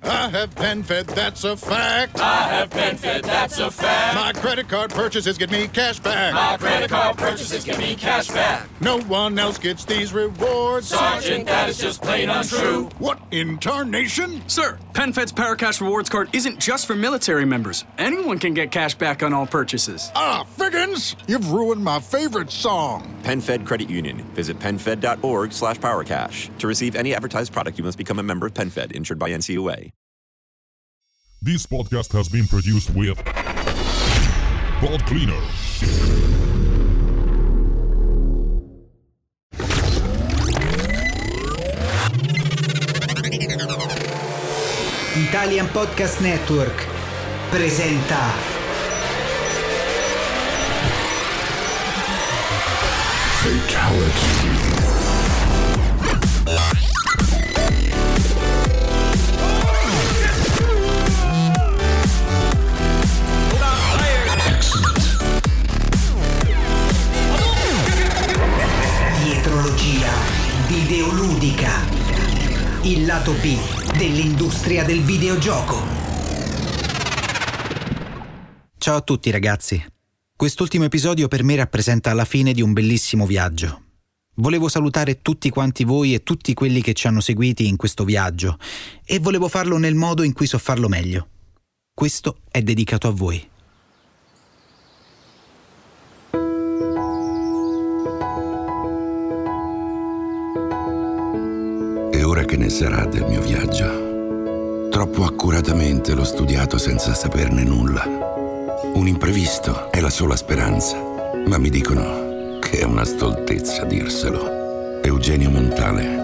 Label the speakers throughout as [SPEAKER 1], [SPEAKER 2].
[SPEAKER 1] I have PenFed, that's a fact.
[SPEAKER 2] I have PenFed, that's a fact.
[SPEAKER 1] My credit card purchases get me cash back.
[SPEAKER 2] My credit card purchases get me cash back.
[SPEAKER 1] No one else gets these rewards.
[SPEAKER 2] Sergeant, that is just plain untrue.
[SPEAKER 1] What in tarnation?
[SPEAKER 3] Sir, PenFed's Paracash Rewards Card isn't just for military members. Anyone can get cash back on all purchases.
[SPEAKER 1] Ah, Figgins, you've ruined my favorite song.
[SPEAKER 4] PenFed Credit Union. Visit PenFed.org/PowerCash. To receive any advertised product, you must become a member of PenFed, insured by NCUA.
[SPEAKER 5] This podcast has been produced with Pod Cleaner.
[SPEAKER 6] Italian Podcast Network presenta
[SPEAKER 5] Fatality.
[SPEAKER 6] Dietrologia videoludica, il lato B dell'industria del videogioco. Ciao a tutti ragazzi. Quest'ultimo episodio per me rappresenta la fine di un bellissimo viaggio. Volevo salutare tutti quanti voi e tutti quelli che ci hanno seguiti in questo viaggio e volevo farlo nel modo in cui so farlo meglio. Questo è dedicato a voi.
[SPEAKER 7] E ora che ne sarà del mio viaggio? Troppo accuratamente l'ho studiato senza saperne nulla. Un imprevisto è la sola speranza, ma mi dicono che è una stoltezza dirselo. Eugenio Montale.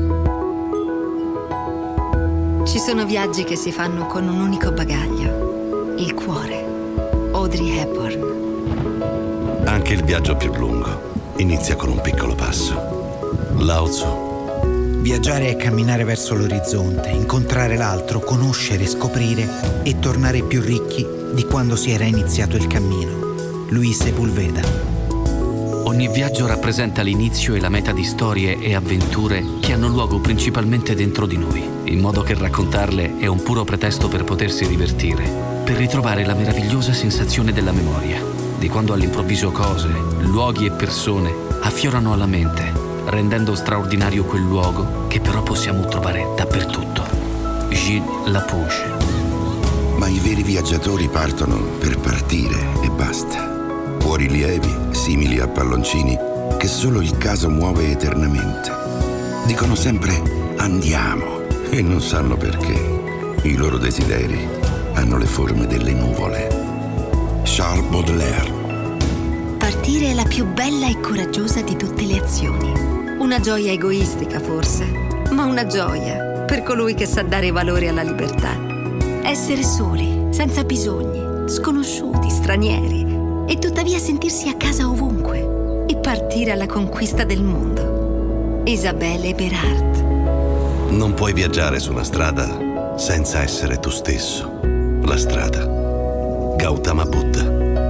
[SPEAKER 8] Ci sono viaggi che si fanno con un unico bagaglio, il cuore. Audrey Hepburn.
[SPEAKER 9] Anche il viaggio più lungo inizia con un piccolo passo. Lao Tzu.
[SPEAKER 6] Viaggiare è camminare verso l'orizzonte, incontrare l'altro, conoscere, scoprire e tornare più ricchi di quando si era iniziato il cammino. Luis Sepulveda.
[SPEAKER 10] Ogni viaggio rappresenta l'inizio e la meta di storie e avventure che hanno luogo principalmente dentro di noi, in modo che raccontarle è un puro pretesto per potersi divertire, per ritrovare la meravigliosa sensazione della memoria, di quando all'improvviso cose, luoghi e persone affiorano alla mente, rendendo straordinario quel luogo che però possiamo trovare dappertutto. Gilles Lapouche.
[SPEAKER 7] Ma i veri viaggiatori partono per partire e basta. Cuori lievi, simili a palloncini, che solo il caso muove eternamente. Dicono sempre andiamo e non sanno perché. I loro desideri hanno le forme delle nuvole. Charles Baudelaire.
[SPEAKER 8] Partire è la più bella e coraggiosa di tutte le azioni. Una gioia egoistica forse, ma una gioia per colui che sa dare valore alla libertà. Essere soli, senza bisogni, sconosciuti, stranieri, e tuttavia sentirsi a casa ovunque e partire alla conquista del mondo. Isabelle Berard.
[SPEAKER 9] Non puoi viaggiare su una strada senza essere tu stesso. La strada. Gautama Buddha.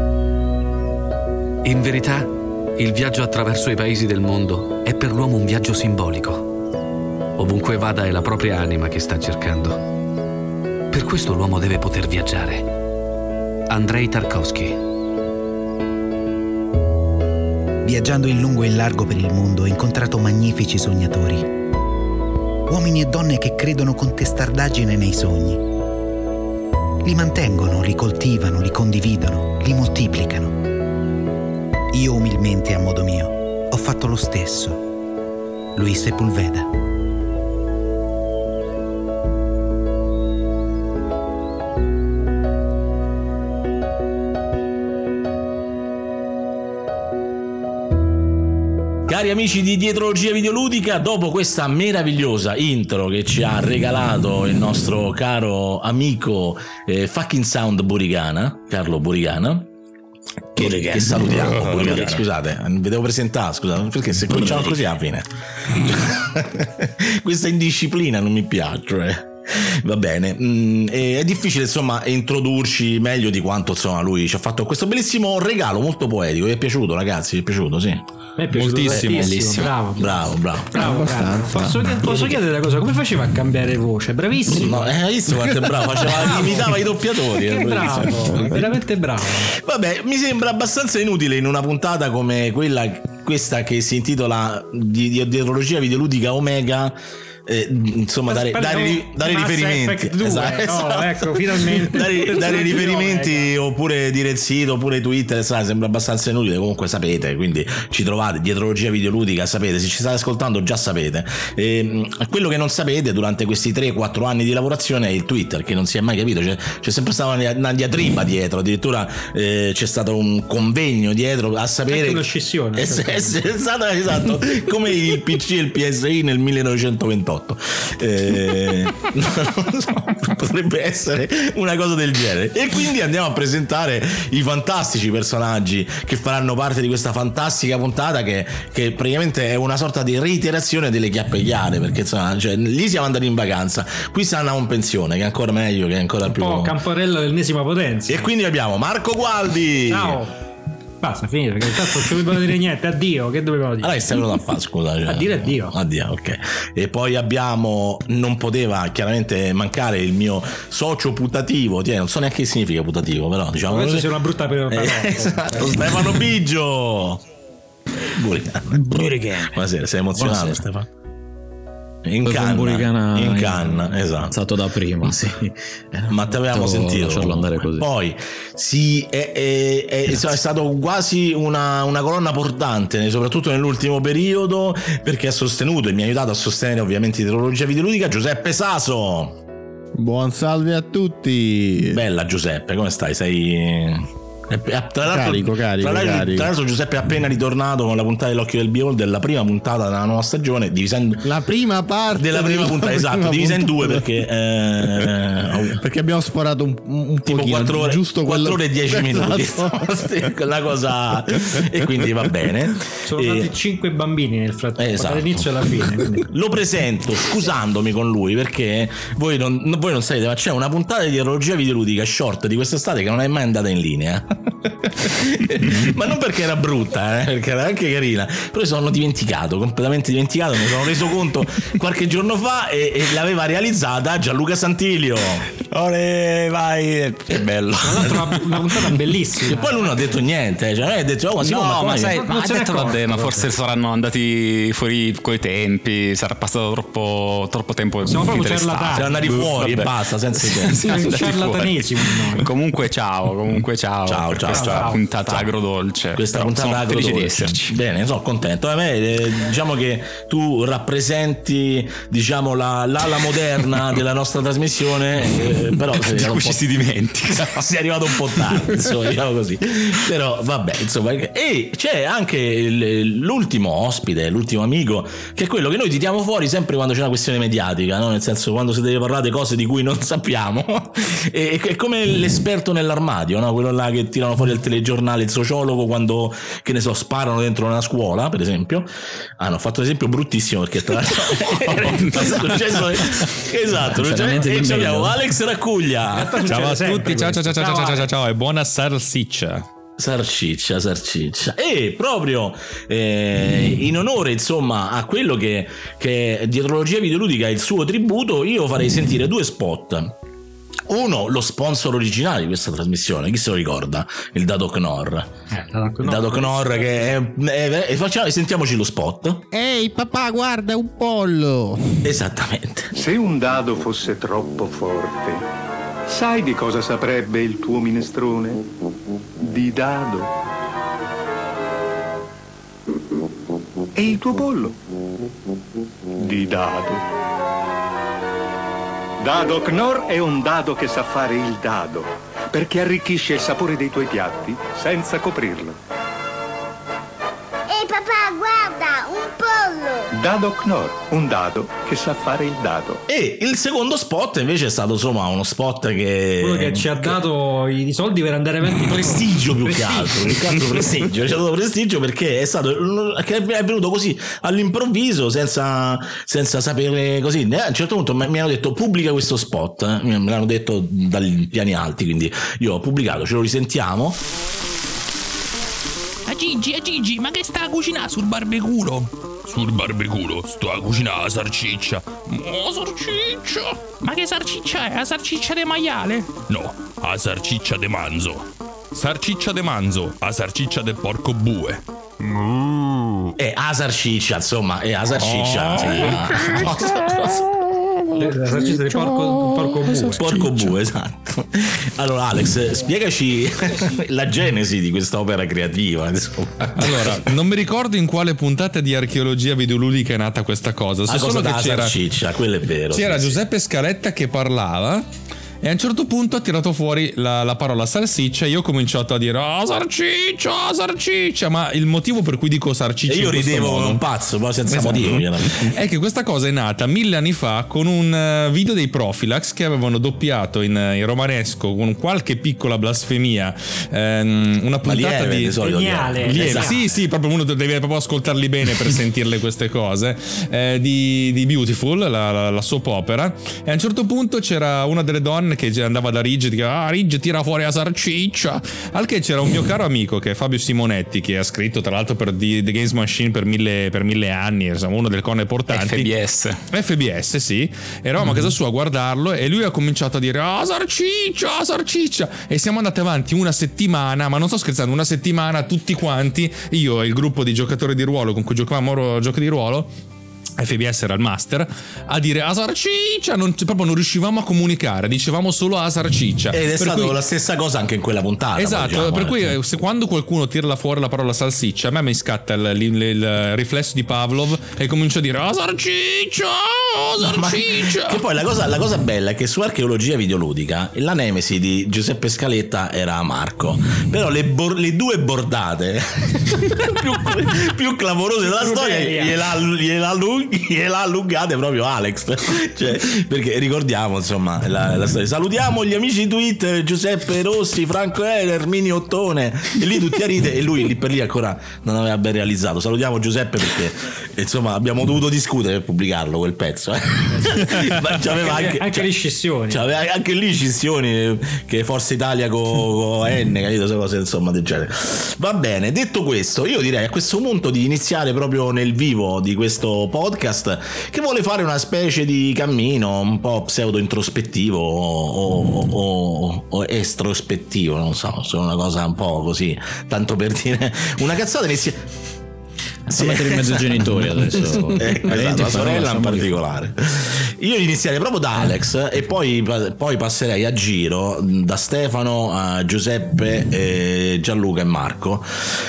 [SPEAKER 10] In verità, il viaggio attraverso i paesi del mondo è per l'uomo un viaggio simbolico. Ovunque vada è la propria anima che sta cercando. Per questo l'uomo deve poter viaggiare. Andrei Tarkovsky.
[SPEAKER 6] Viaggiando in lungo e in largo per il mondo ho incontrato magnifici sognatori. Uomini e donne che credono con testardaggine nei sogni. Li mantengono, li coltivano, li condividono, li moltiplicano. Io umilmente a modo mio ho fatto lo stesso. Luis Sepulveda.
[SPEAKER 11] Cari amici di Dietrologia Videoludica, dopo questa meravigliosa intro che ci ha regalato il nostro caro amico Fucking Sound Burigana, Carlo Burigana, che salutiamo. Burigana. Scusate, vi devo presentare, scusate, perché se cominciamo così alla fine questa indisciplina non mi piace. Va bene, è difficile insomma introdurci meglio di quanto insomma lui ci ha fatto questo bellissimo regalo molto poetico. Vi è piaciuto ragazzi? Vi è piaciuto? Sì.
[SPEAKER 12] Moltissimo.
[SPEAKER 13] Bravo. Posso chiedere una cosa? Come faceva a cambiare voce? Bravissimo.
[SPEAKER 11] No, hai visto quanto è bravo? Imitava i doppiatori.
[SPEAKER 13] Che bravo, veramente bravo.
[SPEAKER 11] Vabbè, mi sembra abbastanza inutile in una puntata come questa che si intitola Dietrologia videoludica Omega. Insomma, dare riferimenti. 2,
[SPEAKER 13] esatto. Ecco, finalmente
[SPEAKER 11] dare riferimenti, oppure dire il sito, oppure Twitter, sembra abbastanza inutile. Comunque sapete, quindi ci trovate Dietrologia videoludica, sapete, se ci state ascoltando già sapete. Quello che non sapete durante questi 3-4 anni di lavorazione è il Twitter, che non si è mai capito, c'è sempre stata una diatriba dietro, addirittura c'è stato un convegno dietro a sapere
[SPEAKER 13] una scissione
[SPEAKER 11] è stata, esatto, come il PC e il PSI nel 1928. Non so, potrebbe essere una cosa del genere. E quindi andiamo a presentare i fantastici personaggi che faranno parte di questa fantastica puntata, che praticamente è una sorta di reiterazione delle chiappe chiare, perché insomma, lì siamo andati in vacanza, qui stanno a un pensione, che è ancora meglio, che è ancora più
[SPEAKER 13] Camporella dell'ennesima potenza.
[SPEAKER 11] E quindi abbiamo Marco Gualdi.
[SPEAKER 13] Ciao. Basta, finito, perché intanto non ci dovevano dire niente. Addio, che dovevamo dire?
[SPEAKER 11] Allora che stai venuto a fare, scusa?
[SPEAKER 13] A dire addio.
[SPEAKER 11] Addio, ok. E poi abbiamo, non poteva chiaramente mancare il mio socio putativo, non so neanche che significa putativo, però diciamo
[SPEAKER 13] penso sia una brutta parola.
[SPEAKER 11] Esatto, Stefano Biggio.
[SPEAKER 12] Burigana.
[SPEAKER 11] Buonasera, sei emozionato?
[SPEAKER 12] Buonasera, Stefano.
[SPEAKER 11] In canna, esatto.
[SPEAKER 12] Stato da prima, sì.
[SPEAKER 11] Ma ti avevamo sentito.
[SPEAKER 12] Lasciarlo andare così.
[SPEAKER 11] Poi è stato quasi una colonna portante, soprattutto nell'ultimo periodo, perché ha sostenuto e mi ha aiutato a sostenere ovviamente Dietrologia videoludica, Giuseppe Saso.
[SPEAKER 14] Buon salve a tutti.
[SPEAKER 11] Bella Giuseppe, come stai? Sei
[SPEAKER 14] carico.
[SPEAKER 11] Tra l'altro Giuseppe è appena ritornato con la puntata dell'Occhio del Beholder, della prima puntata della nuova stagione, divisa in
[SPEAKER 14] la prima parte
[SPEAKER 11] della prima puntata, esatto, divisa in due perché
[SPEAKER 14] abbiamo sforato un
[SPEAKER 11] tipo
[SPEAKER 14] pochino,
[SPEAKER 11] 4 ore,
[SPEAKER 14] giusto
[SPEAKER 11] 4 ore e 10 minuti.
[SPEAKER 14] Esatto.
[SPEAKER 11] La cosa, e quindi va bene.
[SPEAKER 13] Sono nati 5 bambini nel frattempo,
[SPEAKER 11] esatto,
[SPEAKER 13] dall'inizio alla fine, quindi.
[SPEAKER 11] Lo presento scusandomi con lui, perché voi non sapete, ma c'è una puntata di Dietrologia videoludica short di quest'estate che non è mai andata in linea. Ma non perché era brutta, perché era anche carina, però sono completamente dimenticato, mi sono reso conto qualche giorno fa e l'aveva realizzata Gianluca Santilio.
[SPEAKER 12] Ore, vai, che bello.
[SPEAKER 13] Tra l'altro una puntata bellissima.
[SPEAKER 11] E poi lui non ha detto niente, ha detto ma
[SPEAKER 12] ha detto vabbè, ma forse saranno andati fuori coi tempi, sarà passato troppo tempo.
[SPEAKER 13] Siamo proprio ciarlatani.
[SPEAKER 11] Siamo andati fuori e basta, senza tempo.
[SPEAKER 13] Ciarlatanesimo.
[SPEAKER 12] Comunque ciao. Questa puntata agrodolce.
[SPEAKER 11] Questa puntata agrodolce
[SPEAKER 12] di esserci.
[SPEAKER 11] Bene, sono contento. A me diciamo che tu rappresenti, diciamo, l'ala moderna della nostra trasmissione, però
[SPEAKER 12] ci si dimentica.
[SPEAKER 11] Sei arrivato un po' tardi, insomma, diciamo così. Però vabbè, insomma. E c'è anche l'ultimo ospite, l'ultimo amico, che è quello che noi tiriamo fuori sempre quando c'è una questione mediatica, no? Nel senso, quando si deve parlare di cose di cui non sappiamo. È come l'esperto nell'armadio, no? Quello là che tirano fuori al telegiornale, il sociologo, quando, che ne so, sparano dentro una scuola, per esempio. Hanno fatto un esempio bruttissimo, perché tra l'altro successo, esatto, e ci abbiamo Alex Raccuglia.
[SPEAKER 12] Ciao a tutti, ciao e buona salsiccia.
[SPEAKER 11] Sarciccia. E proprio in onore, insomma, a quello che Dietrologia videoludica è il suo tributo, io farei sentire 2 spot. Uno, lo sponsor originale di questa trasmissione, chi se lo ricorda? Il Dado Knorr. Il Dado Knorr, che sentiamoci lo spot.
[SPEAKER 14] Ehi papà, guarda, un pollo.
[SPEAKER 11] Esattamente.
[SPEAKER 15] Se un dado fosse troppo forte, sai di cosa saprebbe il tuo minestrone? Di dado. E il tuo pollo? Di dado. Dado Knorr è un dado che sa fare il dado, perché arricchisce il sapore dei tuoi piatti senza coprirlo.
[SPEAKER 16] Ehi papà, guarda, un pollo!
[SPEAKER 15] Dado Knorr, un dado che sa fare il dado.
[SPEAKER 11] E il secondo spot invece è stato, insomma, uno spot
[SPEAKER 13] quello che ci ha dato i soldi per andare avanti.
[SPEAKER 11] Prestigio più che altro. Prestigio. Ci ha dato prestigio perché è stato, che è venuto così all'improvviso, senza sapere così. A un certo punto mi hanno detto pubblica questo spot, me l'hanno detto dai piani alti, quindi io ho pubblicato, ce lo risentiamo.
[SPEAKER 17] Gigi, ma che sta a cucinare sul barbeculo? Sul barbeculo sto a cucinare la sarciccia. Sarciccia? Ma che sarciccia è? La sarciccia de maiale? No, la sarciccia de manzo. Sarciccia de manzo, la sarciccia del porco bue.
[SPEAKER 11] A sarciccia, insomma, a sarciccia.
[SPEAKER 13] La sarciccia del porco
[SPEAKER 11] bue, esatto. Allora Alex, spiegaci la genesi di questa opera creativa, insomma.
[SPEAKER 18] Allora, non mi ricordo in quale puntata di archeologia videoludica è nata questa cosa. So solo che c'era
[SPEAKER 11] sarciccia, quello è vero.
[SPEAKER 18] C'era Giuseppe Scaletta che parlava e a un certo punto ha tirato fuori la parola salsiccia e io ho cominciato a dire sarciccia, ma il motivo per cui dico sarciccia
[SPEAKER 11] e io ridevo come un pazzo, ma senza motivo,
[SPEAKER 18] è che questa cosa è nata 1000 anni fa con un video dei Profilax che avevano doppiato in romanesco con qualche piccola blasfemia una puntata
[SPEAKER 11] lieve,
[SPEAKER 18] di lieve. Sì, proprio uno deve proprio ascoltarli bene per sentirle queste cose di Beautiful, la soap opera, e a un certo punto c'era una delle donne che andava da Ridge e diceva Ridge tira fuori la sarciccia, al che c'era un mio caro amico che è Fabio Simonetti, che ha scritto tra l'altro per The Games Machine per mille anni, insomma uno delle corne portanti, FBS sì, eravamo a casa sua a guardarlo e lui ha cominciato a dire sarciccia e siamo andati avanti una settimana, ma non sto scherzando, una settimana tutti quanti, io e il gruppo di giocatori di ruolo con cui giocavamo giochi di ruolo, FBS era il master, a dire sarciccia, proprio non riuscivamo a comunicare, dicevamo solo sarciccia.
[SPEAKER 11] Ed è stata la stessa cosa anche in quella puntata.
[SPEAKER 18] Esatto,
[SPEAKER 11] diciamo,
[SPEAKER 18] per cui se quando qualcuno tira fuori la parola salsiccia, a me mi scatta il riflesso di Pavlov e comincio a dire sarciccia.
[SPEAKER 11] Che poi la cosa bella è che su archeologia videoludica la nemesi di Giuseppe Scaletta era Marco, però le due bordate più clamorose della storia gliela allungate proprio Alex, cioè, perché ricordiamo insomma la storia. Salutiamo gli amici Twitter, Giuseppe Rossi, Franco Erminio Ottone, e lì tutti a ride e lui lì per lì ancora non aveva ben realizzato. Salutiamo Giuseppe perché insomma abbiamo dovuto discutere per pubblicarlo quel pezzo. Ma c'aveva anche
[SPEAKER 13] le scissioni,
[SPEAKER 11] c'aveva anche lì scissioni che Forza Italia con N, capito, cose insomma del genere. Va bene, detto questo, io direi a questo punto di iniziare proprio nel vivo di questo podcast che vuole fare una specie di cammino un po' pseudo introspettivo o estrospettivo, non so, sono una cosa un po' così, tanto per dire una cazzata.
[SPEAKER 19] Sì. Mettere in mezzo ai genitori adesso.
[SPEAKER 11] Esatto, la sorella in particolare. Io inizierei proprio da Alex e poi passerei a giro da Stefano a Giuseppe, Gianluca e Marco,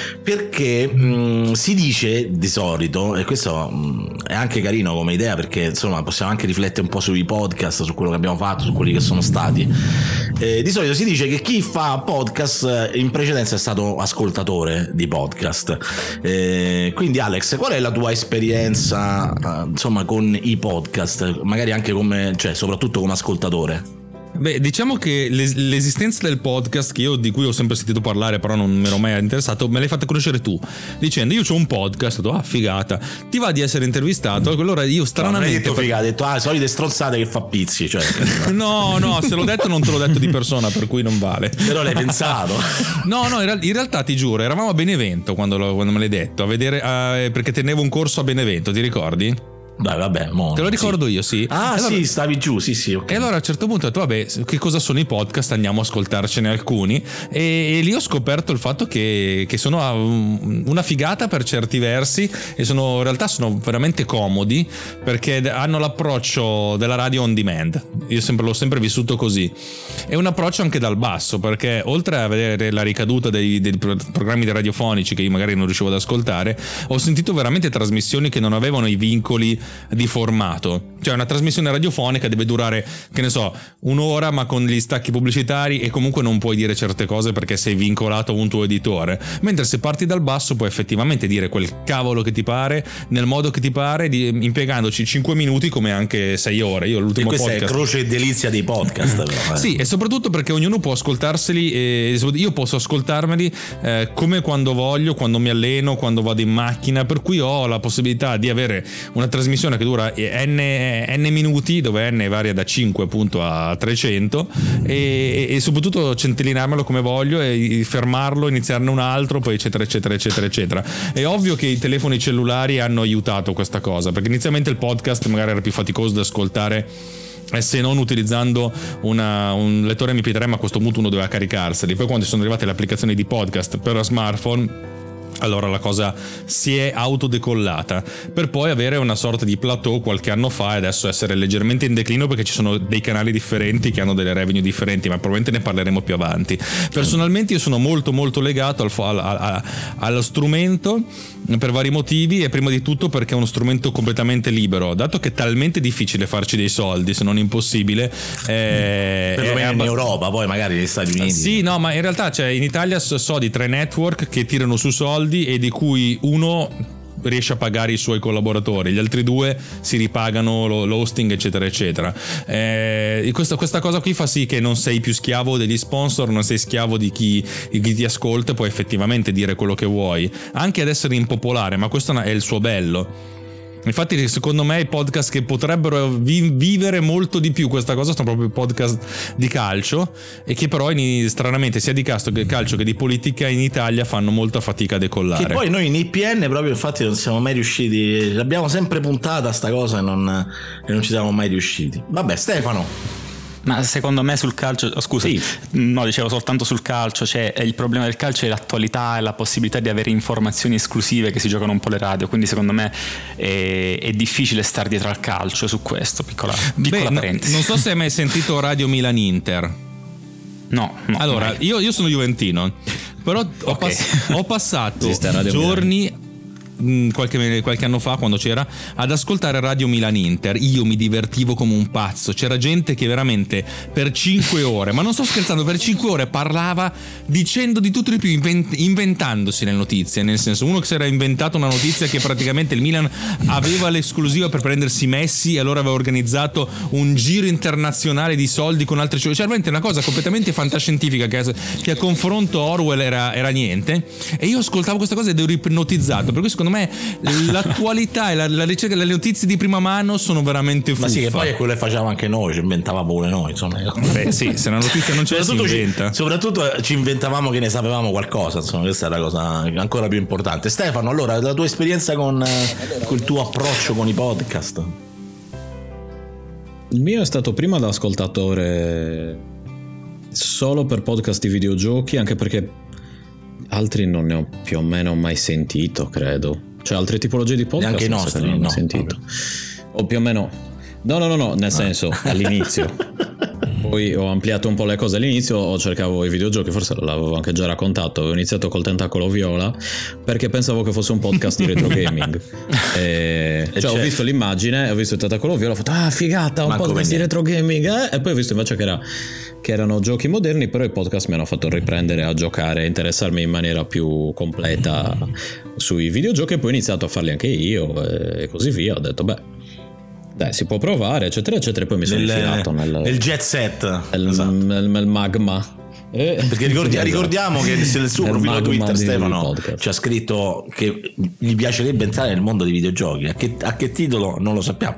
[SPEAKER 11] perché si dice di solito, e questo è anche carino come idea perché insomma possiamo anche riflettere un po' sui podcast, su quello che abbiamo fatto, su quelli che sono stati. Di solito si dice che chi fa podcast in precedenza è stato ascoltatore di podcast, quindi Alex, qual è la tua esperienza insomma con i podcast, magari anche come, cioè soprattutto come ascoltatore?
[SPEAKER 18] Beh, diciamo che l'esistenza del podcast, di cui ho sempre sentito parlare però non mi ero mai interessato, me l'hai fatta conoscere tu dicendo io c'ho un podcast, ho detto figata, ti va di essere intervistato? Allora io stranamente
[SPEAKER 11] non hai detto figata, hai detto solite stronzate che fa pizzi, cioè.
[SPEAKER 18] no se l'ho detto non te l'ho detto di persona, per cui non vale.
[SPEAKER 11] Però l'hai pensato?
[SPEAKER 18] No, in realtà ti giuro, eravamo a Benevento quando me l'hai detto, a vedere perché tenevo un corso a Benevento, ti ricordi?
[SPEAKER 11] Dai, vabbè,
[SPEAKER 18] te lo ricordo io, sì.
[SPEAKER 11] Ah, allora, sì, stavi giù, sì, ok.
[SPEAKER 18] E allora a un certo punto ho detto, vabbè, che cosa sono i podcast? Andiamo a ascoltarcene alcuni. E lì ho scoperto il fatto che sono una figata per certi versi e in realtà sono veramente comodi perché hanno l'approccio della radio on demand. Io l'ho sempre vissuto così. E un approccio anche dal basso, perché oltre a vedere la ricaduta dei programmi radiofonici che io magari non riuscivo ad ascoltare, ho sentito veramente trasmissioni che non avevano i vincoli di formato, cioè una trasmissione radiofonica deve durare, che ne so, un'ora ma con gli stacchi pubblicitari e comunque non puoi dire certe cose perché sei vincolato a un tuo editore, mentre se parti dal basso puoi effettivamente dire quel cavolo che ti pare nel modo che ti pare, impiegandoci 5 minuti come anche 6 ore. Io l'ultimo
[SPEAKER 11] podcast,
[SPEAKER 18] podcast,
[SPEAKER 11] è croce e delizia dei podcast però,
[SPEAKER 18] Sì, e soprattutto perché ognuno può ascoltarseli io posso ascoltarmeli come quando voglio, quando mi alleno, quando vado in macchina, per cui ho la possibilità di avere una trasmissione trasmissione che dura n minuti, dove n varia da 5 appunto a 300, e soprattutto centellinarmelo come voglio e fermarlo, iniziarne un altro, poi eccetera eccetera eccetera eccetera. È ovvio che i telefoni cellulari hanno aiutato questa cosa, perché inizialmente il podcast magari era più faticoso da ascoltare, se non utilizzando un lettore MP3, ma a questo punto uno doveva caricarseli. Poi quando sono arrivate le applicazioni di podcast per smartphone, allora la cosa si è autodecollata, per poi avere una sorta di plateau qualche anno fa e adesso essere leggermente in declino, perché ci sono dei canali differenti che hanno delle revenue differenti, ma probabilmente ne parleremo più avanti. Personalmente io sono molto molto legato allo strumento per vari motivi, e prima di tutto perché è uno strumento completamente libero, dato che è talmente difficile farci dei soldi, se non impossibile,
[SPEAKER 11] perlomeno in Europa, poi magari negli Stati Uniti.
[SPEAKER 18] Sì, no, ma in realtà in Italia so di 3 network che tirano su soldi, e di cui uno riesce a pagare i suoi collaboratori, gli altri 2 si ripagano l'hosting eccetera eccetera. Questa cosa qui fa sì che non sei più schiavo degli sponsor, non sei schiavo di chi ti ascolta, puoi effettivamente dire quello che vuoi, anche ad essere impopolare, ma questo è il suo bello. Infatti secondo me i podcast che potrebbero vivere molto di più questa cosa sono proprio i podcast di calcio, e che però stranamente sia di calcio che di politica in Italia fanno molta fatica a decollare.
[SPEAKER 11] Che poi noi in IPN proprio infatti non siamo mai riusciti, l'abbiamo sempre puntata sta cosa e non ci siamo mai riusciti. Vabbè, Stefano.
[SPEAKER 12] Ma secondo me sul calcio, scusa, sì. No, dicevo soltanto sul calcio, c'è il problema del calcio è l'attualità e la possibilità di avere informazioni esclusive che si giocano un po' le radio, quindi secondo me è difficile star dietro al calcio su questo, piccola parentesi.
[SPEAKER 18] Non so se hai mai sentito Radio Milan Inter.
[SPEAKER 12] No,
[SPEAKER 18] allora io sono juventino, però ho passato giorni qualche anno fa, quando c'era, ad ascoltare Radio Milan Inter. Io mi divertivo come un pazzo, c'era gente che veramente per 5 ore, ma non sto scherzando, per 5 ore parlava dicendo di tutto di più, inventandosi le notizie, nel senso, uno che si era inventato una notizia che praticamente il Milan aveva l'esclusiva per prendersi Messi, e allora aveva organizzato un giro internazionale di soldi con altre, cioè veramente una cosa completamente fantascientifica che a confronto Orwell era niente, e io ascoltavo questa cosa ed ero ipnotizzato. Per cui secondo me l'attualità e la ricerca delle notizie di prima mano sono veramente fuffa.
[SPEAKER 11] Ma sì, che poi è quello che facevamo anche noi, ci inventavamo pure noi, insomma.
[SPEAKER 18] Beh sì, se una notizia non c'è, si inventa.
[SPEAKER 11] Soprattutto ci inventavamo che ne sapevamo qualcosa, insomma, questa è la cosa ancora più importante. Stefano, allora, la tua esperienza con il tuo approccio con i podcast?
[SPEAKER 19] Il mio è stato prima da ascoltatore solo per podcast di videogiochi, anche perché altri non ne ho più o meno mai sentito, credo. Cioè altre tipologie di podcast
[SPEAKER 11] neanche i nostri non ho sentito.
[SPEAKER 19] O più o meno no, nel senso all'inizio. Poi ho ampliato un po' le cose. All'inizio cercavo i videogiochi, forse l'avevo anche già raccontato, avevo iniziato col Tentacolo Viola perché pensavo che fosse un podcast di retro gaming. Cioè ho visto l'immagine, ho visto il Tentacolo Viola, ho fatto figata, un podcast di retro gaming, e poi ho visto invece che erano giochi moderni, però i podcast mi hanno fatto riprendere a giocare, a interessarmi in maniera più completa sui videogiochi, e poi ho iniziato a farli anche io e così via. Ho detto dai, si può provare, eccetera eccetera, e poi mi sono infilato nel
[SPEAKER 11] jet set,
[SPEAKER 19] nel magma.
[SPEAKER 11] Perché ricordiamo che nel suo profilo Twitter Stefano ci ha scritto che gli piacerebbe entrare nel mondo dei videogiochi. A che titolo non lo sappiamo,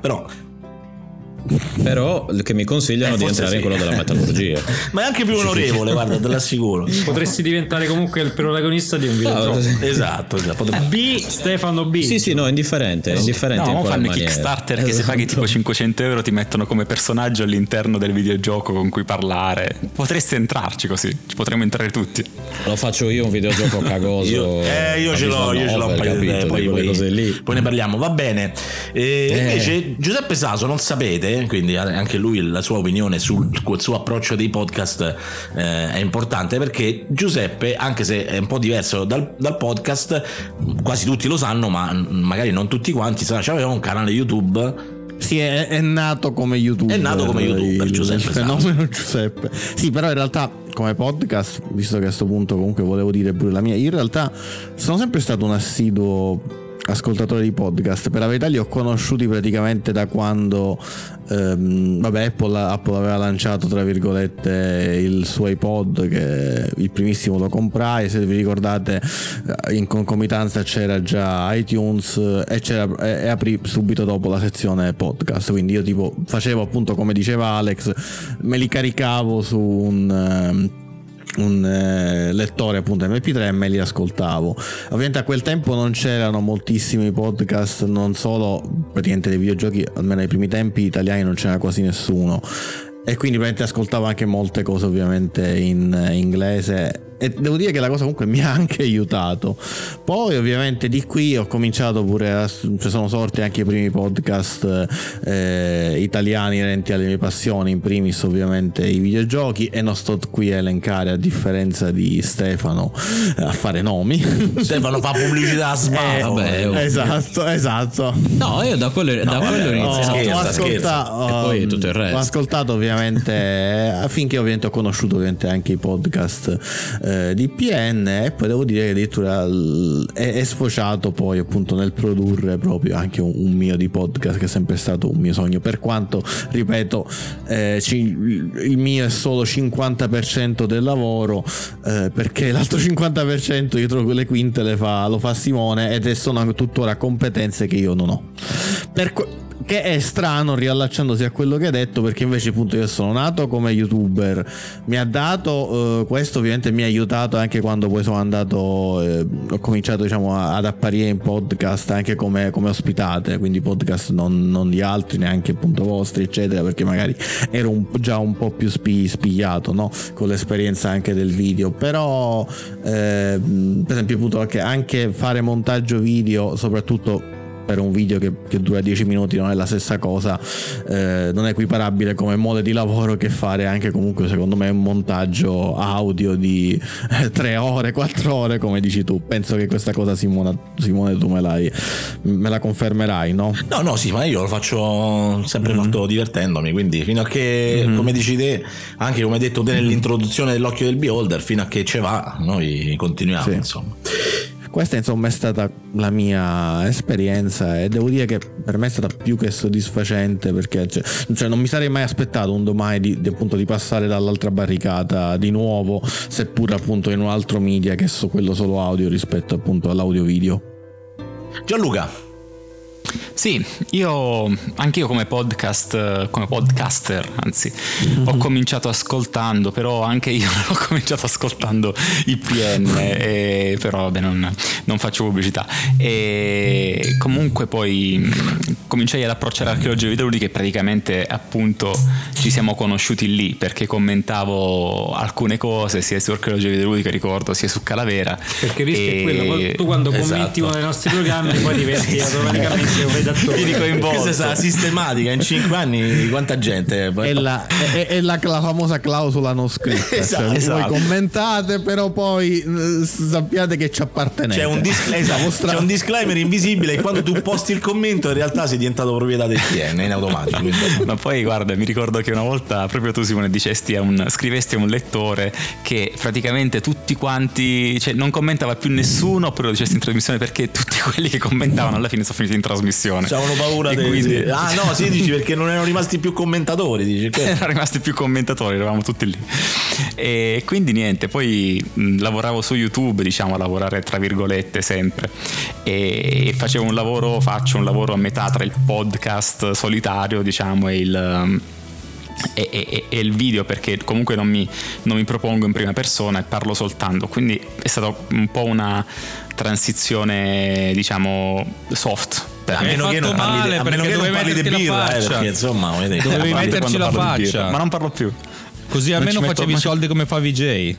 [SPEAKER 11] però
[SPEAKER 19] che mi consigliano di entrare in quello della metallurgia.
[SPEAKER 11] Ma è anche più onorevole, guarda, te l'assicuro.
[SPEAKER 13] Potresti diventare comunque il protagonista di un videogioco.
[SPEAKER 11] Esatto.
[SPEAKER 13] B, Stefano B.
[SPEAKER 19] Sì, no, indifferente.
[SPEAKER 12] No, fanno i
[SPEAKER 19] maniera.
[SPEAKER 12] Kickstarter che se paghi tipo 500 euro ti mettono come personaggio all'interno del videogioco con cui parlare. Potresti entrarci così, ci potremmo entrare tutti.
[SPEAKER 19] Lo faccio io un videogioco cagoso.
[SPEAKER 11] Io ce l'ho un paio di idee, poi ne parliamo, va bene. Invece Giuseppe Saso, non sapete, quindi anche lui, la sua opinione sul suo approccio dei podcast è importante, perché Giuseppe, anche se è un po' diverso dal podcast, quasi tutti lo sanno, ma magari non tutti quanti, aveva un canale YouTube.
[SPEAKER 14] Sì, è nato come YouTuber.
[SPEAKER 11] È nato come YouTuber, Giuseppe.
[SPEAKER 14] Il fenomeno Giuseppe. Sì, però in realtà come podcast, visto che a questo punto comunque volevo dire pure la mia, io in realtà sono sempre stato un assiduo ascoltatore di podcast. Per la verità li ho conosciuti praticamente da quando Apple aveva lanciato tra virgolette il suo iPod, che il primissimo lo comprai, se vi ricordate in concomitanza c'era già iTunes e aprì subito dopo la sezione podcast, quindi io tipo facevo appunto come diceva Alex, me li caricavo su un lettore appunto MP3 e me li ascoltavo. Ovviamente a quel tempo non c'erano moltissimi podcast, non solo praticamente dei videogiochi, almeno ai primi tempi italiani non c'era quasi nessuno, e quindi praticamente ascoltavo anche molte cose ovviamente in inglese, e devo dire che la cosa comunque mi ha anche aiutato. Poi ovviamente di qui ho cominciato pure sono sorti anche i primi podcast italiani inerenti alle mie passioni, in primis ovviamente i videogiochi, e non sto qui a elencare, a differenza di Stefano, a fare nomi.
[SPEAKER 11] Stefano fa pubblicità a sbaglio.
[SPEAKER 14] Esatto.
[SPEAKER 19] No, io da quello inizio.
[SPEAKER 14] Ho
[SPEAKER 19] poi tutto il resto.
[SPEAKER 14] Ho ascoltato ovviamente affinché ovviamente ho conosciuto ovviamente anche i podcast di PN, e poi devo dire che addirittura è sfociato poi appunto nel produrre proprio anche un mio di podcast, che è sempre stato un mio sogno, per quanto ripeto il mio è solo 50% del lavoro, perché l'altro 50% dietro quelle quinte lo fa Simone, ed sono tuttora competenze che io non ho, che è strano riallacciandosi a quello che hai detto, perché invece appunto io sono nato come youtuber, mi ha dato questo ovviamente mi ha aiutato anche quando poi sono andato ho cominciato diciamo ad apparire in podcast anche come ospitate, quindi podcast non di altri, neanche appunto vostri eccetera, perché magari ero già un po' più spigliato, no? Con l'esperienza anche del video, però per esempio appunto anche fare montaggio video, soprattutto per un video che dura 10 minuti, non è la stessa cosa, non è equiparabile come modo di lavoro che fare anche comunque secondo me un montaggio audio di 3 ore, 4 ore come dici tu. Penso che questa cosa Simone tu me la confermerai, no?
[SPEAKER 11] No, sì, ma io lo faccio sempre fatto divertendomi, quindi fino a che come dici te, anche come hai detto te nell'introduzione dell'occhio del beholder, fino a che ce va noi continuiamo, insomma.
[SPEAKER 14] Questa insomma è stata la mia esperienza, e devo dire che per me è stata più che soddisfacente, perché cioè non mi sarei mai aspettato un domani appunto di passare dall'altra barricata di nuovo, seppur appunto in un altro media che quello solo audio rispetto appunto all'audio video.
[SPEAKER 11] Gianluca.
[SPEAKER 12] Sì, anch'io come podcaster, anzi, ho cominciato ascoltando, però anche io ho cominciato ascoltando IPN, però vabbè non faccio pubblicità, e comunque poi cominciai ad approcciare l'archeologia videoludica, e praticamente appunto ci siamo conosciuti lì, perché commentavo alcune cose sia su archeologia videoludica, ricordo, sia su Calavera,
[SPEAKER 13] perché il rischio è quello, tu quando commenti uno dei nostri programmi poi diventi automaticamente un redattore.
[SPEAKER 11] Questa è stata sistematica in 5 anni, quanta gente
[SPEAKER 14] è la famosa clausola non scritta. Esatto. Voi commentate, però poi sappiate che ci appartenete.
[SPEAKER 11] C'è un disclaimer invisibile, e quando tu posti il commento in realtà sei diventato proprietà del PN in automatico.
[SPEAKER 12] Ma poi guarda, mi ricordo che una volta proprio tu, Simone, scrivesti a un lettore che praticamente tutti quanti, cioè non commentava più nessuno, però lo dicesti in trasmissione, perché tutti quelli che commentavano alla fine sono finiti in trasmissione.
[SPEAKER 11] Avevano paura
[SPEAKER 12] quindi...
[SPEAKER 11] dici perché non erano rimasti più commentatori, dici che
[SPEAKER 12] erano rimasti più commentatori, eravamo tutti lì, e quindi niente, poi lavoravo su YouTube, diciamo, a lavorare tra virgolette sempre, e faccio un lavoro a metà tra il podcast solitario, diciamo, e il video, perché comunque non mi propongo in prima persona e parlo soltanto, quindi è stata un po' una transizione, diciamo, soft.
[SPEAKER 18] A meno che non parli di birra, perché insomma
[SPEAKER 12] dovevi metterci la faccia, ma non parlo più,
[SPEAKER 18] così almeno facevi soldi come fa VJ.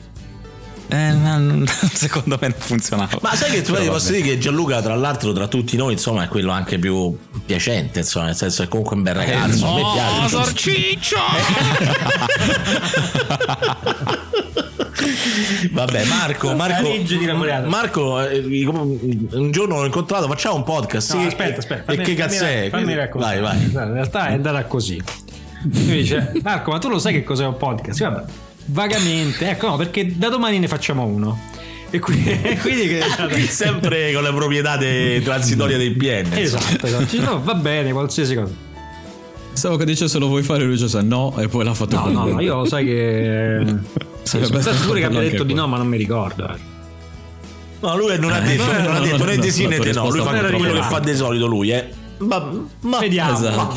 [SPEAKER 12] Secondo me non funzionava.
[SPEAKER 11] Ma sai che tu posso dire che Gianluca, tra l'altro, tra tutti noi, insomma, è quello anche più piacente, insomma, nel senso è comunque un bel ragazzo. A me piace.
[SPEAKER 17] Sorciccio!
[SPEAKER 11] Vabbè, Marco, un giorno l'ho incontrato, facciamo un podcast.
[SPEAKER 13] No, aspetta.
[SPEAKER 11] E che cazzo è? Vai.
[SPEAKER 13] In realtà è andata così. Mi dice: Marco, ma tu lo sai che cos'è un podcast? Vabbè, vagamente, ecco, no, perché da domani ne facciamo uno. E quindi
[SPEAKER 11] sempre con la proprietà transitoria dei PN.
[SPEAKER 13] Esatto. No, va bene, qualsiasi cosa.
[SPEAKER 19] Stavo che dicesse lo vuoi fare, lui diceva no e poi l'ha fatto.
[SPEAKER 13] No, io lo sai che pure che abbia detto di no, ma non mi ricordo.
[SPEAKER 11] No, lui non ha detto né di sì né di no. Lui fa quello che fa di solito lui, ma
[SPEAKER 13] vediamo.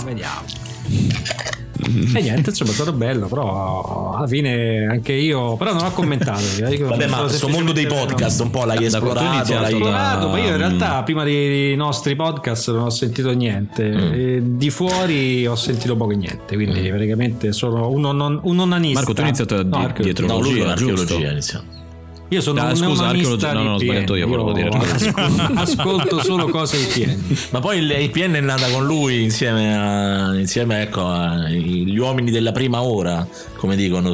[SPEAKER 13] E niente, insomma, è stato bello, però alla fine anche io, però non ho commentato.
[SPEAKER 11] Vabbè, ma questo mondo dei podcast un po' l'hai esplorato,
[SPEAKER 13] ma io in realtà prima dei nostri podcast non ho sentito niente, e di fuori ho sentito poco e niente, quindi praticamente sono un onanista.
[SPEAKER 19] Marco, tu hai iniziato dietrologia, giusto?
[SPEAKER 13] Io sono un onanista.
[SPEAKER 19] No, ho sbagliato io, volevo dire.
[SPEAKER 13] Ascolto solo cose IPN.
[SPEAKER 11] Ma poi l'IPN è nata con lui insieme ecco agli uomini della prima ora, come dicono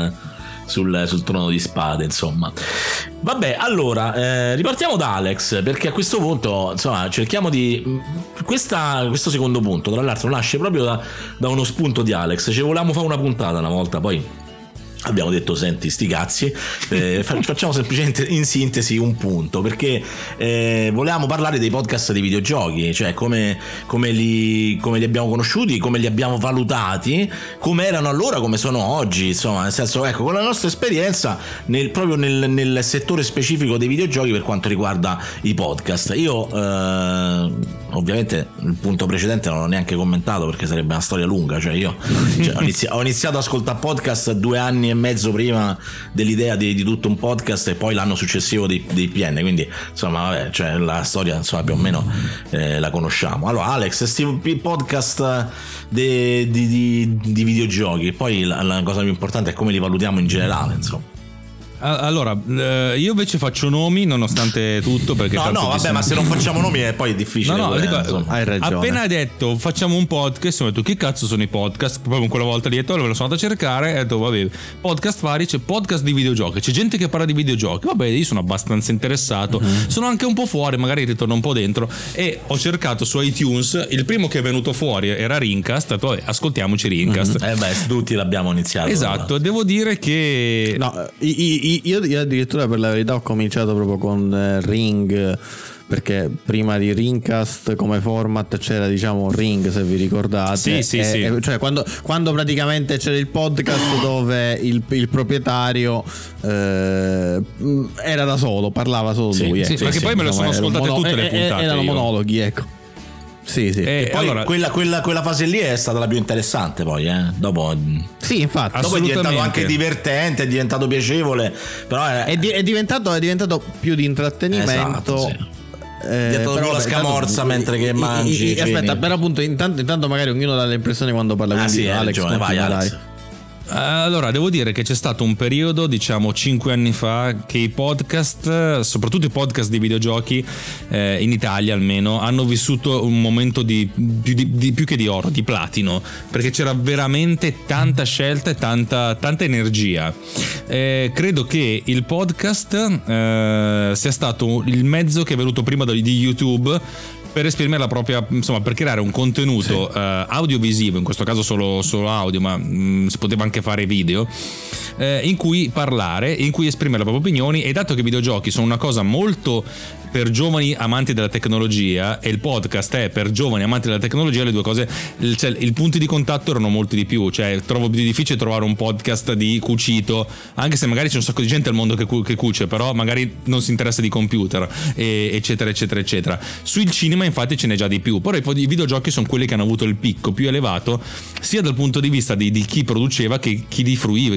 [SPEAKER 11] sul trono di spade, insomma. Vabbè, allora ripartiamo da Alex, perché a questo punto, insomma, cerchiamo di questo secondo punto, tra l'altro nasce proprio da uno spunto di Alex. Ci volevamo fare una puntata una volta, poi abbiamo detto senti sti cazzi, facciamo semplicemente in sintesi un punto, perché volevamo parlare dei podcast dei videogiochi, cioè come li abbiamo conosciuti, come li abbiamo valutati, come erano allora, come sono oggi, insomma, nel senso, ecco, con la nostra esperienza proprio nel settore specifico dei videogiochi per quanto riguarda i podcast. Io ovviamente il punto precedente non l'ho neanche commentato perché sarebbe una storia lunga, cioè io ho iniziato ad ascoltare podcast 2 anni e mezzo prima dell'idea di tutto un podcast e poi l'anno successivo dei PN, quindi insomma vabbè, cioè la storia insomma più o meno la conosciamo. Allora Alex, questi podcast di videogiochi, poi la cosa più importante è come li valutiamo in generale, insomma.
[SPEAKER 18] Allora, io invece faccio nomi nonostante tutto, perché
[SPEAKER 11] vabbè, ma se non facciamo nomi è poi difficile.
[SPEAKER 18] Hai ragione. Appena hai detto facciamo un podcast, ho detto che cazzo sono i podcast? Proprio quella volta lì, lo sono andato a cercare e ho detto vabbè, podcast vari, c'è podcast di videogiochi, c'è gente che parla di videogiochi. Vabbè, io sono abbastanza interessato, sono anche un po' fuori, magari ritorno un po' dentro, e ho cercato su iTunes, il primo che è venuto fuori era Rincast, ho detto vabbè, ascoltiamoci Rincast.
[SPEAKER 11] Tutti l'abbiamo iniziato.
[SPEAKER 18] Esatto, devo dire che
[SPEAKER 14] io addirittura per la verità ho cominciato proprio con Ring, perché prima di Ringcast come format c'era, diciamo, Ring, se vi ricordate.
[SPEAKER 18] Sì.
[SPEAKER 14] Cioè quando praticamente c'era il podcast dove il proprietario era da solo, parlava solo lui.
[SPEAKER 18] Perché poi me lo sono ascoltate tutte le puntate.
[SPEAKER 14] Erano monologhi, ecco. Sì.
[SPEAKER 11] E poi allora, quella fase lì è stata la più interessante, poi dopo.
[SPEAKER 14] Sì, infatti.
[SPEAKER 11] Dopo è diventato anche divertente, è diventato piacevole, però
[SPEAKER 14] è diventato più di intrattenimento.
[SPEAKER 11] Esatto, sì. Però la scamorza mentre che mangi.
[SPEAKER 14] Aspetta, però appunto intanto magari ognuno dà l'impressione quando parla, quindi Alex,
[SPEAKER 11] ragione, vai, Alex.
[SPEAKER 18] Allora, devo dire che c'è stato un periodo, diciamo 5 anni fa, che i podcast, soprattutto i podcast di videogiochi in Italia almeno, hanno vissuto un momento di più che di oro, di platino, perché c'era veramente tanta scelta e tanta energia. Credo che il podcast sia stato il mezzo che è venuto prima di YouTube per esprimere la propria, insomma, per creare un contenuto audiovisivo, in questo caso solo audio, ma si poteva anche fare video, in cui parlare, in cui esprimere le proprie opinioni. E dato che i videogiochi sono una cosa molto per giovani amanti della tecnologia e il podcast è per giovani amanti della tecnologia, le due cose, cioè, i punti di contatto erano molti di più. Cioè trovo più difficile trovare un podcast di cucito, anche se magari c'è un sacco di gente al mondo che cuce, però magari non si interessa di computer, eccetera eccetera eccetera. Sul cinema infatti ce n'è già di più, però i videogiochi sono quelli che hanno avuto il picco più elevato, sia dal punto di vista di chi produceva che chi fruiva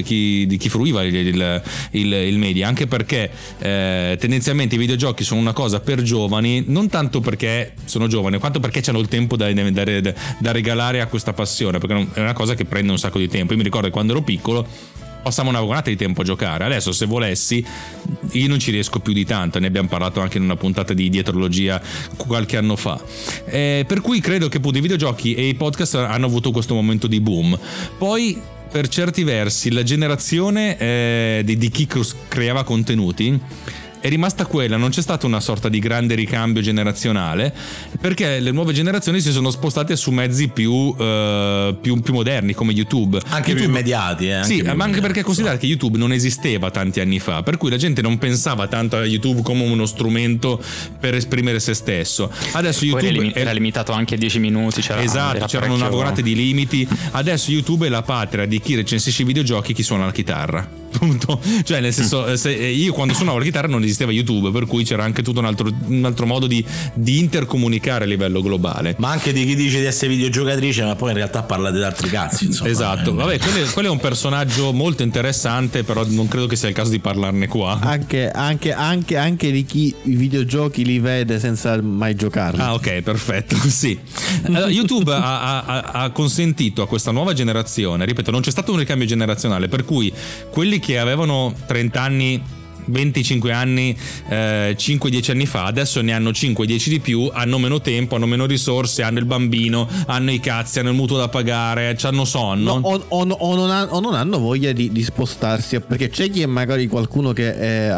[SPEAKER 18] il media, anche perché tendenzialmente i videogiochi sono una cosa per giovani, non tanto perché sono giovani quanto perché hanno il tempo da regalare a questa passione, perché è una cosa che prende un sacco di tempo. Io mi ricordo che quando ero piccolo passavo una vagonata di tempo a giocare, adesso se volessi io non ci riesco più di tanto, ne abbiamo parlato anche in una puntata di dietrologia qualche anno fa, per cui credo che appunto i videogiochi e i podcast hanno avuto questo momento di boom. Poi per certi versi la generazione di chi creava contenuti è rimasta quella, non c'è stata una sorta di grande ricambio generazionale, perché le nuove generazioni si sono spostate su mezzi più moderni come YouTube.
[SPEAKER 11] Anche più immediati,
[SPEAKER 18] sì, ma anche perché considerate che YouTube non esisteva tanti anni fa, per cui la gente non pensava tanto a YouTube come uno strumento per esprimere se stesso. Adesso YouTube
[SPEAKER 12] era limitato anche a 10 minuti,
[SPEAKER 18] c'erano una vorata di limiti. Adesso YouTube è la patria di chi recensisce i videogiochi e chi suona la chitarra. Punto. Cioè, nel senso, io quando suonavo la chitarra non esisteva YouTube, per cui c'era anche tutto un altro modo di intercomunicare a livello globale.
[SPEAKER 11] Ma anche di chi dice di essere videogiocatrice, ma poi in realtà parla di altri cazzi, insomma.
[SPEAKER 18] Esatto, vabbè, quello è un personaggio molto interessante, però non credo che sia il caso di parlarne qua.
[SPEAKER 14] Anche di chi i videogiochi li vede senza mai giocarli.
[SPEAKER 18] Ah, ok, perfetto, sì. Allora, YouTube ha consentito a questa nuova generazione, ripeto, non c'è stato un ricambio generazionale, per cui quelli che avevano 30 anni, 25 anni, 5-10 anni fa, adesso ne hanno 5-10 di più, hanno meno tempo, hanno meno risorse, hanno il bambino, hanno i cazzi, hanno il mutuo da pagare, hanno sonno.
[SPEAKER 14] No, o non hanno voglia di spostarsi, perché c'è chi è magari qualcuno che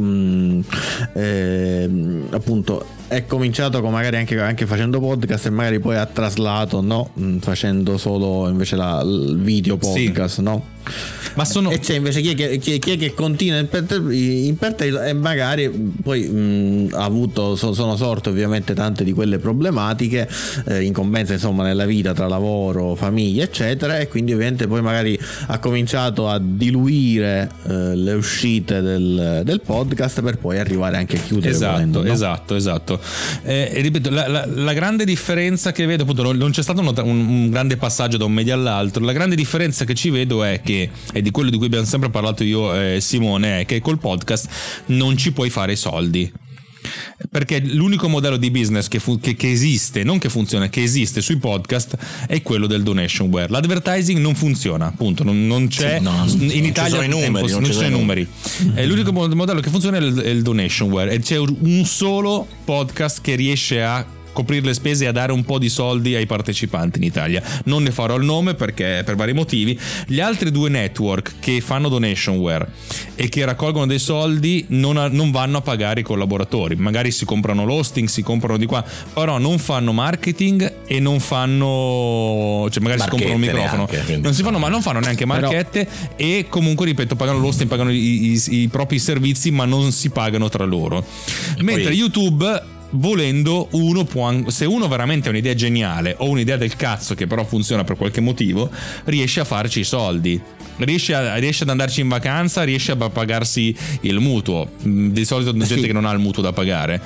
[SPEAKER 14] appunto è cominciato magari anche facendo podcast e magari poi ha traslato, no? Facendo solo invece il video podcast, sì. No?
[SPEAKER 18] Ma
[SPEAKER 14] e c'è invece chi è che continua imperterrito e magari poi sono sorte ovviamente tante di quelle problematiche, incombenze insomma nella vita tra lavoro, famiglia eccetera, e quindi ovviamente poi magari ha cominciato a diluire le uscite del podcast per poi arrivare anche a chiudere.
[SPEAKER 18] Esatto,
[SPEAKER 14] no?
[SPEAKER 18] esatto. E ripeto, la grande differenza che vedo, appunto, non c'è stato un grande passaggio da un media all'altro. La grande differenza che ci vedo è che, e di quello di cui abbiamo sempre parlato io e Simone, è che col podcast non ci puoi fare i soldi, perché l'unico modello di business che esiste, non che funziona, che esiste sui podcast è quello del donationware. L'advertising non funziona, appunto, non c'è, in Italia non ci sono i numeri. L'unico modello che funziona è il donationware, e c'è un solo podcast che riesce a coprire le spese e a dare un po' di soldi ai partecipanti in Italia. Non ne farò il nome perché per vari motivi. Gli altri due network che fanno donationware e che raccolgono dei soldi non vanno a pagare i collaboratori, magari si comprano l'hosting, si comprano di qua, però non fanno marketing e non fanno, cioè magari marchette, si comprano un microfono neanche, non fanno neanche marchette, però, e comunque ripeto pagano l'hosting, pagano i propri servizi, ma non si pagano tra loro. Mentre poi YouTube, volendo, se uno veramente ha un'idea geniale o un'idea del cazzo che però funziona per qualche motivo, riesce a farci i soldi, riesce ad andarci in vacanza, riesce a pagarsi il mutuo. Di solito c'è gente che non ha il mutuo da pagare.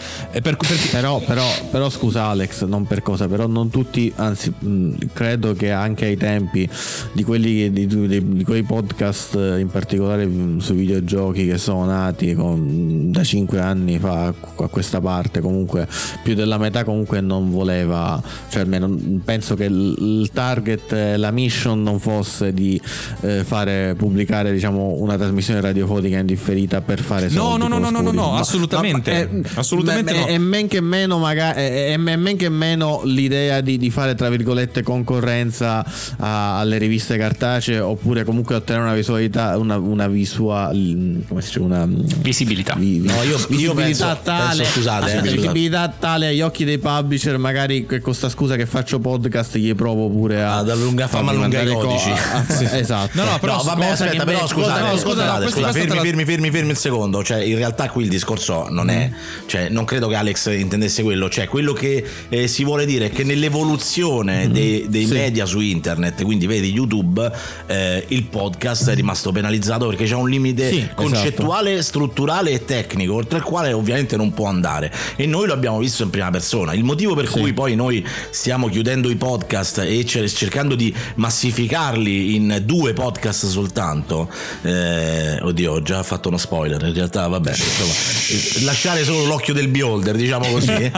[SPEAKER 18] Però scusa Alex, non per cosa, però non tutti, anzi credo che anche ai tempi di quelli di quei podcast, in particolare sui videogiochi, che sono nati da 5 anni fa a questa parte, comunque più della metà comunque non voleva, cioè almeno penso che il target, la mission non fosse di pubblicare, diciamo, una trasmissione radiofonica indifferita per fare soldi. No, assolutamente no.
[SPEAKER 14] E men che meno magari men che meno l'idea di fare, tra virgolette, concorrenza alle riviste cartacee, oppure comunque ottenere una visualità, una
[SPEAKER 12] visibilità.
[SPEAKER 14] Visibilità tale, visibilità tale agli occhi dei publisher, magari che con sta scusa che faccio podcast gli provo pure a
[SPEAKER 11] allungare i codici.
[SPEAKER 14] Esatto.
[SPEAKER 11] Fermi un secondo. Cioè, in realtà qui il discorso non è, cioè, non credo che Alex intendesse quello. Cioè, quello che si vuole dire è che nell'evoluzione dei media su internet, quindi vedi YouTube, il podcast è rimasto penalizzato perché c'è un limite concettuale, strutturale e tecnico, oltre il quale ovviamente non può andare, e noi lo abbiamo visto in prima persona. Il motivo per cui poi noi stiamo chiudendo i podcast e cercando di massificarli in 2 podcast soltanto, oddio, ho già fatto uno spoiler, in realtà vabbè, insomma, lasciare solo l'occhio del beholder, diciamo così. È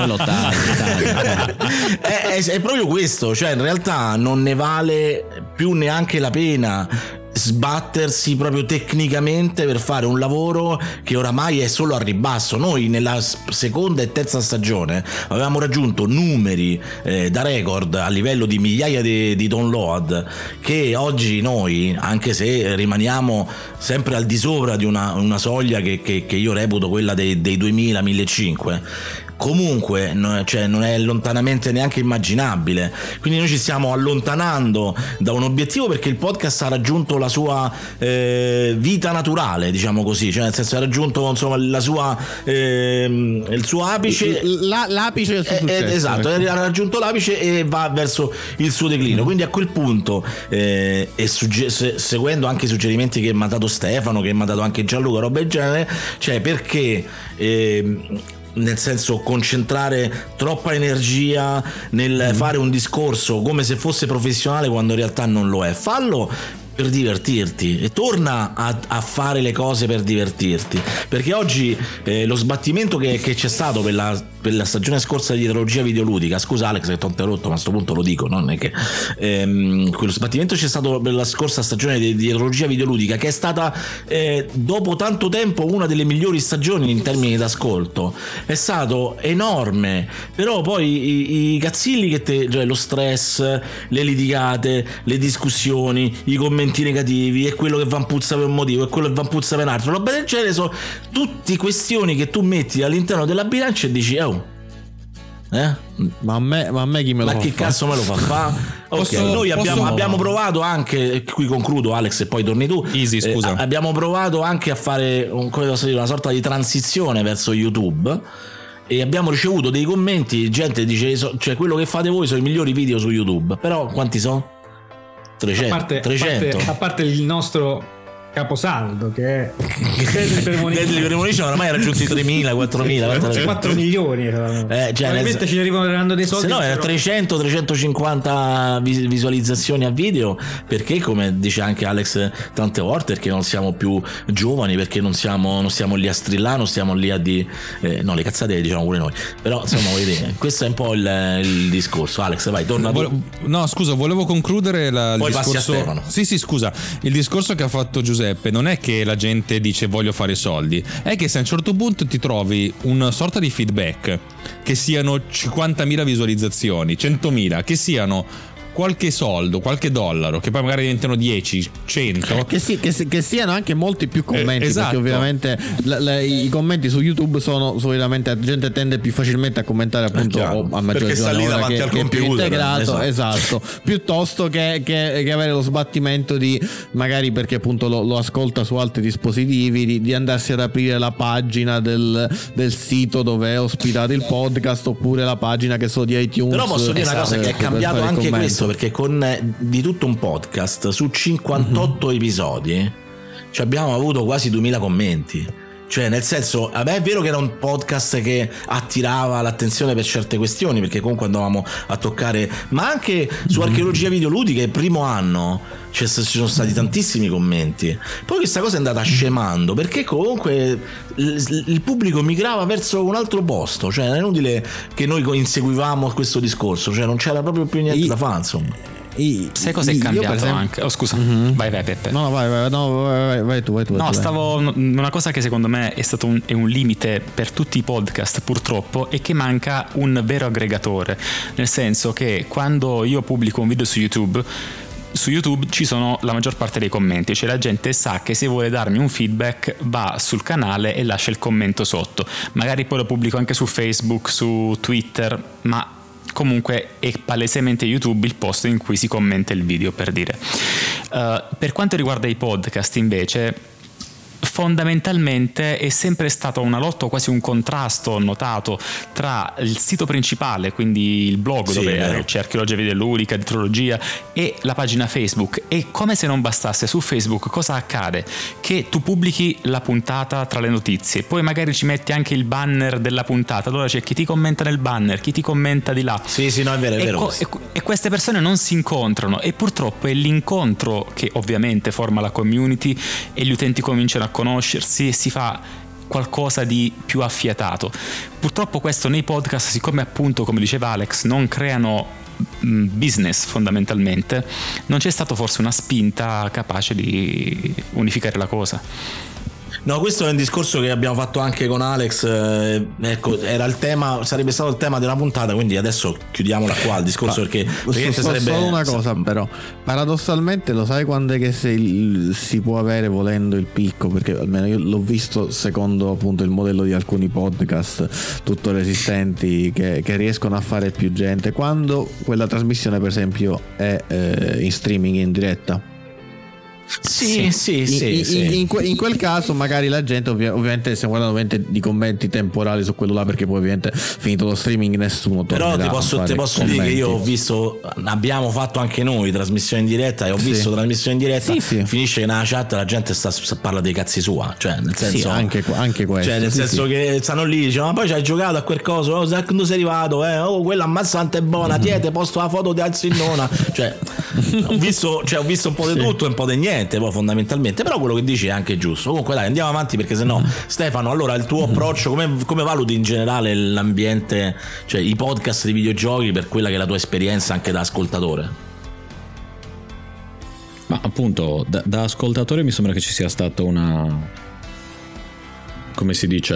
[SPEAKER 11] proprio questo, cioè in realtà non ne vale più neanche la pena sbattersi proprio tecnicamente per fare un lavoro che oramai è solo a ribasso. Noi nella seconda e terza stagione avevamo raggiunto numeri da record a livello di migliaia di download, che oggi noi, anche se rimaniamo sempre al di sopra di una soglia che io reputo quella dei 2000-1500, comunque cioè non è lontanamente neanche immaginabile. Quindi noi ci stiamo allontanando da un obiettivo, perché il podcast ha raggiunto la sua vita naturale, diciamo così, cioè nel senso ha raggiunto insomma la sua il suo apice,
[SPEAKER 14] l'apice del suo successo,
[SPEAKER 11] esatto, ha raggiunto l'apice e va verso il suo declino. Quindi a quel punto seguendo anche i suggerimenti che mi ha dato Stefano, che mi ha dato anche Gianluca, roba del genere, cioè perché nel senso concentrare troppa energia nel fare un discorso come se fosse professionale quando in realtà non lo è. Fallo per divertirti e torna a fare le cose per divertirti, perché oggi lo sbattimento che c'è stato per la stagione scorsa di Dietrologia Videoludica, scusa Alex che ti ho interrotto ma a sto punto lo dico, non è che quello sbattimento c'è stato per la scorsa stagione di Dietrologia Videoludica, che è stata dopo tanto tempo una delle migliori stagioni in termini d'ascolto, è stato enorme. Però poi i cazzilli cioè lo stress, le litigate, le discussioni, i commenti negativi, e quello che va in puzza per un motivo e quello che va in puzza per un altro, roba del genere, sono tutte questioni che tu metti all'interno della bilancia e dici
[SPEAKER 14] ma a me chi me lo fa?
[SPEAKER 11] Ma che cazzo me lo fa fa? Ok, noi abbiamo provato anche, qui concludo Alex e poi torni tu.
[SPEAKER 18] Easy, scusa.
[SPEAKER 11] Abbiamo provato anche a fare una sorta di transizione verso YouTube e abbiamo ricevuto dei commenti, gente dice cioè quello che fate voi sono i migliori video su YouTube, però quanti sono? 300.
[SPEAKER 13] A parte il nostro caposaldo che è
[SPEAKER 11] Deadly Premonition, ormai ha raggiunto i 3.000, 4.000,
[SPEAKER 13] 4 milioni. Probabilmente ci arriveranno dei soldi.
[SPEAKER 11] Se no era 300-350 visualizzazioni a video, perché come dice anche Alex tante volte, perché non siamo più giovani, perché non stiamo lì a strillare, non stiamo lì a no, le cazzate diciamo pure noi, però insomma questo è un po' il discorso. Alex, vai, torna tu.
[SPEAKER 18] No, scusa, volevo concludere il
[SPEAKER 11] poi
[SPEAKER 18] discorso.
[SPEAKER 11] Passi a Stefano.
[SPEAKER 18] Sì, scusa, il discorso che ha fatto Giuseppe non è che la gente dice voglio fare soldi, è che se a un certo punto ti trovi una sorta di feedback, che siano 50.000 visualizzazioni, 100.000, che siano qualche soldo, qualche dollaro, che poi magari diventano 10, 100,
[SPEAKER 14] che siano anche molti più commenti,
[SPEAKER 18] esatto.
[SPEAKER 14] Perché ovviamente i commenti su YouTube sono solitamente, la gente tende più facilmente a commentare appunto a maggior
[SPEAKER 11] perché sta lì davanti al computer,
[SPEAKER 14] più integrato, esatto, piuttosto che avere lo sbattimento di magari, perché appunto lo ascolta su altri dispositivi, di andarsi ad aprire la pagina del sito dove è ospitato il podcast, oppure la pagina che so di iTunes.
[SPEAKER 11] Però posso dire una cosa, che è cambiato anche questo, perché con di tutto un podcast su 58 episodi abbiamo avuto quasi 2000 commenti. Cioè nel senso, è vero che era un podcast che attirava l'attenzione per certe questioni, perché comunque andavamo a toccare, ma anche su Archeologia Videoludica il primo anno ci sono stati tantissimi commenti. Poi questa cosa è andata scemando, perché comunque il pubblico migrava verso un altro posto, cioè è inutile che noi inseguivamo questo discorso, cioè non c'era proprio più niente da fare, insomma.
[SPEAKER 12] Sai cosa è cambiato anche? Scusa, vai Peppe.
[SPEAKER 14] No, vai tu.
[SPEAKER 12] No, una cosa che secondo me è stato un limite per tutti i podcast, purtroppo, è che manca un vero aggregatore, nel senso che quando io pubblico un video su YouTube ci sono la maggior parte dei commenti, cioè la gente sa che se vuole darmi un feedback va sul canale e lascia il commento sotto. Magari poi lo pubblico anche su Facebook, su Twitter, ma comunque è palesemente YouTube il posto in cui si commenta il video, per dire. Per quanto riguarda i podcast invece, fondamentalmente è sempre stata una lotta, quasi un contrasto notato tra il sito principale, quindi il blog dove c'è Archeologia Videoludica, Dietrologia, e la pagina Facebook. E come se non bastasse, su Facebook cosa accade? Che tu pubblichi la puntata tra le notizie, poi magari ci metti anche il banner della puntata, allora c'è chi ti commenta nel banner, chi ti commenta di là.
[SPEAKER 11] Sì, no, è vero.
[SPEAKER 12] E queste persone non si incontrano, e purtroppo è l'incontro che ovviamente forma la community, e gli utenti cominciano a conoscersi e si fa qualcosa di più affiatato. Purtroppo questo nei podcast, siccome appunto, come diceva Alex, non creano business fondamentalmente, non c'è stato forse una spinta capace di unificare la cosa.
[SPEAKER 11] No, questo è un discorso che abbiamo fatto anche con Alex, ecco, era il tema, sarebbe stato il tema della puntata, quindi adesso chiudiamola qua il discorso, perché sarebbe
[SPEAKER 14] solo una cosa, però paradossalmente lo sai quando è che si può avere volendo il picco, perché almeno io l'ho visto secondo appunto il modello di alcuni podcast tuttora esistenti che riescono a fare più gente, quando quella trasmissione per esempio è in streaming in diretta.
[SPEAKER 11] Sì.
[SPEAKER 14] In quel caso magari la gente ovviamente stiamo guardando ovviamente di commenti temporali su quello là, perché poi ovviamente finito lo streaming nessuno tornerà.
[SPEAKER 11] Però ti posso dire che io ho visto, abbiamo fatto anche noi trasmissione in diretta e ho visto trasmissione in diretta, finisce che nella chat la gente parla dei cazzi sua, cioè nel senso
[SPEAKER 14] anche questo,
[SPEAKER 11] cioè nel senso che stanno lì, dicono ma poi ci hai giocato a quel coso, quando sei arrivato, quella ammazzante è buona, ti posto la foto di Alzinnona, cioè ho visto un po' di tutto e un po' di niente poi fondamentalmente, però quello che dici è anche giusto. Comunque dai, andiamo avanti, perché sennò Stefano, allora il tuo approccio, come valuti in generale l'ambiente, cioè i podcast di videogiochi, per quella che è la tua esperienza anche da ascoltatore?
[SPEAKER 19] Ma appunto da ascoltatore mi sembra che ci sia stata una, come si dice,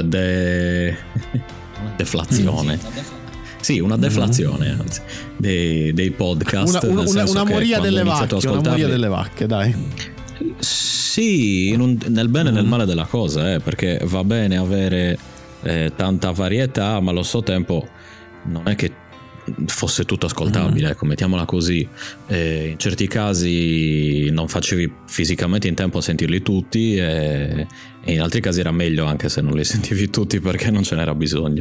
[SPEAKER 19] deflazione. Sì, una deflazione anzi, dei podcast.
[SPEAKER 14] Una moria delle vacche, dai.
[SPEAKER 19] Sì, nel bene e nel male della cosa, perché va bene avere tanta varietà, ma allo stesso tempo non è che fosse tutto ascoltabile, ecco, mettiamola così. In certi casi non facevi fisicamente in tempo a sentirli tutti, e in altri casi era meglio anche se non li sentivi tutti, perché non ce n'era bisogno.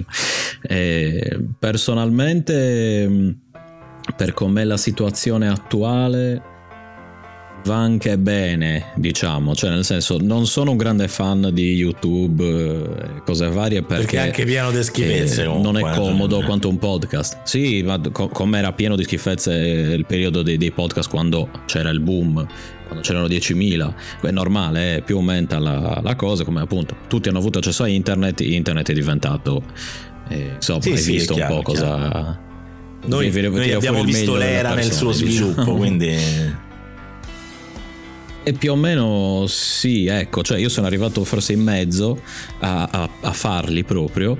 [SPEAKER 19] Personalmente, per com'è la situazione attuale, va anche bene, diciamo, cioè nel senso, non sono un grande fan di YouTube, cose varie, perché
[SPEAKER 11] è anche pieno di schifezze,
[SPEAKER 19] non è comodo quanto un podcast. Sì, ma come era pieno di schifezze il periodo dei podcast, quando c'era il boom, quando c'erano 10.000, è normale, più aumenta la cosa, come appunto tutti hanno avuto accesso a internet è diventato insomma, hai visto un po' cosa
[SPEAKER 11] noi abbiamo visto l'era nel suo sviluppo, quindi
[SPEAKER 19] e più o meno sì, ecco, cioè io sono arrivato forse in mezzo a farli proprio,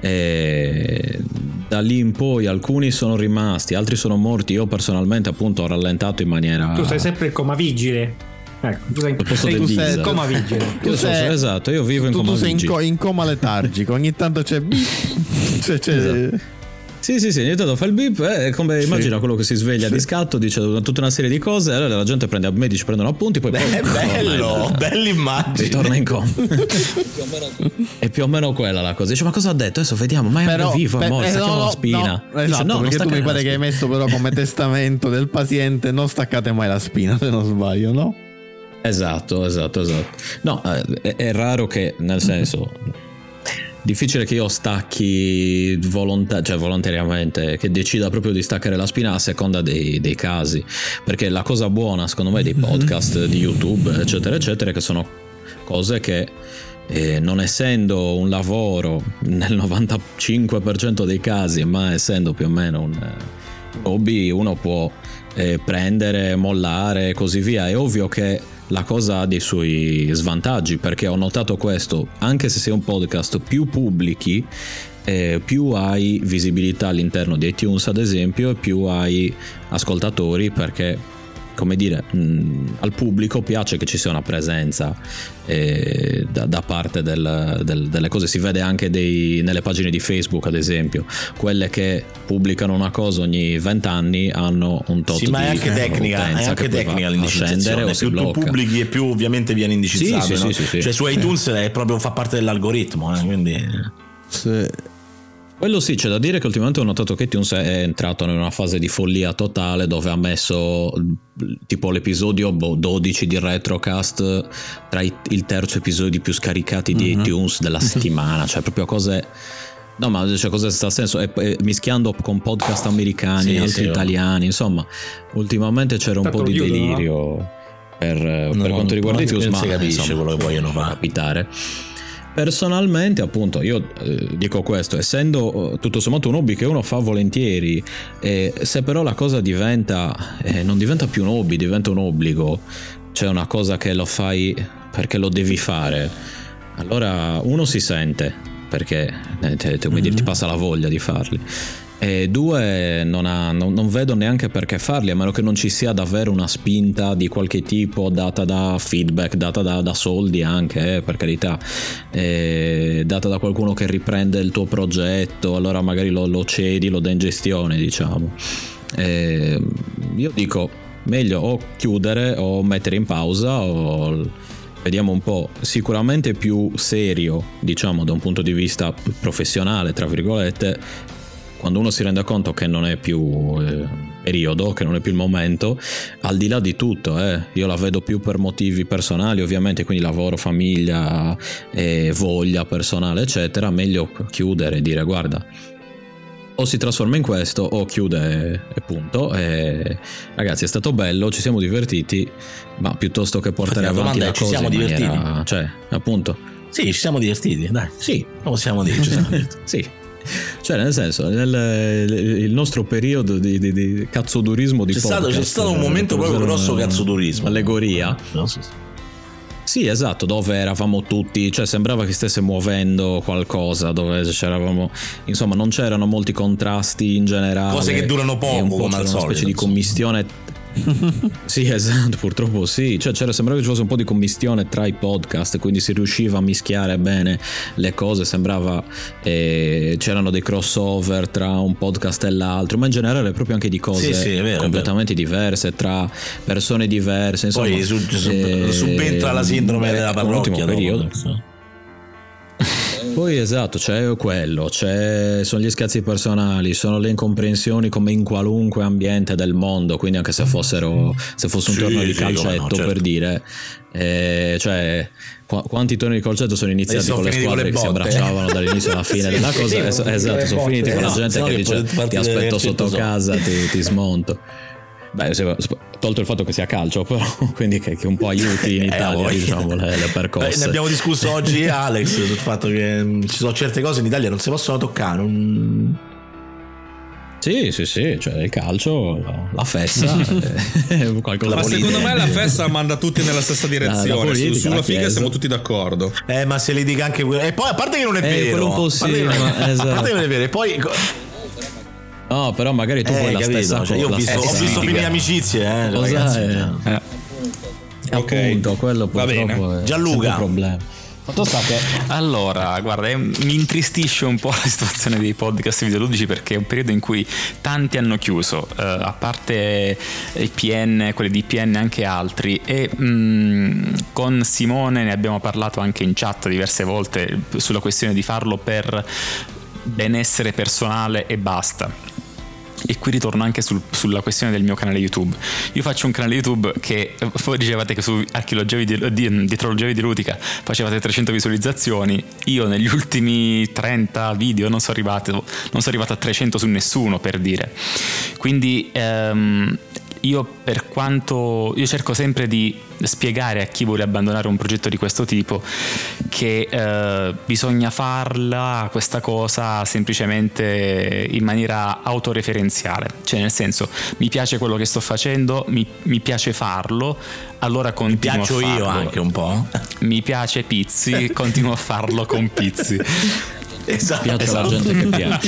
[SPEAKER 19] e da lì in poi alcuni sono rimasti, altri sono morti. Io personalmente appunto ho rallentato in maniera...
[SPEAKER 13] Tu sei sempre il coma vigile. Ecco, tu sei coma vigile.
[SPEAKER 19] Esatto, io vivo in coma vigile.
[SPEAKER 14] Tu sei in coma letargico, ogni tanto c'è
[SPEAKER 19] Esatto. Sì, ogni tanto fa il beep, come immagina quello che si sveglia di scatto, dice tutta una serie di cose, allora la gente prende, i medici prendono appunti, poi
[SPEAKER 11] bello, bella immagine,
[SPEAKER 19] ritorna in coma. È più o meno quella la cosa. Dice, ma cosa ha detto? Adesso vediamo, ma è vivo, amore, stacchiamo la spina.
[SPEAKER 14] No, esatto, dice, perché tu mi pare che hai messo però come testamento del paziente, non staccate mai la spina, se non sbaglio, no?
[SPEAKER 19] Esatto. No, è raro che, nel senso... difficile che io stacchi volontariamente, che decida proprio di staccare la spina a seconda dei casi, perché la cosa buona secondo me dei podcast di YouTube eccetera eccetera è che sono cose che non essendo un lavoro nel 95% dei casi, ma essendo più o meno un hobby, uno può prendere, mollare e così via. È ovvio che la cosa ha dei suoi svantaggi, perché ho notato questo: anche se sei un podcast, più pubblichi, più hai visibilità all'interno di iTunes ad esempio, e più hai ascoltatori, perché, come dire, al pubblico piace che ci sia una presenza da parte delle cose. Si vede anche nelle pagine di Facebook ad esempio, quelle che pubblicano una cosa ogni 20 anni hanno un tot di
[SPEAKER 11] ma è anche tecnica, l'indicizzazione, più tu pubblichi e più ovviamente viene indicizzato, no? Sì. Cioè su iTunes è proprio, fa parte dell'algoritmo, quindi
[SPEAKER 19] quello sì, c'è da dire che ultimamente ho notato che iTunes è entrato in una fase di follia totale, dove ha messo tipo l'episodio 12 di Retrocast tra il terzo episodio più scaricati di iTunes della settimana, cioè proprio cose... No, ma cioè, cosa sta a senso? Mischiando con podcast americani, altri italiani, insomma, ultimamente c'era un po' di delirio per quanto riguarda iTunes, ma
[SPEAKER 11] si capisce
[SPEAKER 19] insomma,
[SPEAKER 11] quello che vogliono fare.
[SPEAKER 19] Capitare. Personalmente, appunto, io dico questo, essendo tutto sommato un hobby che uno fa volentieri, se però la cosa non diventa più un hobby, diventa un obbligo, cioè una cosa che lo fai perché lo devi fare, allora uno si sente, perché ti passa la voglia di farli. E due, non vedo neanche perché farli, a meno che non ci sia davvero una spinta di qualche tipo data da feedback, data da soldi anche, per carità, data da qualcuno che riprende il tuo progetto, allora magari lo cedi, lo dai in gestione, diciamo. Io dico meglio o chiudere o mettere in pausa, o vediamo un po', sicuramente più serio, diciamo, da un punto di vista professionale, tra virgolette, quando uno si rende conto che non è più periodo, che non è più il momento, al di là di tutto, io la vedo più per motivi personali, ovviamente, quindi lavoro, famiglia, voglia personale, eccetera, meglio chiudere e dire guarda, o si trasforma in questo o chiude e punto. Ragazzi, è stato bello, ci siamo divertiti, ma piuttosto che portare avanti la cosa, ci siamo divertiti, cioè, appunto,
[SPEAKER 11] sì, ci siamo divertiti, dai,
[SPEAKER 19] sì,
[SPEAKER 11] lo possiamo dire,
[SPEAKER 19] sì. Cioè, nel senso, il nostro periodo di cazzodurismo di podcast,
[SPEAKER 11] c'è stato un momento proprio grosso cazzodurismo,
[SPEAKER 19] allegoria. Sì, esatto, dove eravamo tutti, cioè sembrava che stesse muovendo qualcosa, dove c'eravamo, insomma, non c'erano molti contrasti in generale,
[SPEAKER 11] cose che durano poco, come al solito,
[SPEAKER 19] una specie di commistione. Sì, esatto, purtroppo sì, cioè sembrava che ci fosse un po' di commistione tra i podcast, quindi si riusciva a mischiare bene le cose, sembrava c'erano dei crossover tra un podcast e l'altro, ma in generale proprio anche di cose
[SPEAKER 11] vero,
[SPEAKER 19] completamente diverse, tra persone diverse, insomma.
[SPEAKER 11] Poi subentra la sindrome della parrocchia,
[SPEAKER 19] periodo. Poi esatto, c'è quello, sono gli scazzi personali, sono le incomprensioni come in qualunque ambiente del mondo, quindi anche se fosse un torneo di calcetto, per dire, cioè quanti tornei di calcetto sono iniziati con le squadre che si abbracciavano dall'inizio alla fine della cosa, esatto, sono finiti con la gente che dice ti aspetto sotto casa, ti smonto. Beh, tolto il fatto che sia calcio, però, quindi che un po' aiuti in Italia, diciamo, le percosse.
[SPEAKER 11] Ne abbiamo discusso oggi, Alex, sul fatto che ci sono certe cose in Italia non si possono toccare.
[SPEAKER 19] Sì, cioè il calcio, la fessa, qualcosa.
[SPEAKER 18] Ma secondo me la fessa manda tutti nella stessa direzione. Politica, sulla figa siamo tutti d'accordo.
[SPEAKER 11] Ma se li dica anche e poi, a parte che non è vero,
[SPEAKER 19] un po' sì, a parte
[SPEAKER 11] che non è vero, e poi
[SPEAKER 19] no, però magari tu vuoi la stessa cosa.
[SPEAKER 11] Io ho visto finire amicizie,
[SPEAKER 19] appunto, quello purtroppo è
[SPEAKER 11] Gianluca.
[SPEAKER 19] un problema.
[SPEAKER 12] Allora, guarda, mi intristisce un po' la situazione dei podcast videoludici, perché è un periodo in cui tanti hanno chiuso, a parte i PN, quelli di PN, anche altri, e con Simone ne abbiamo parlato anche in chat diverse volte sulla questione di farlo per benessere personale e basta. E qui ritorno anche sulla questione del mio canale YouTube. Io faccio un canale YouTube che voi dicevate che su archeologia dietrologia videoludica facevate 300 visualizzazioni. Io negli ultimi 30 video non sono arrivato a 300 su nessuno, per dire. Quindi io cerco sempre di spiegare a chi vuole abbandonare un progetto di questo tipo che bisogna farla questa cosa semplicemente in maniera autoreferenziale, cioè nel senso, mi piace quello che sto facendo, mi piace farlo, allora continuo a farlo. Mi piaccio io anche un po'. Mi piace Pizzi, continuo a farlo con Pizzi.
[SPEAKER 19] Esatto, piace la gente che piace.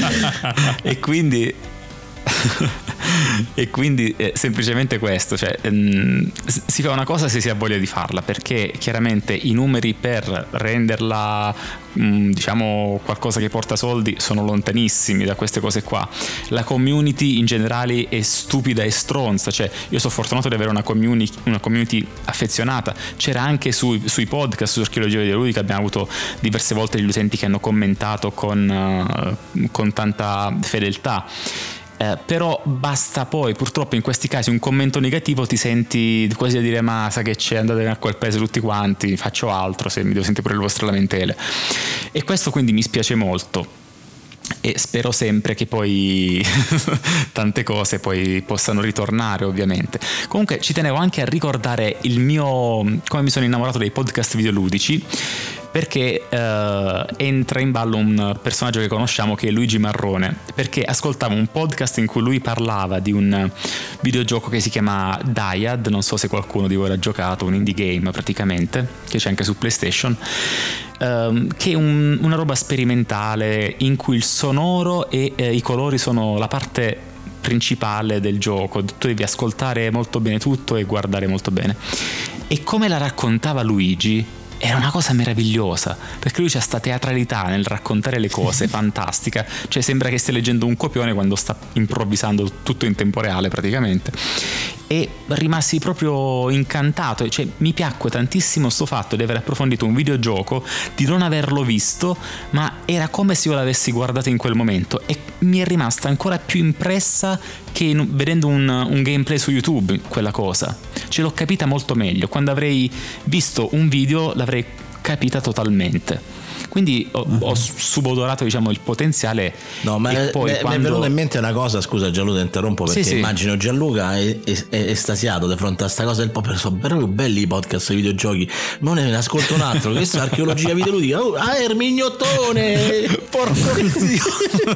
[SPEAKER 12] E quindi semplicemente questo, cioè si fa una cosa se si ha voglia di farla, perché chiaramente i numeri per renderla diciamo qualcosa che porta soldi sono lontanissimi da queste cose qua. La community in generale è stupida e stronza, cioè io sono fortunato di avere una community affezionata. C'era anche sui podcast, su archeologia videoludica abbiamo avuto diverse volte degli utenti che hanno commentato con tanta fedeltà. Però basta, poi purtroppo in questi casi un commento negativo ti senti quasi a dire ma sa che c'è, andate a quel paese tutti quanti, faccio altro se mi devo sentire pure le vostre lamentele. E questo quindi mi spiace molto e spero sempre che poi tante cose poi possano ritornare, ovviamente. Comunque ci tenevo anche a ricordare come mi sono innamorato dei podcast videoludici, perché entra in ballo un personaggio che conosciamo, che è Luigi Marrone, perché ascoltavo un podcast in cui lui parlava di un videogioco che si chiama Dyad, non so se qualcuno di voi l'ha giocato, un indie game praticamente, che c'è anche su PlayStation, che è una roba sperimentale in cui il sonoro e i colori sono la parte principale del gioco. Tu devi ascoltare molto bene tutto e guardare molto bene, e come la raccontava Luigi era una cosa meravigliosa, perché lui c'ha sta teatralità nel raccontare le cose fantastica, cioè sembra che stia leggendo un copione quando sta improvvisando tutto in tempo reale praticamente, e rimasi proprio incantato. Cioè mi piacque tantissimo sto fatto di aver approfondito un videogioco, di non averlo visto, ma era come se io l'avessi guardato in quel momento, e mi è rimasta ancora più impressa che vedendo un gameplay su YouTube quella cosa. Ce l'ho capita molto meglio, quando avrei visto un video l'avrei capita totalmente. Quindi ho subodorato, diciamo, il potenziale.
[SPEAKER 11] No, ma
[SPEAKER 12] e poi
[SPEAKER 11] mi è venuta in mente una cosa, scusa Gianluca, interrompo, perché
[SPEAKER 12] sì.
[SPEAKER 11] immagino Gianluca è estasiato di fronte a sta cosa del pop. Sono proprio belli i podcast sui videogiochi, non ne ascolto un altro. Questa è archeologia videoludica. Ermignottone, porco zio.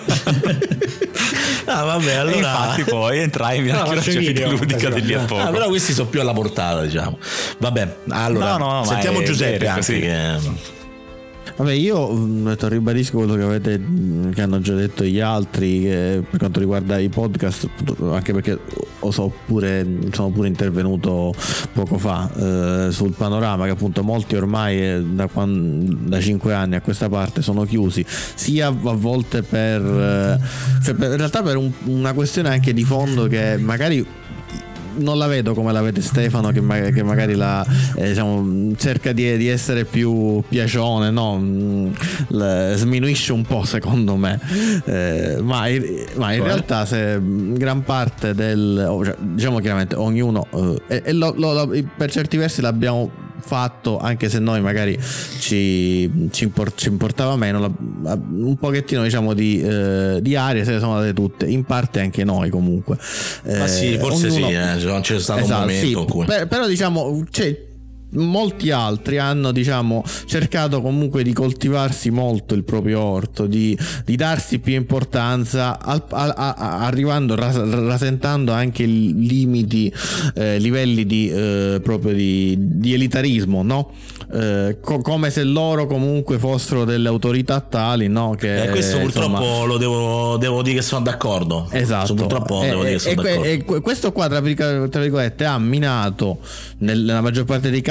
[SPEAKER 11] Ah, vabbè, allora.
[SPEAKER 12] E infatti poi entrai in archeologia videoludica di lì a poco.
[SPEAKER 11] Però questi sono più alla portata, diciamo. Vabbè, allora sentiamo Giuseppe anche che...
[SPEAKER 14] Vabbè, io ribadisco quello che hanno già detto gli altri per quanto riguarda i podcast, anche perché sono pure intervenuto poco fa sul panorama, che appunto molti ormai da 5 anni a questa parte sono chiusi, sia a volte in realtà per una questione anche di fondo che magari non la vedo come la vede Stefano, che magari cerca di essere più piacione, no? Sminuisce un po', secondo me, ma in realtà se gran parte diciamo chiaramente ognuno per certi versi l'abbiamo fatto, anche se noi magari ci importava meno, un pochettino, diciamo, di aria se le sono date tutte, in parte anche noi comunque,
[SPEAKER 11] ma sì, forse non c'è stato un momento in cui...
[SPEAKER 14] però diciamo molti altri hanno, diciamo, cercato comunque di coltivarsi molto il proprio orto, di darsi più importanza, arrivando, rasentando anche limiti, livelli proprio di elitarismo, no? Come se loro comunque fossero delle autorità tali, no? Che
[SPEAKER 11] questo purtroppo lo devo dire che sono d'accordo.
[SPEAKER 14] Esatto.
[SPEAKER 11] Purtroppo devo dire che sono d'accordo.
[SPEAKER 14] E questo qua tra virgolette ha minato nella maggior parte dei casi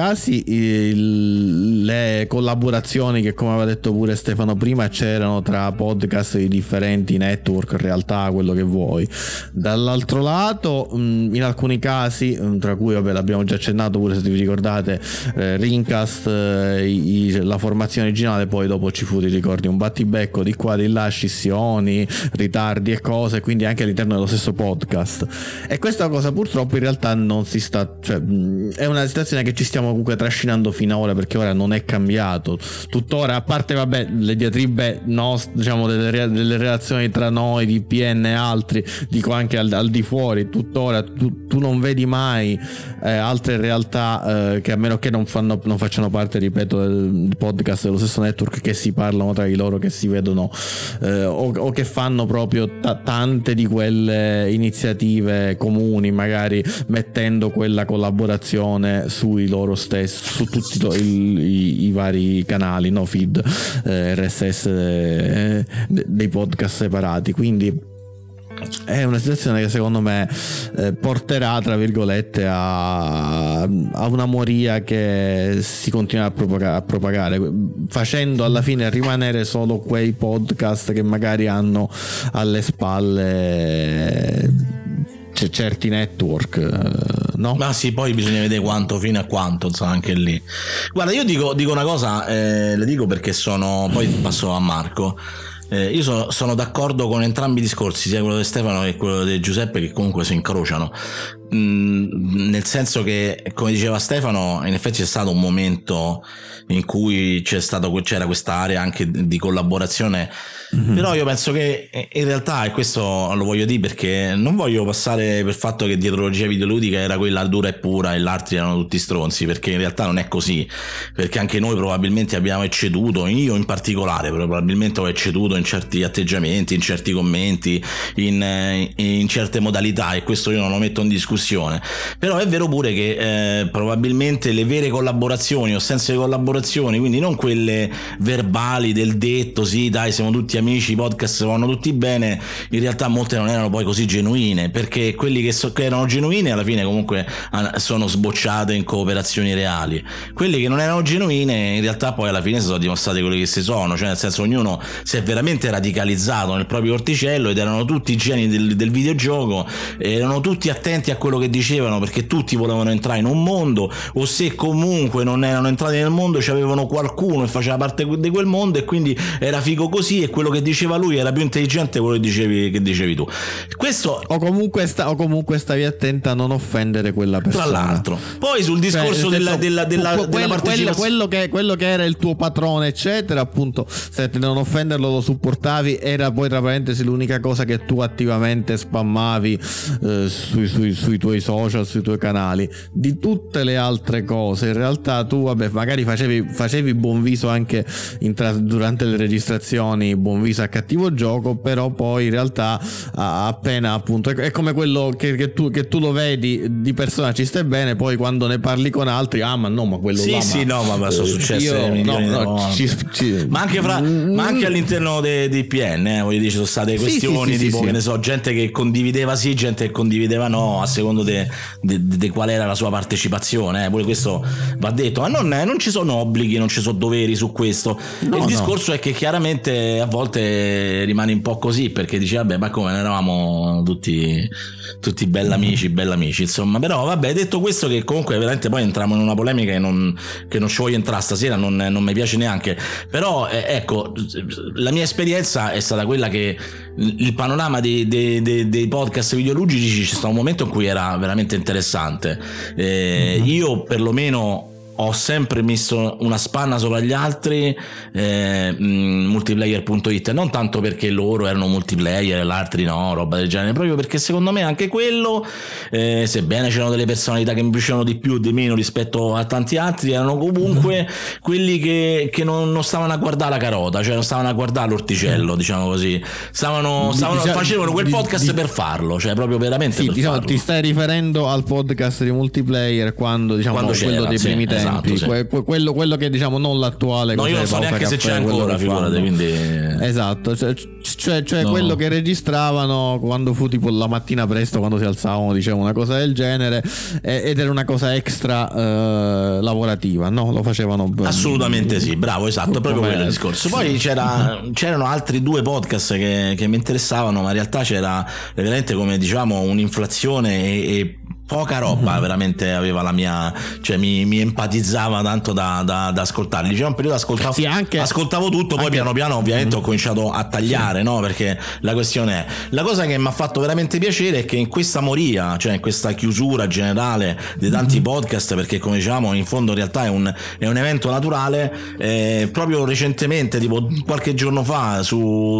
[SPEAKER 14] le collaborazioni che, come aveva detto pure Stefano prima, c'erano tra podcast di differenti network, realtà, quello che vuoi. Dall'altro lato, in alcuni casi, tra cui l'abbiamo già accennato pure, se vi ricordate, Rincast, la formazione originale, poi dopo ci fu, ti ricordi, un battibecco di qua di là, scissioni, ritardi e cose, quindi anche all'interno dello stesso podcast. E questa cosa purtroppo in realtà non si sta, cioè è una situazione che ci stiamo comunque trascinando fino ad ora, perché ora non è cambiato tuttora, a parte le diatribe diciamo delle relazioni tra noi di PN e altri, dico anche al di fuori, tuttora tu non vedi mai altre realtà che, a meno che non facciano parte, ripeto, del podcast dello stesso network, che si parlano tra di loro, che si vedono o che fanno proprio tante di quelle iniziative comuni, magari mettendo quella collaborazione sui loro stessi, su tutti i vari canali, no, feed RSS dei podcast separati. Quindi è una situazione che secondo me porterà, tra virgolette, a una moria che si continua a propagare, facendo alla fine rimanere solo quei podcast che magari hanno alle spalle certi network, no?
[SPEAKER 11] Ma sì, poi bisogna vedere quanto, fino a quanto, insomma, anche lì. Guarda, io dico una cosa, le dico perché poi passo a Marco. Io sono d'accordo con entrambi i discorsi, sia quello di Stefano che quello di Giuseppe, che comunque si incrociano. nel senso che, come diceva Stefano, in effetti c'è stato un momento in cui c'era questa area anche di collaborazione, però io penso che in realtà, e questo lo voglio dire perché non voglio passare per il fatto che dietrologia videoludica era quella dura e pura e gli altri erano tutti stronzi, perché in realtà non è così, perché anche noi probabilmente abbiamo ecceduto, io in particolare probabilmente ho ecceduto in certi atteggiamenti, in certi commenti, in certe modalità, e questo io non lo metto in discussione. Però è vero pure che probabilmente le vere collaborazioni o senza le collaborazioni, quindi non quelle verbali del detto sì dai siamo tutti amici, i podcast vanno tutti bene, in realtà molte non erano poi così genuine, perché quelli che erano genuine alla fine comunque sono sbocciate in cooperazioni reali, quelli che non erano genuine in realtà poi alla fine si sono dimostrati quelli che si sono, cioè nel senso ognuno si è veramente radicalizzato nel proprio orticello ed erano tutti geni del videogioco, erano tutti attenti a quello che dicevano perché tutti volevano entrare in un mondo, o se comunque non erano entrati nel mondo c'avevano qualcuno e faceva parte di quel mondo e quindi era figo così, e quello che diceva lui era più intelligente quello che dicevi tu. Questo
[SPEAKER 14] o comunque stavi attenta a non offendere quella persona.
[SPEAKER 11] Tra l'altro poi sul discorso della partecipazione,
[SPEAKER 14] quello che era il tuo patrone eccetera, appunto, se non offenderlo lo supportavi, era poi tra parentesi l'unica cosa che tu attivamente spammavi sui tuoi social, sui tuoi canali. Di tutte le altre cose in realtà tu magari facevi buon viso anche durante le registrazioni, buon viso a cattivo gioco, però poi in realtà appena appunto è come quello che tu lo vedi di persona ci stai bene, poi quando ne parli con altri ma quello
[SPEAKER 11] sì,
[SPEAKER 14] là
[SPEAKER 11] sì, no, ma sono successe milioni ma anche all'interno dei PN voglio dire, ci sono state questioni tipo che ne so, gente che condivideva sì, gente che condivideva no, a secondo di qual era la sua partecipazione, pure questo va detto, ma non ci sono obblighi, non ci sono doveri su questo, il discorso è che chiaramente a volte rimane un po' così, perché dici vabbè, ma come eravamo tutti bell'amici, insomma. Però vabbè, detto questo, che comunque veramente poi entriamo in una polemica che non ci voglio entrare stasera, non mi piace neanche, però ecco, la mia esperienza è stata quella che il panorama dei podcast videoludici c'è stato un momento in cui era veramente interessante, io perlomeno ho sempre messo una spanna sopra gli altri, multiplayer.it, non tanto perché loro erano multiplayer e gli altri no, roba del genere, proprio perché secondo me anche quello, sebbene c'erano delle personalità che mi piacevano di più o di meno rispetto a tanti altri, erano comunque quelli che non stavano a guardare la carota, cioè non stavano a guardare l'orticello, diciamo così, facevano quel podcast per farlo, cioè proprio veramente per farlo.
[SPEAKER 14] Ti stai riferendo al podcast di multiplayer quando quello dei primi tempi. Esatto, sì. Quello che diciamo non l'attuale.
[SPEAKER 11] No, io non so neanche se c'è ancora, figurate, quindi.
[SPEAKER 14] Esatto, cioè no. Quello che registravano quando fu tipo la mattina presto, quando si alzavano, diciamo una cosa del genere, ed era una cosa extra lavorativa, no? Lo facevano
[SPEAKER 11] assolutamente sì, bravo, esatto, proprio quello il discorso. Poi c'erano altri due podcast che mi interessavano, ma in realtà c'era veramente, come diciamo, un'inflazione e poca roba veramente aveva la mia, cioè mi empatizzava tanto da ascoltarli. C'era un periodo ascoltavo tutto, poi piano piano ovviamente ho cominciato a tagliare, no? Perché la questione è, la cosa che mi ha fatto veramente piacere è che in questa moria, cioè in questa chiusura generale di tanti podcast, perché come diciamo in fondo in realtà è un evento naturale, proprio recentemente, tipo qualche giorno fa, su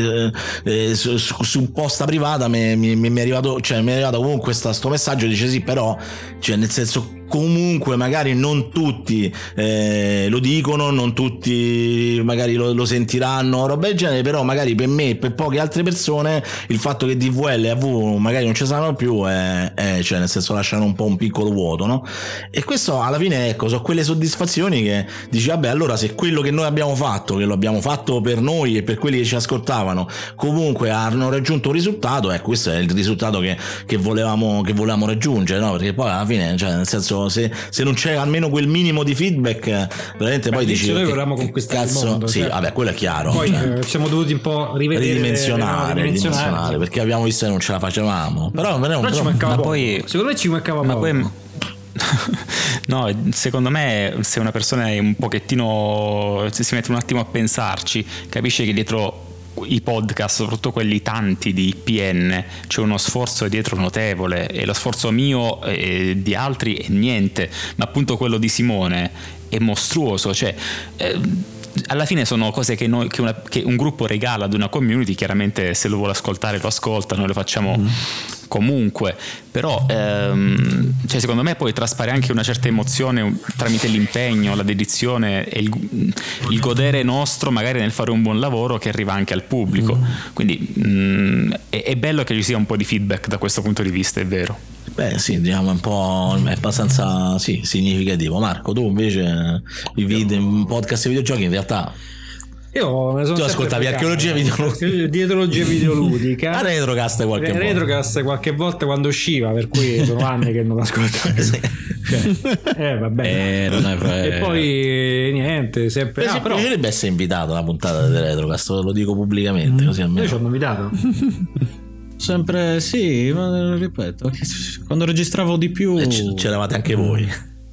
[SPEAKER 11] posta privata mi è arrivato comunque sto messaggio, dice sì, però, cioè nel senso, comunque magari non tutti lo dicono, non tutti magari lo sentiranno, roba del genere, però magari per me e per poche altre persone il fatto che DVL e AV magari non ci saranno più cioè nel senso lasciano un po' un piccolo vuoto, no? E questo alla fine, ecco, sono quelle soddisfazioni che dici vabbè, allora se quello che noi abbiamo fatto, che lo abbiamo fatto per noi e per quelli che ci ascoltavano, comunque hanno raggiunto un risultato, questo è il risultato che volevamo raggiungere, no? Perché poi alla fine, cioè nel senso, se non c'è almeno quel minimo di feedback, veramente poi dici
[SPEAKER 13] noi volevamo conquistare il mondo,
[SPEAKER 11] sì, vabbè, quello è chiaro,
[SPEAKER 13] poi
[SPEAKER 11] cioè,
[SPEAKER 13] siamo dovuti un po' ridimensionare,
[SPEAKER 11] perché abbiamo visto che non ce la facevamo, però
[SPEAKER 13] ci mancava poi, secondo me ci mancava poco.
[SPEAKER 12] No, secondo me se una persona è un pochettino, se si mette un attimo a pensarci, capisce che dietro i podcast, soprattutto quelli tanti di IPN, c'è uno sforzo dietro notevole, e lo sforzo mio e di altri è niente, ma appunto quello di Simone è mostruoso, cioè alla fine sono cose che un gruppo regala ad una community. Chiaramente se lo vuole ascoltare lo ascolta, noi lo facciamo comunque, però cioè secondo me poi traspare anche una certa emozione tramite l'impegno, la dedizione e il godere nostro magari nel fare un buon lavoro, che arriva anche al pubblico. Quindi è bello che ci sia un po' di feedback da questo punto di vista, è vero.
[SPEAKER 11] Beh sì, diciamo è abbastanza significativo. Marco, tu invece un podcast e videogiochi in realtà
[SPEAKER 13] io me ne sono
[SPEAKER 11] tu ascoltavi archeologia
[SPEAKER 13] videoludica
[SPEAKER 11] a Retrocast
[SPEAKER 13] qualche volta quando usciva, per cui sono anni che non ascoltavo. Vabbè. E poi niente, sempre
[SPEAKER 11] però piacerebbe essere invitato alla puntata di Retrocast, lo dico pubblicamente, così almeno.
[SPEAKER 13] Io ci ho invitato
[SPEAKER 19] sempre, sì, ma ripeto, quando registravo di più
[SPEAKER 11] c'eravate anche voi.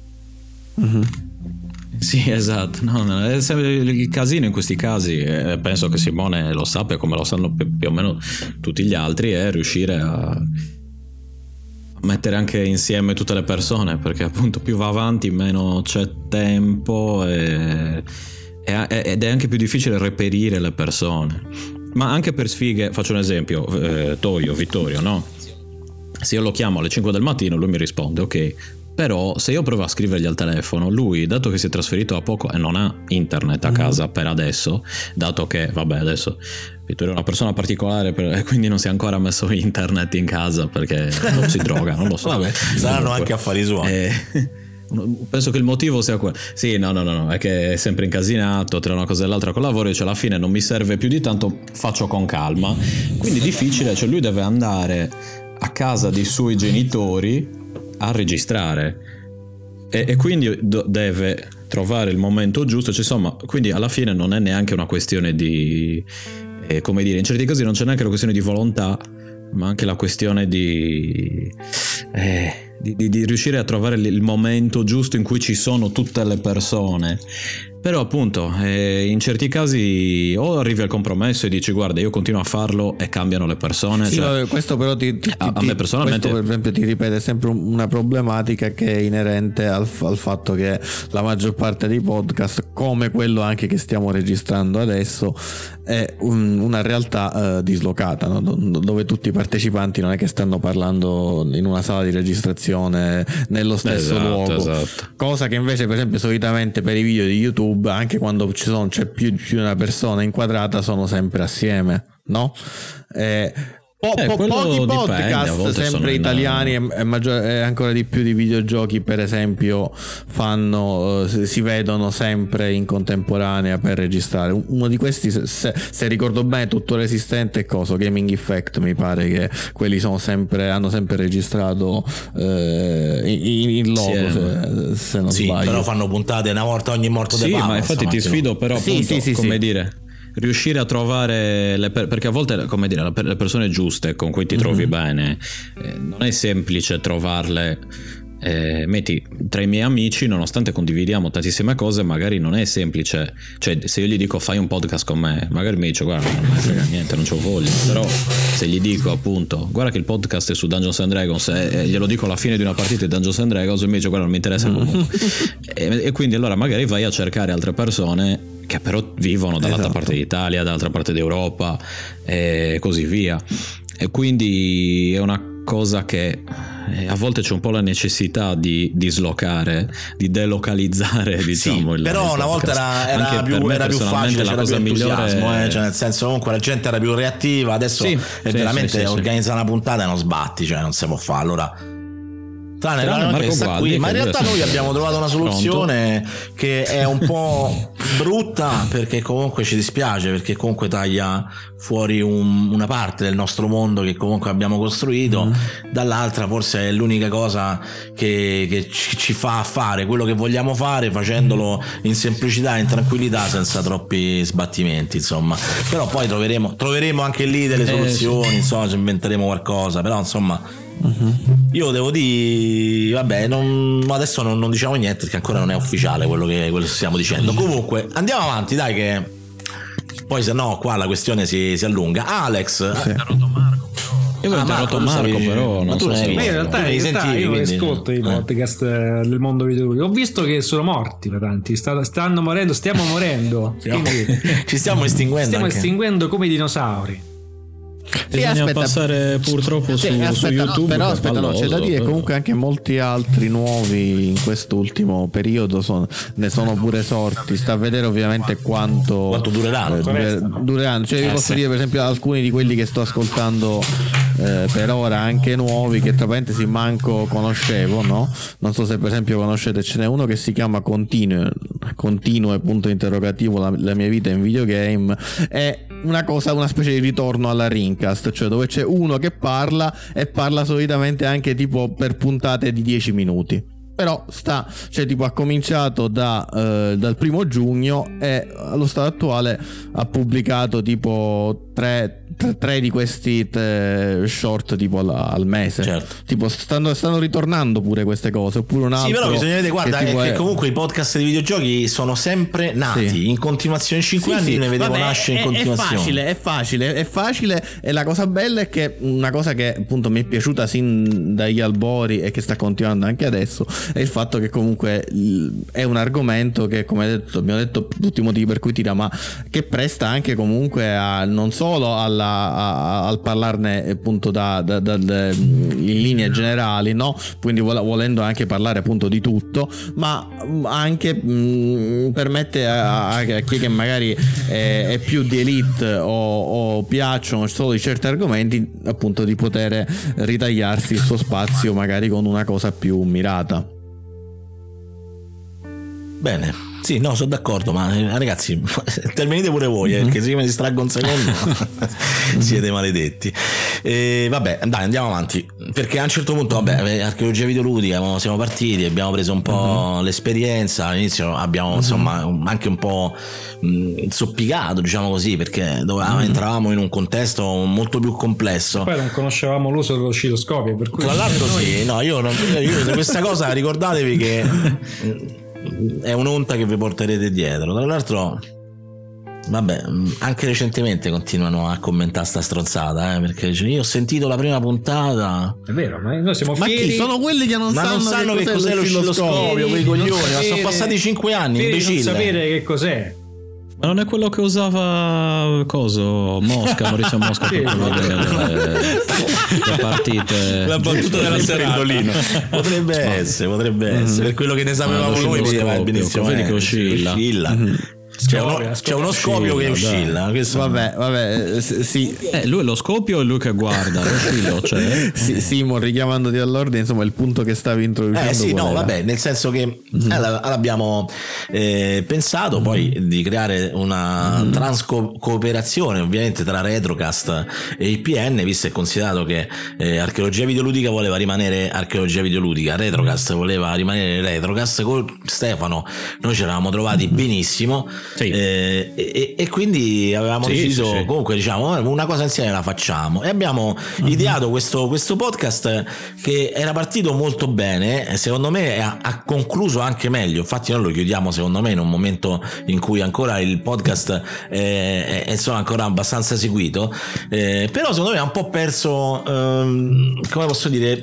[SPEAKER 19] Sì, esatto. No, è sempre il casino in questi casi, penso che Simone lo sappia, come lo sanno più o meno tutti gli altri, è riuscire a mettere anche insieme tutte le persone, perché appunto più va avanti meno c'è tempo ed è anche più difficile reperire le persone. Ma anche per sfighe, faccio un esempio, Toio, Vittorio, no? Se io lo chiamo alle 5 del mattino, lui mi risponde, ok. Però se io provo a scrivergli al telefono, lui, dato che si è trasferito a poco e non ha internet a casa per adesso, dato che, vabbè, adesso Vittorio è una persona particolare e quindi non si è ancora messo internet in casa perché non si droga, non lo so.
[SPEAKER 11] Vabbè, saranno anche affari suoi.
[SPEAKER 19] Penso che il motivo sia quello. Sì, no, è che è sempre incasinato tra una cosa e l'altra con lavoro, cioè alla fine non mi serve più di tanto, faccio con calma. Quindi è difficile, cioè lui deve andare a casa dei suoi genitori a registrare e quindi deve trovare il momento giusto, cioè, insomma, quindi alla fine non è neanche una questione di come dire, in certi casi non c'è neanche la questione di volontà, ma anche la questione di riuscire a trovare il momento giusto in cui ci sono tutte le persone. Però appunto in certi casi o arrivi al compromesso e dici guarda, io continuo a farlo e cambiano le persone.
[SPEAKER 14] Sì,
[SPEAKER 19] cioè,
[SPEAKER 14] questo però
[SPEAKER 19] a me personalmente,
[SPEAKER 14] questo per esempio ti ripete sempre una problematica che è inerente al fatto che la maggior parte dei podcast, come quello anche che stiamo registrando adesso, è una realtà dislocata, no? Dove tutti i partecipanti non è che stanno parlando in una sala di registrazione nello stesso luogo, cosa che invece per esempio solitamente per i video di YouTube, anche quando c'è più di una persona inquadrata, sono sempre assieme, no? Pochi podcast sempre italiani e ancora di più di videogiochi per esempio si vedono sempre in contemporanea per registrare. Uno di questi, se ricordo bene, Tutto Resistente e Gaming Effect, mi pare che quelli hanno sempre registrato in loco, se non sbaglio.
[SPEAKER 11] Però fanno puntate una volta ogni morto
[SPEAKER 19] sì, ma infatti ti sfido, però appunto, come dire, riuscire a trovare perché a volte, come dire, le persone giuste con cui ti trovi bene, non è semplice trovarle. Metti tra i miei amici, nonostante condividiamo tantissime cose, magari non è semplice, cioè se io gli dico fai un podcast con me, magari mi dice guarda, non mi frega niente, non c'ho voglia. Però se gli dico appunto guarda che il podcast è su Dungeons and Dragons e glielo dico alla fine di una partita di Dungeons and Dragons, e mi dice guarda, non mi interessa comunque. E quindi allora magari vai a cercare altre persone che però vivono dall'altra parte d'Italia, dall'altra parte d'Europa e così via. E quindi è una cosa che a volte c'è un po' la necessità di dislocare, di delocalizzare, diciamo.
[SPEAKER 11] Sì, però una volta era più facile, c'era più entusiasmo, cioè nel senso comunque la gente era più reattiva. Adesso è veramente organizza una puntata e non sbatti, cioè non si può fare. Allora qui, ma in realtà noi abbiamo trovato una soluzione che è un po' brutta, perché comunque ci dispiace, perché comunque taglia fuori una parte del nostro mondo che comunque abbiamo costruito. Dall'altra forse è l'unica cosa che ci fa fare quello che vogliamo fare, facendolo in semplicità e in tranquillità, senza troppi sbattimenti, insomma. Però poi troveremo anche lì delle soluzioni, insomma, ci inventeremo qualcosa, però insomma io devo dire, vabbè, adesso non diciamo niente perché ancora non è ufficiale quello che stiamo dicendo. Comunque andiamo avanti, dai, che poi se no qua la questione si allunga. Alex,
[SPEAKER 19] Io ho interrotto Marco, però non so se
[SPEAKER 13] in realtà io ascolto i podcast del mondo videoludico. Ho visto che sono morti per tanti, stanno morendo, stiamo morendo.
[SPEAKER 11] Ci stiamo estinguendo.
[SPEAKER 13] Stiamo estinguendo come i dinosauri.
[SPEAKER 19] Bisogna passare purtroppo su YouTube.
[SPEAKER 14] Però aspetta, no, c'è da dire che comunque anche molti altri nuovi in quest'ultimo periodo ne sono pure sorti. Sta a vedere ovviamente quanto dureranno. Cioè, vi posso dire per esempio alcuni di quelli che sto ascoltando per ora, anche nuovi, che tra parentesi manco conoscevo, no? Non so se per esempio conoscete, ce n'è uno che si chiama Continue punto interrogativo la mia vita in videogame. È una specie di ritorno alla Rincast, cioè dove c'è uno che parla e parla solitamente anche tipo per puntate di 10 minuti. Però cioè tipo ha cominciato dal 1 giugno e allo stato attuale ha pubblicato tipo tre di questi short tipo al mese.
[SPEAKER 11] Certo.
[SPEAKER 14] Tipo stanno ritornando pure queste cose, oppure un altro.
[SPEAKER 11] Sì, però bisogna vedere, guarda, che comunque i podcast di videogiochi sono sempre nati in continuazione. 5 anni ne vedevo nascere in continuazione.
[SPEAKER 14] È facile e la cosa bella è che una cosa che appunto mi è piaciuta sin dagli albori e che sta continuando anche adesso è il fatto che comunque è un argomento che, come abbiamo detto, tutti i motivi per cui tira, ma che presta anche comunque non solo al parlarne appunto in linee generali, no? Quindi volendo anche parlare appunto di tutto, ma anche permette a chi che magari è più di elite o piacciono solo di certi argomenti appunto di poter ritagliarsi il suo spazio magari con una cosa più mirata.
[SPEAKER 11] Bene, sì, no, sono d'accordo, ma ragazzi, intervenite pure voi, perché se io mi distraggo un secondo siete maledetti. Vabbè, dai, andiamo avanti, perché a un certo punto, archeologia videoludica, siamo partiti, abbiamo preso un po' l'esperienza, all'inizio abbiamo insomma anche un po' zoppicato, diciamo così, perché entravamo in un contesto molto più complesso.
[SPEAKER 13] Poi non conoscevamo l'uso dell'oscilloscopio, per cui
[SPEAKER 11] tra l'altro sì, no, io questa cosa ricordatevi che è un'onta che vi porterete dietro. Tra l'altro, vabbè, anche recentemente continuano a commentare sta stronzata, perché io ho sentito la prima puntata.
[SPEAKER 13] È vero, ma noi siamo fieri.
[SPEAKER 14] Ma chi sono quelli che non sanno
[SPEAKER 11] che cos'è l'oscilloscopio, quei coglioni? Ma sono passati 5 anni, imbecille.
[SPEAKER 13] Non sapere che cos'è.
[SPEAKER 19] Ma non è quello che usava Maurizio Mosca per vedere le partite.
[SPEAKER 11] La battuta della serindolino. Potrebbe essere per quello che ne sapevamo noi, poteva benissimo.
[SPEAKER 19] Vedi che oscilla.
[SPEAKER 11] C'è uno scopio che oscilla.
[SPEAKER 14] Vabbè, sì.
[SPEAKER 19] Lui è lo scopio e lui che guarda. L'oscillo c'è.
[SPEAKER 14] Sì, Simon, richiamandoti all'ordine, insomma, il punto che stavi introducendo.
[SPEAKER 11] Sì, no, vabbè, nel senso che l'abbiamo pensato poi di creare una transcooperazione ovviamente tra Retrocast e IPN, visto e considerato che archeologia videoludica voleva rimanere archeologia videoludica, Retrocast voleva rimanere Retrocast. Con Stefano noi ci eravamo trovati benissimo. Sì. E quindi avevamo deciso comunque, diciamo, una cosa insieme la facciamo, e abbiamo ideato questo podcast che era partito molto bene, secondo me ha concluso anche meglio. Infatti noi lo chiudiamo secondo me in un momento in cui ancora il podcast è insomma ancora abbastanza seguito, però secondo me ha un po' perso come posso dire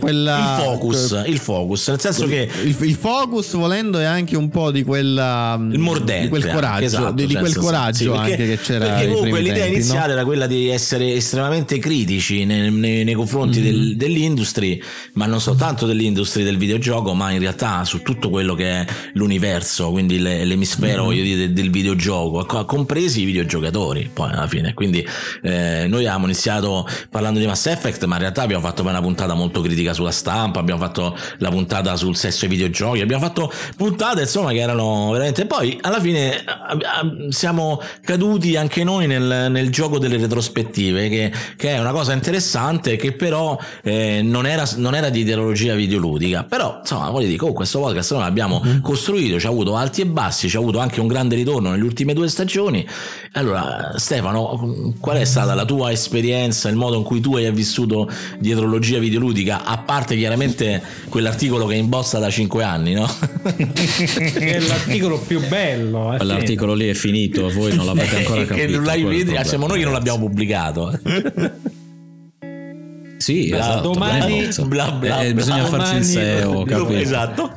[SPEAKER 11] il focus, nel senso che
[SPEAKER 14] il focus, volendo, è anche un po' di quella
[SPEAKER 11] il mordente,
[SPEAKER 14] di quel coraggio,
[SPEAKER 11] esatto,
[SPEAKER 14] di quel coraggio anche che c'era,
[SPEAKER 11] perché comunque l'idea
[SPEAKER 14] tempi,
[SPEAKER 11] iniziale,
[SPEAKER 14] no?
[SPEAKER 11] Era quella di essere estremamente critici nei confronti dell'industry, ma non soltanto dell'industry del videogioco, ma in realtà su tutto quello che è l'universo, quindi l'emisfero del videogioco, compresi i videogiocatori poi alla fine. Quindi noi abbiamo iniziato parlando di Mass Effect, ma in realtà abbiamo fatto una puntata molto critica sulla stampa, abbiamo fatto la puntata sul sesso ai videogiochi, abbiamo fatto puntate insomma che erano veramente, poi alla fine siamo caduti anche noi nel gioco delle retrospettive, che è una cosa interessante, che però non era di ideologia videoludica, però insomma voglio dire, comunque questo podcast noi l'abbiamo costruito, ci ha avuto alti e bassi, ci ha avuto anche un grande ritorno nelle ultime 2 stagioni. Allora Stefano, qual è stata la tua esperienza, il modo in cui tu hai vissuto dietrologia videoludica, a parte chiaramente quell'articolo che è in bozza da 5 anni, no?
[SPEAKER 13] Che è l'articolo più bello,
[SPEAKER 19] l'articolo quell'articolo lì è finito, voi non l'avete ancora capito.
[SPEAKER 11] Che non l'hai, siamo noi che non l'abbiamo pubblicato.
[SPEAKER 19] Sì, esatto.
[SPEAKER 13] Domani
[SPEAKER 11] bla bla,
[SPEAKER 19] bisogna farci il SEO, capito?
[SPEAKER 11] Esatto.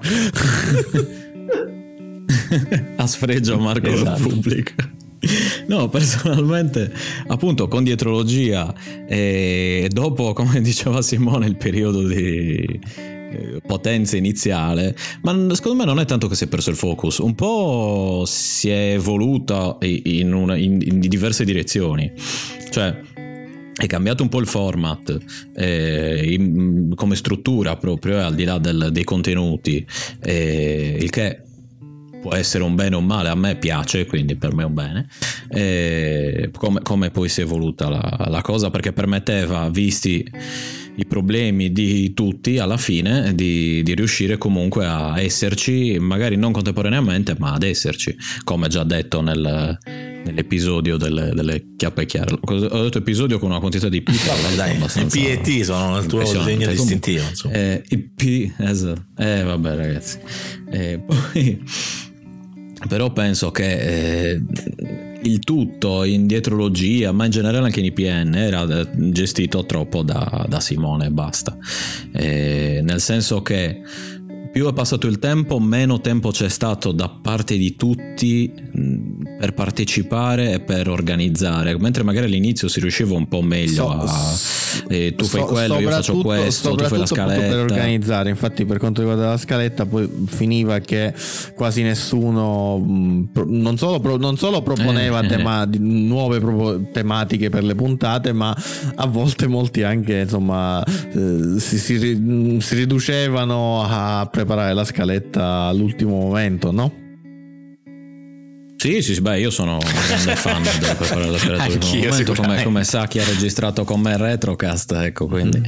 [SPEAKER 19] A sfregio Marco lo pubblica. No, personalmente, appunto, con dietrologia e dopo, come diceva Simone, il periodo di potenza iniziale, ma secondo me non è tanto che si è perso il focus, un po' si è evoluta in diverse direzioni, cioè è cambiato un po' il format come struttura proprio, al di là dei contenuti, il che può essere un bene o un male, a me piace, quindi per me è un bene, come poi si è evoluta la cosa, perché permetteva, visti i problemi di tutti, alla fine di riuscire comunque a esserci, magari non contemporaneamente, ma ad esserci, come già detto nell'episodio delle chiappe chiare. Ho detto episodio con una quantità di P,
[SPEAKER 11] dai, i P e T sono il tuo segno distintivo,
[SPEAKER 19] i P, esatto. Vabbè ragazzi, poi però penso che il tutto in dietrologia, ma in generale anche in IPN, era gestito troppo da Simone e basta, nel senso che più è passato il tempo, meno tempo c'è stato da parte di tutti per partecipare e per organizzare, mentre magari all'inizio si riusciva un po' meglio tu fai quello, io faccio questo, tu fai la scaletta
[SPEAKER 14] per organizzare. Infatti, per quanto riguarda la scaletta, poi finiva che quasi nessuno non solo proponeva nuove tematiche per le puntate, ma a volte molti anche, insomma, si riducevano a preparare la scaletta all'ultimo momento, no?
[SPEAKER 19] Sì, beh, io sono un grande fan del preparare la scaletta all'ultimo momento, come sa chi ha registrato con me Retrocast, ecco, quindi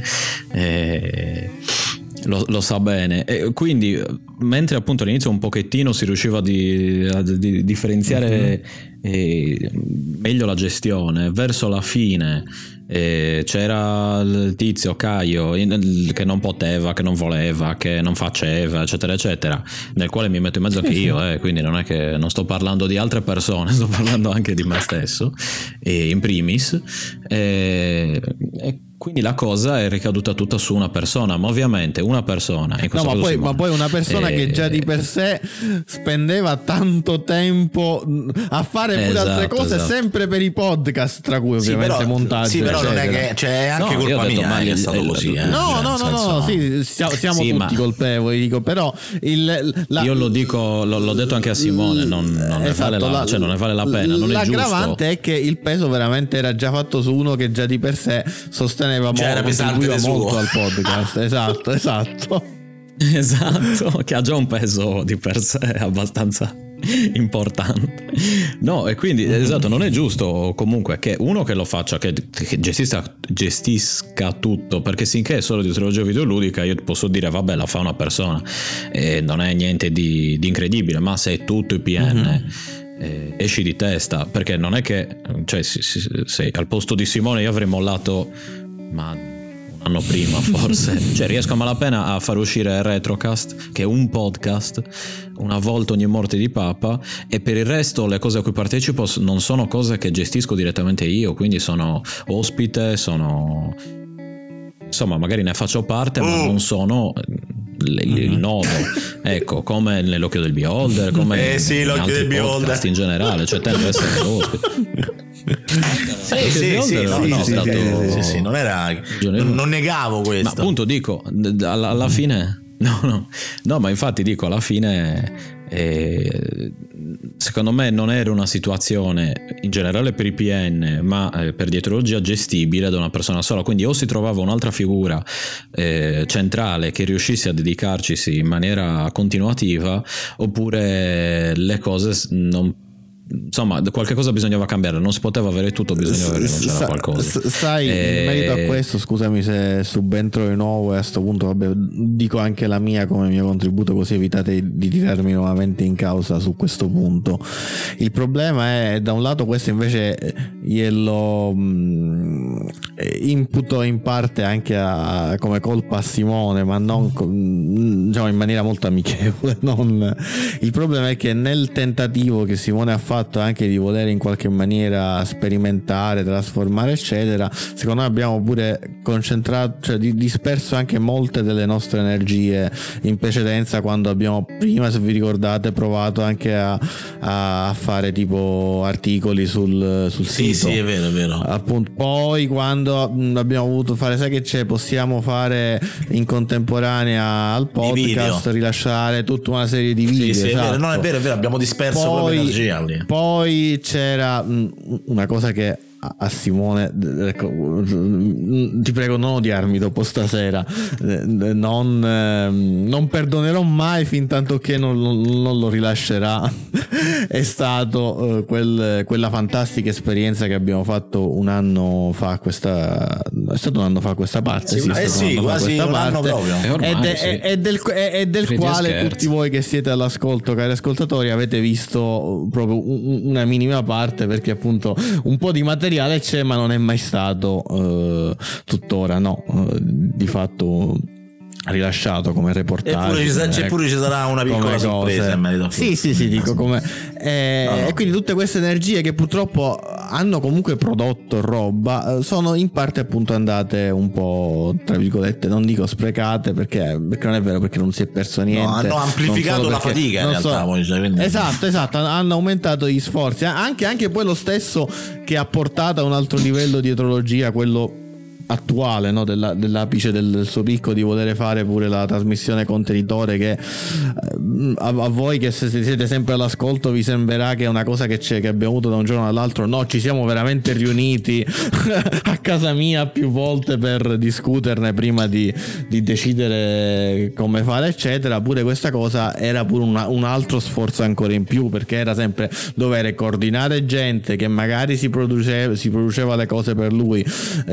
[SPEAKER 19] lo sa bene. E quindi, mentre appunto all'inizio un pochettino si riusciva a differenziare meglio la gestione, verso la fine c'era il tizio Caio che non poteva, che non voleva, che non faceva, eccetera eccetera, nel quale mi metto in mezzo anche io, quindi non è che non sto parlando di altre persone, sto parlando anche di me stesso, in primis, e quindi la cosa è ricaduta tutta su una persona, ma ovviamente una persona in questo caso
[SPEAKER 14] ma poi una persona che già di per sé spendeva tanto tempo a fare pure altre cose, sempre per i podcast, tra cui ovviamente montaggio.
[SPEAKER 11] Sì, però non è che c'è anche colpa mia che è stato così.
[SPEAKER 14] No, sì, siamo tutti colpevoli, dico, però
[SPEAKER 19] io lo dico, l'ho detto anche a Simone, non ne vale la pena, non è giusto.
[SPEAKER 14] L'aggravante è che il peso veramente era già fatto su uno che già di per sé sosteneva contribuiva molto al podcast.
[SPEAKER 19] Esatto, che ha già un peso di per sé abbastanza importante. No, e quindi esatto, non è giusto comunque che uno che lo faccia, che gestisca tutto, perché sinché è solo di dietrologia videoludica io posso dire vabbè, la fa una persona e non è niente di incredibile, ma se è tutto IPN esci di testa, perché non è che, cioè, se al posto di Simone io avrei mollato ma un anno prima forse, cioè riesco a malapena a far uscire Retrocast, che è un podcast una volta ogni morte di papa, e per il resto le cose a cui partecipo non sono cose che gestisco direttamente io, quindi sono ospite, insomma magari ne faccio parte ma non sono il nodo, ecco, come nell'occhio del beholder, come
[SPEAKER 11] l'occhio del beholder
[SPEAKER 19] in generale, cioè tendo ad essere ospite.
[SPEAKER 11] Sì, non era, non negavo questo,
[SPEAKER 19] ma appunto dico alla fine no, ma infatti dico alla fine secondo me non era una situazione in generale per IPN, ma per dietrologia gestibile da una persona sola, quindi o si trovava un'altra figura centrale che riuscisse a dedicarci in maniera continuativa, oppure le cose non, insomma, qualche cosa bisognava cambiare, non si poteva avere tutto, bisognava rinunciare a qualcosa.
[SPEAKER 14] Sai, in merito a questo, scusami se subentro di nuovo, e a sto punto vabbè, dico anche la mia come mio contributo, così evitate di tirarmi nuovamente in causa su questo punto. Il problema è, da un lato, questo invece glielo imputo in parte anche come colpa a Simone, ma non diciamo in maniera molto amichevole. Il problema è che nel tentativo che Simone ha fatto anche di voler in qualche maniera sperimentare, trasformare eccetera, secondo me abbiamo pure concentrato, cioè disperso anche molte delle nostre energie in precedenza, quando abbiamo prima, se vi ricordate, provato anche a fare tipo articoli sul sito.
[SPEAKER 11] Sì, è vero.
[SPEAKER 14] Appunto, poi quando abbiamo voluto fare, sai che c'è, possiamo fare in contemporanea al podcast, rilasciare tutta una serie di video.
[SPEAKER 11] Sì,
[SPEAKER 14] esatto.
[SPEAKER 11] è vero, no, è vero, abbiamo disperso proprio l'energia lì.
[SPEAKER 14] Poi c'era una cosa che a Simone, ecco, ti prego non odiarmi dopo stasera, non perdonerò mai fin tanto che non lo rilascerà. È stato quella fantastica esperienza che abbiamo fatto un anno fa, è stato un anno fa questa parte,
[SPEAKER 11] quasi un anno proprio,
[SPEAKER 14] è del quale tutti voi che siete all'ascolto, cari ascoltatori, avete visto proprio una minima parte, perché appunto un po' di materiale c'è, ma non è mai stato tuttora di fatto rilasciato come reportage.
[SPEAKER 11] Eppure ci sarà una piccola sorpresa.
[SPEAKER 14] Sì, dico come. E quindi tutte queste energie che purtroppo hanno comunque prodotto roba sono in parte appunto andate un po', tra virgolette, non dico sprecate, perché non è vero, perché non si è perso niente.
[SPEAKER 11] No, hanno amplificato la fatica in realtà. Quindi.
[SPEAKER 14] Esatto, hanno aumentato gli sforzi, anche poi lo stesso che ha portato a un altro livello di etrologia, quello attuale, no? dell'apice del suo picco, di voler fare pure la trasmissione contenitore, che a voi che se siete sempre all'ascolto vi sembrerà che è una cosa che abbiamo avuto da un giorno all'altro. No, ci siamo veramente riuniti a casa mia più volte per discuterne prima di decidere come fare eccetera. Pure questa cosa era pure un altro sforzo ancora in più, perché era sempre dover coordinare gente che magari si produceva le cose per lui,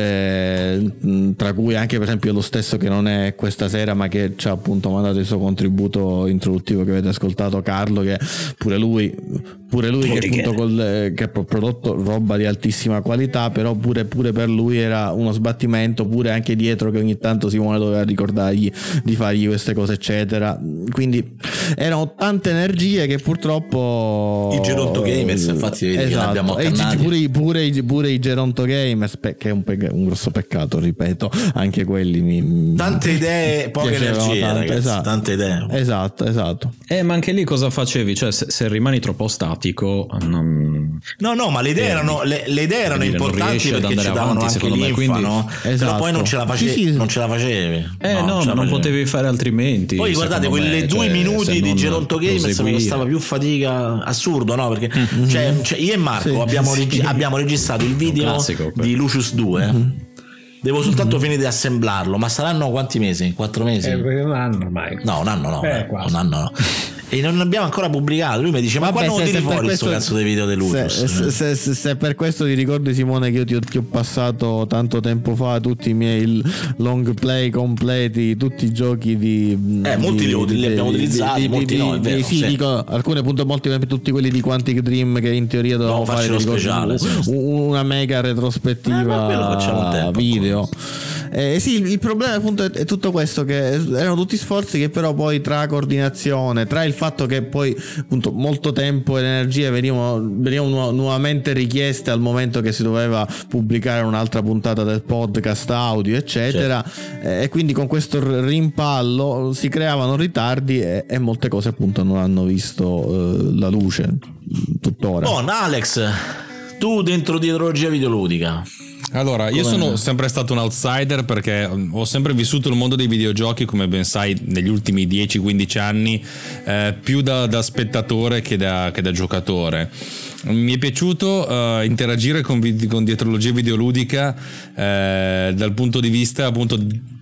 [SPEAKER 14] tra cui anche per esempio lo stesso che non è questa sera, ma che ci ha appunto mandato il suo contributo introduttivo che avete ascoltato, Carlo, che pure lui che appunto che ha prodotto roba di altissima qualità, però pure per lui era uno sbattimento, pure anche dietro, che ogni tanto Simone doveva ricordargli di fargli queste cose eccetera. Quindi erano tante energie che purtroppo
[SPEAKER 11] i Geronto Gamers, infatti, abbiamo
[SPEAKER 14] pure i Geronto Gamers, che è un grosso peccato, ripeto, anche quelli tante idee, poche energie, ragazzi, esatto. Tante idee, esatto.
[SPEAKER 19] Ma anche lì cosa facevi? Cioè, se rimani troppo statico,
[SPEAKER 11] no, ma le idee erano importanti, perché ci davano anche l'infa, quindi, no?
[SPEAKER 14] Esatto.
[SPEAKER 11] Però poi non ce la facevi.
[SPEAKER 19] Non potevi fare altrimenti.
[SPEAKER 11] Poi guardate, quelle 2 minuti di Geronto Gamers mi costava più fatica, assurdo, no? Perché cioè, io e Marco abbiamo registrato il video di Lucius 2. Devo soltanto finire di assemblarlo, ma saranno quanti mesi? 4 mesi?
[SPEAKER 13] Un anno ormai.
[SPEAKER 11] No, un anno no. Un anno no. E non abbiamo ancora pubblicato. Lui mi dice: ma quando tiri fuori questo cazzo dei video di Lucius?
[SPEAKER 14] Se per questo ti ricordi, Simone, che io ti ho passato tanto tempo fa tutti i miei long play completi, tutti i giochi di
[SPEAKER 11] molti li abbiamo utilizzati, molti no, è vero.
[SPEAKER 14] Sì, dico alcune, appunto, molti, tutti quelli di Quantic Dream, che in teoria dovevamo fare
[SPEAKER 11] speciale,
[SPEAKER 14] una mega retrospettiva video. Sì, il problema appunto è tutto questo, che erano tutti sforzi che però poi, tra coordinazione, tra il fatto che poi appunto molto tempo e energie venivano nuovamente richieste al momento che si doveva pubblicare un'altra puntata del podcast audio eccetera, e quindi con questo rimpallo si creavano ritardi e molte cose appunto non hanno visto la luce tuttora.
[SPEAKER 11] Alex, tu dentro di etrologia videoludica.
[SPEAKER 18] Allora, io sono sempre stato un outsider, perché ho sempre vissuto il mondo dei videogiochi, come ben sai, negli ultimi 10-15 anni, più da spettatore che da giocatore. Mi è piaciuto interagire con dietrologia videoludica dal punto di vista appunto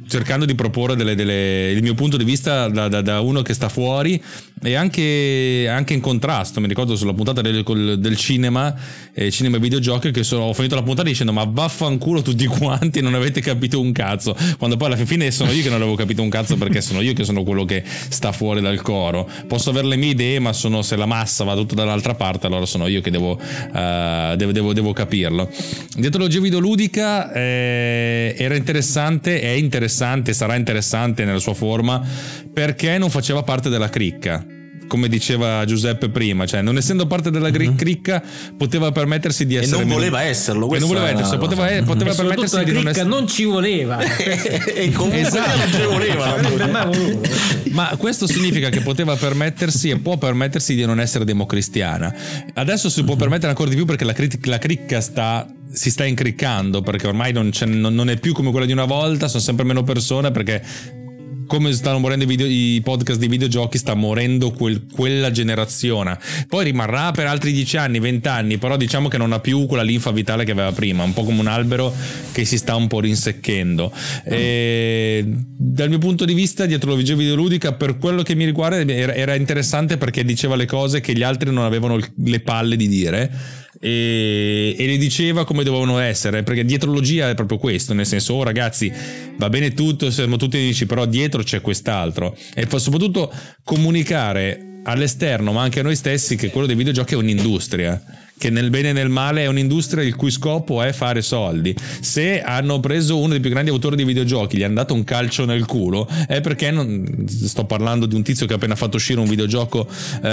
[SPEAKER 18] cercando di proporre il mio punto di vista da uno che sta fuori, e anche in contrasto. Mi ricordo sulla puntata del cinema e videogiochi, che ho finito la puntata dicendo ma vaffanculo tutti quanti, non avete capito un cazzo, quando poi alla fine sono io che non avevo capito un cazzo, perché sono io che sono quello che sta fuori dal coro. Posso avere le mie idee, ma se la massa va tutta dall'altra parte, allora sono io che devo capirlo. Dietrologia videoludica era interessante, è interessante, sarà interessante nella sua forma, perché non faceva parte della cricca, come diceva Giuseppe prima, cioè non essendo parte della cricca poteva permettersi di essere,
[SPEAKER 11] e non voleva esserlo,
[SPEAKER 18] e non voleva esserlo, poteva permettersi
[SPEAKER 13] la
[SPEAKER 18] di non
[SPEAKER 13] cricca
[SPEAKER 18] essere,
[SPEAKER 13] non ci voleva
[SPEAKER 11] e comunque
[SPEAKER 18] esatto.
[SPEAKER 11] non ci voleva.
[SPEAKER 18] Ma questo significa che poteva permettersi e può permettersi di non essere democristiana. Adesso si può permettere ancora di più, perché la cricca si sta incriccando, perché ormai non è più come quella di una volta, sono sempre meno persone, perché come stanno morendo i podcast di videogiochi, sta morendo quella generazione. Poi rimarrà per altri 10 anni, 20 anni, però diciamo che non ha più quella linfa vitale che aveva prima, un po' come un albero che si sta un po' rinsecchendo. E dal mio punto di vista, Dietrologia videoludica, per quello che mi riguarda, era interessante, perché diceva le cose che gli altri non avevano le palle di dire, e le diceva come dovevano essere, perché dietrologia è proprio questo, nel senso, oh ragazzi, va bene tutto, siamo tutti amici, però dietro c'è quest'altro, e soprattutto comunicare all'esterno, ma anche a noi stessi, che quello dei videogiochi è un'industria, che nel bene e nel male è un'industria il cui scopo è fare soldi. Se hanno preso uno dei più grandi autori di videogiochi, gli hanno dato un calcio nel culo, è perché sto parlando di un tizio che ha appena fatto uscire un videogioco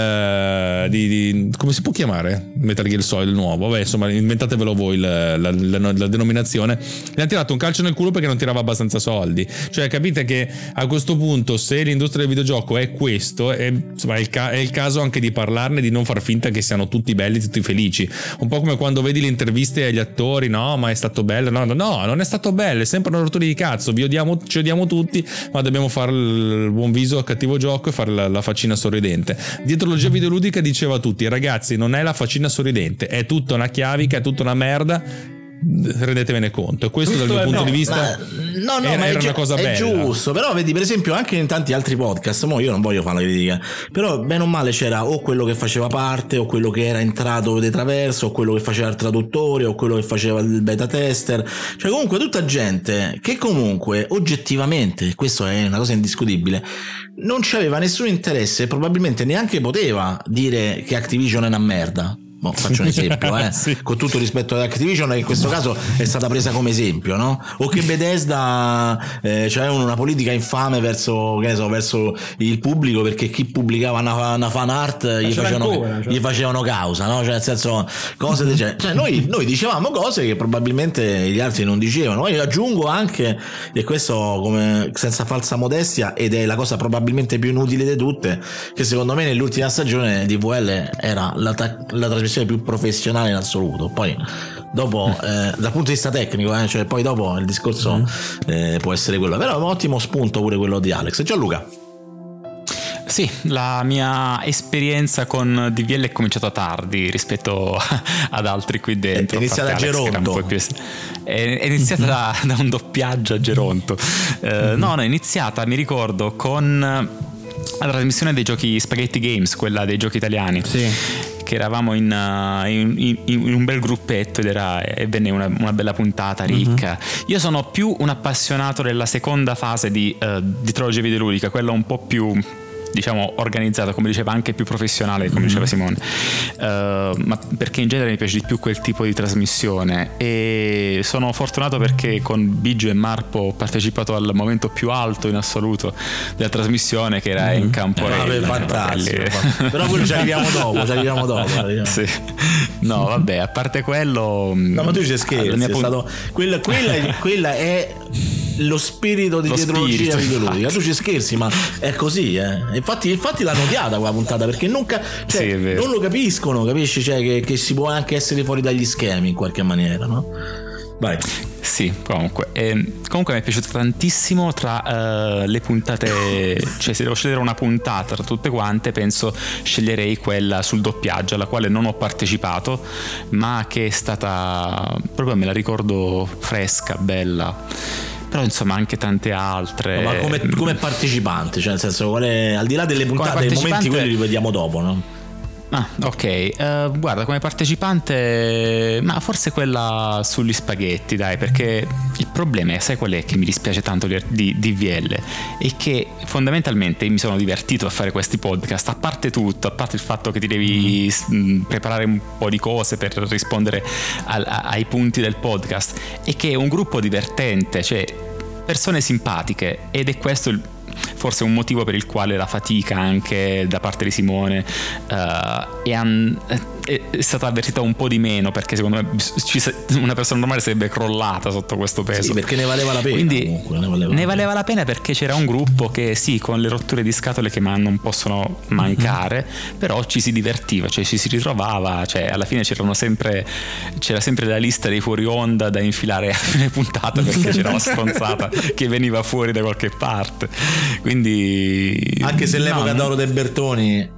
[SPEAKER 18] come si può chiamare? Metal Gear Solid nuovo, vabbè, insomma, inventatevelo voi la denominazione. Gli hanno tirato un calcio nel culo perché non tirava abbastanza soldi. Cioè, capite che a questo punto, se l'industria del videogioco è questo, è il caso anche di parlarne, di non far finta che siano tutti belli, tutti felici. Un po' come quando vedi le interviste agli attori, no, ma è stato bello, no, non è stato bello, è sempre una rottura di cazzo, ci odiamo tutti, ma dobbiamo fare il buon viso al cattivo gioco e fare la faccina sorridente. Dietrologia videoludica diceva a tutti: ragazzi, non è la faccina sorridente, è tutta una chiavica, è tutta una merda, rendetevene conto. E questo, dal mio punto di vista, era una cosa bella.
[SPEAKER 11] È giusto, però vedi, per esempio, anche in tanti altri podcast, io non voglio fare la critica, però bene o male c'era o quello che faceva parte, o quello che era entrato di traverso, o quello che faceva il traduttore, o quello che faceva il beta tester, cioè comunque tutta gente che comunque oggettivamente, questo è una cosa indiscutibile, non c'aveva nessun interesse e probabilmente neanche poteva dire che Activision è una merda. Faccio un esempio,
[SPEAKER 18] sì.
[SPEAKER 11] Con tutto rispetto ad Activision, che in questo caso è stata presa come esempio, no? O che Bethesda c'è una politica infame verso il pubblico, perché chi pubblicava una fan art gli facevano causa, no? Cioè, nel senso, cose del genere. Cioè, noi dicevamo cose che probabilmente gli altri non dicevano. Io aggiungo anche, e questo come senza falsa modestia, ed è la cosa probabilmente più inutile di tutte, che secondo me nell'ultima stagione DVL era la trasmissione più professionale in assoluto. Poi dopo dal punto di vista tecnico, cioè poi dopo il discorso può essere quello, però è un ottimo spunto pure quello di Alex. Gianluca.
[SPEAKER 12] Sì, la mia esperienza con DVL è cominciata tardi rispetto ad altri qui dentro.
[SPEAKER 11] È iniziata a Geronto.
[SPEAKER 12] È iniziata da un doppiaggio a Geronto. No, è iniziata, mi ricordo, con la trasmissione dei giochi Spaghetti Games, quella dei giochi italiani. Sì. Che eravamo in un bel gruppetto e venne una bella puntata ricca. Io sono più un appassionato della seconda fase di Dietrologia videoludica, quella un po' più, diciamo, organizzata, come diceva, anche più professionale, come diceva Simone, ma perché in genere mi piace di più quel tipo di trasmissione, e sono fortunato perché con Biggio e Marpo ho partecipato al momento più alto in assoluto della trasmissione, che era in Camporella.
[SPEAKER 11] Fantastico. Però quello ci arriviamo dopo.
[SPEAKER 12] Sì. No, vabbè, a parte quello,
[SPEAKER 11] no, ma tu ci scherzi, è stato quella è lo spirito di Dietrologia videoludica. Tu ci scherzi, ma è così, Infatti l'hanno odiata quella puntata, perché non lo capiscono, capisci? Cioè che si può anche essere fuori dagli schemi in qualche maniera, no? Vai.
[SPEAKER 12] Sì, comunque mi è piaciuto tantissimo tra le puntate, cioè se devo scegliere una puntata tra tutte quante, penso sceglierei quella sul doppiaggio, alla quale non ho partecipato, ma che è stata proprio, me la ricordo fresca, bella. però insomma anche tante altre.
[SPEAKER 11] Ma come partecipante, cioè nel senso, al di là delle puntate, dei momenti, quelli li vediamo dopo, no?
[SPEAKER 12] Ah, ok. Guarda, come partecipante, ma forse quella sugli spaghetti, dai, perché il problema è, sai qual è che mi dispiace tanto di DVL? È che fondamentalmente mi sono divertito a fare questi podcast, a parte tutto, a parte il fatto che ti devi preparare un po' di cose per rispondere ai punti del podcast, e che è un gruppo divertente, cioè persone simpatiche, ed è questo forse un motivo per il quale la fatica anche da parte di Simone è stata avvertita un po' di meno, perché secondo me una persona normale sarebbe crollata sotto questo peso.
[SPEAKER 11] Sì, perché ne valeva la pena. Quindi comunque, ne valeva
[SPEAKER 12] la pena, perché c'era un gruppo che sì, con le rotture di scatole che non possono mancare, però ci si divertiva, cioè ci si ritrovava, cioè alla fine c'era sempre la lista dei fuori onda da infilare a fine puntata, perché c'era la stronzata che veniva fuori da qualche parte. Quindi
[SPEAKER 11] anche se l'epoca d'oro dei Bertoni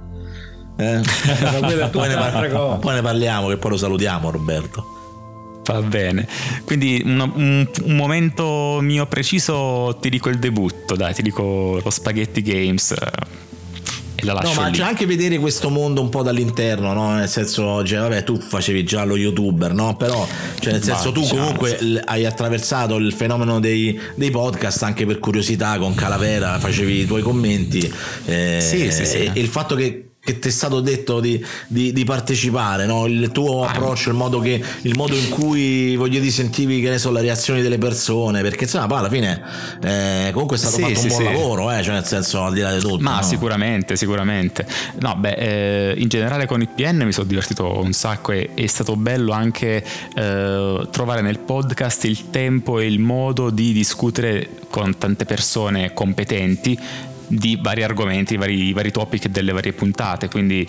[SPEAKER 11] poi ne parliamo, che poi lo salutiamo, Roberto.
[SPEAKER 12] Va bene, quindi un momento mio preciso, ti dico il debutto, dai, ti dico lo Spaghetti Games, e la lascio.
[SPEAKER 11] No, ma
[SPEAKER 12] lì.
[SPEAKER 11] c'è anche vedere questo mondo un po' dall'interno, no? Nel senso, cioè, vabbè, tu facevi già lo youtuber, no? Però, cioè, nel senso, tu comunque hai attraversato il fenomeno dei podcast anche per curiosità, con Calavera facevi i tuoi commenti,
[SPEAKER 12] sì.
[SPEAKER 11] E il fatto che ti è stato detto di partecipare, no? Il tuo approccio, il modo in cui, voglio dire, sentivi, che ne so, le reazioni delle persone, perché insomma poi alla fine comunque è stato fatto un buon lavoro, cioè nel senso, al di là di tutto.
[SPEAKER 12] Ma
[SPEAKER 11] no?
[SPEAKER 12] sicuramente no, in generale con IPN mi sono divertito un sacco, e è stato bello anche trovare nel podcast il tempo e il modo di discutere con tante persone competenti di vari argomenti, vari topic delle varie puntate, quindi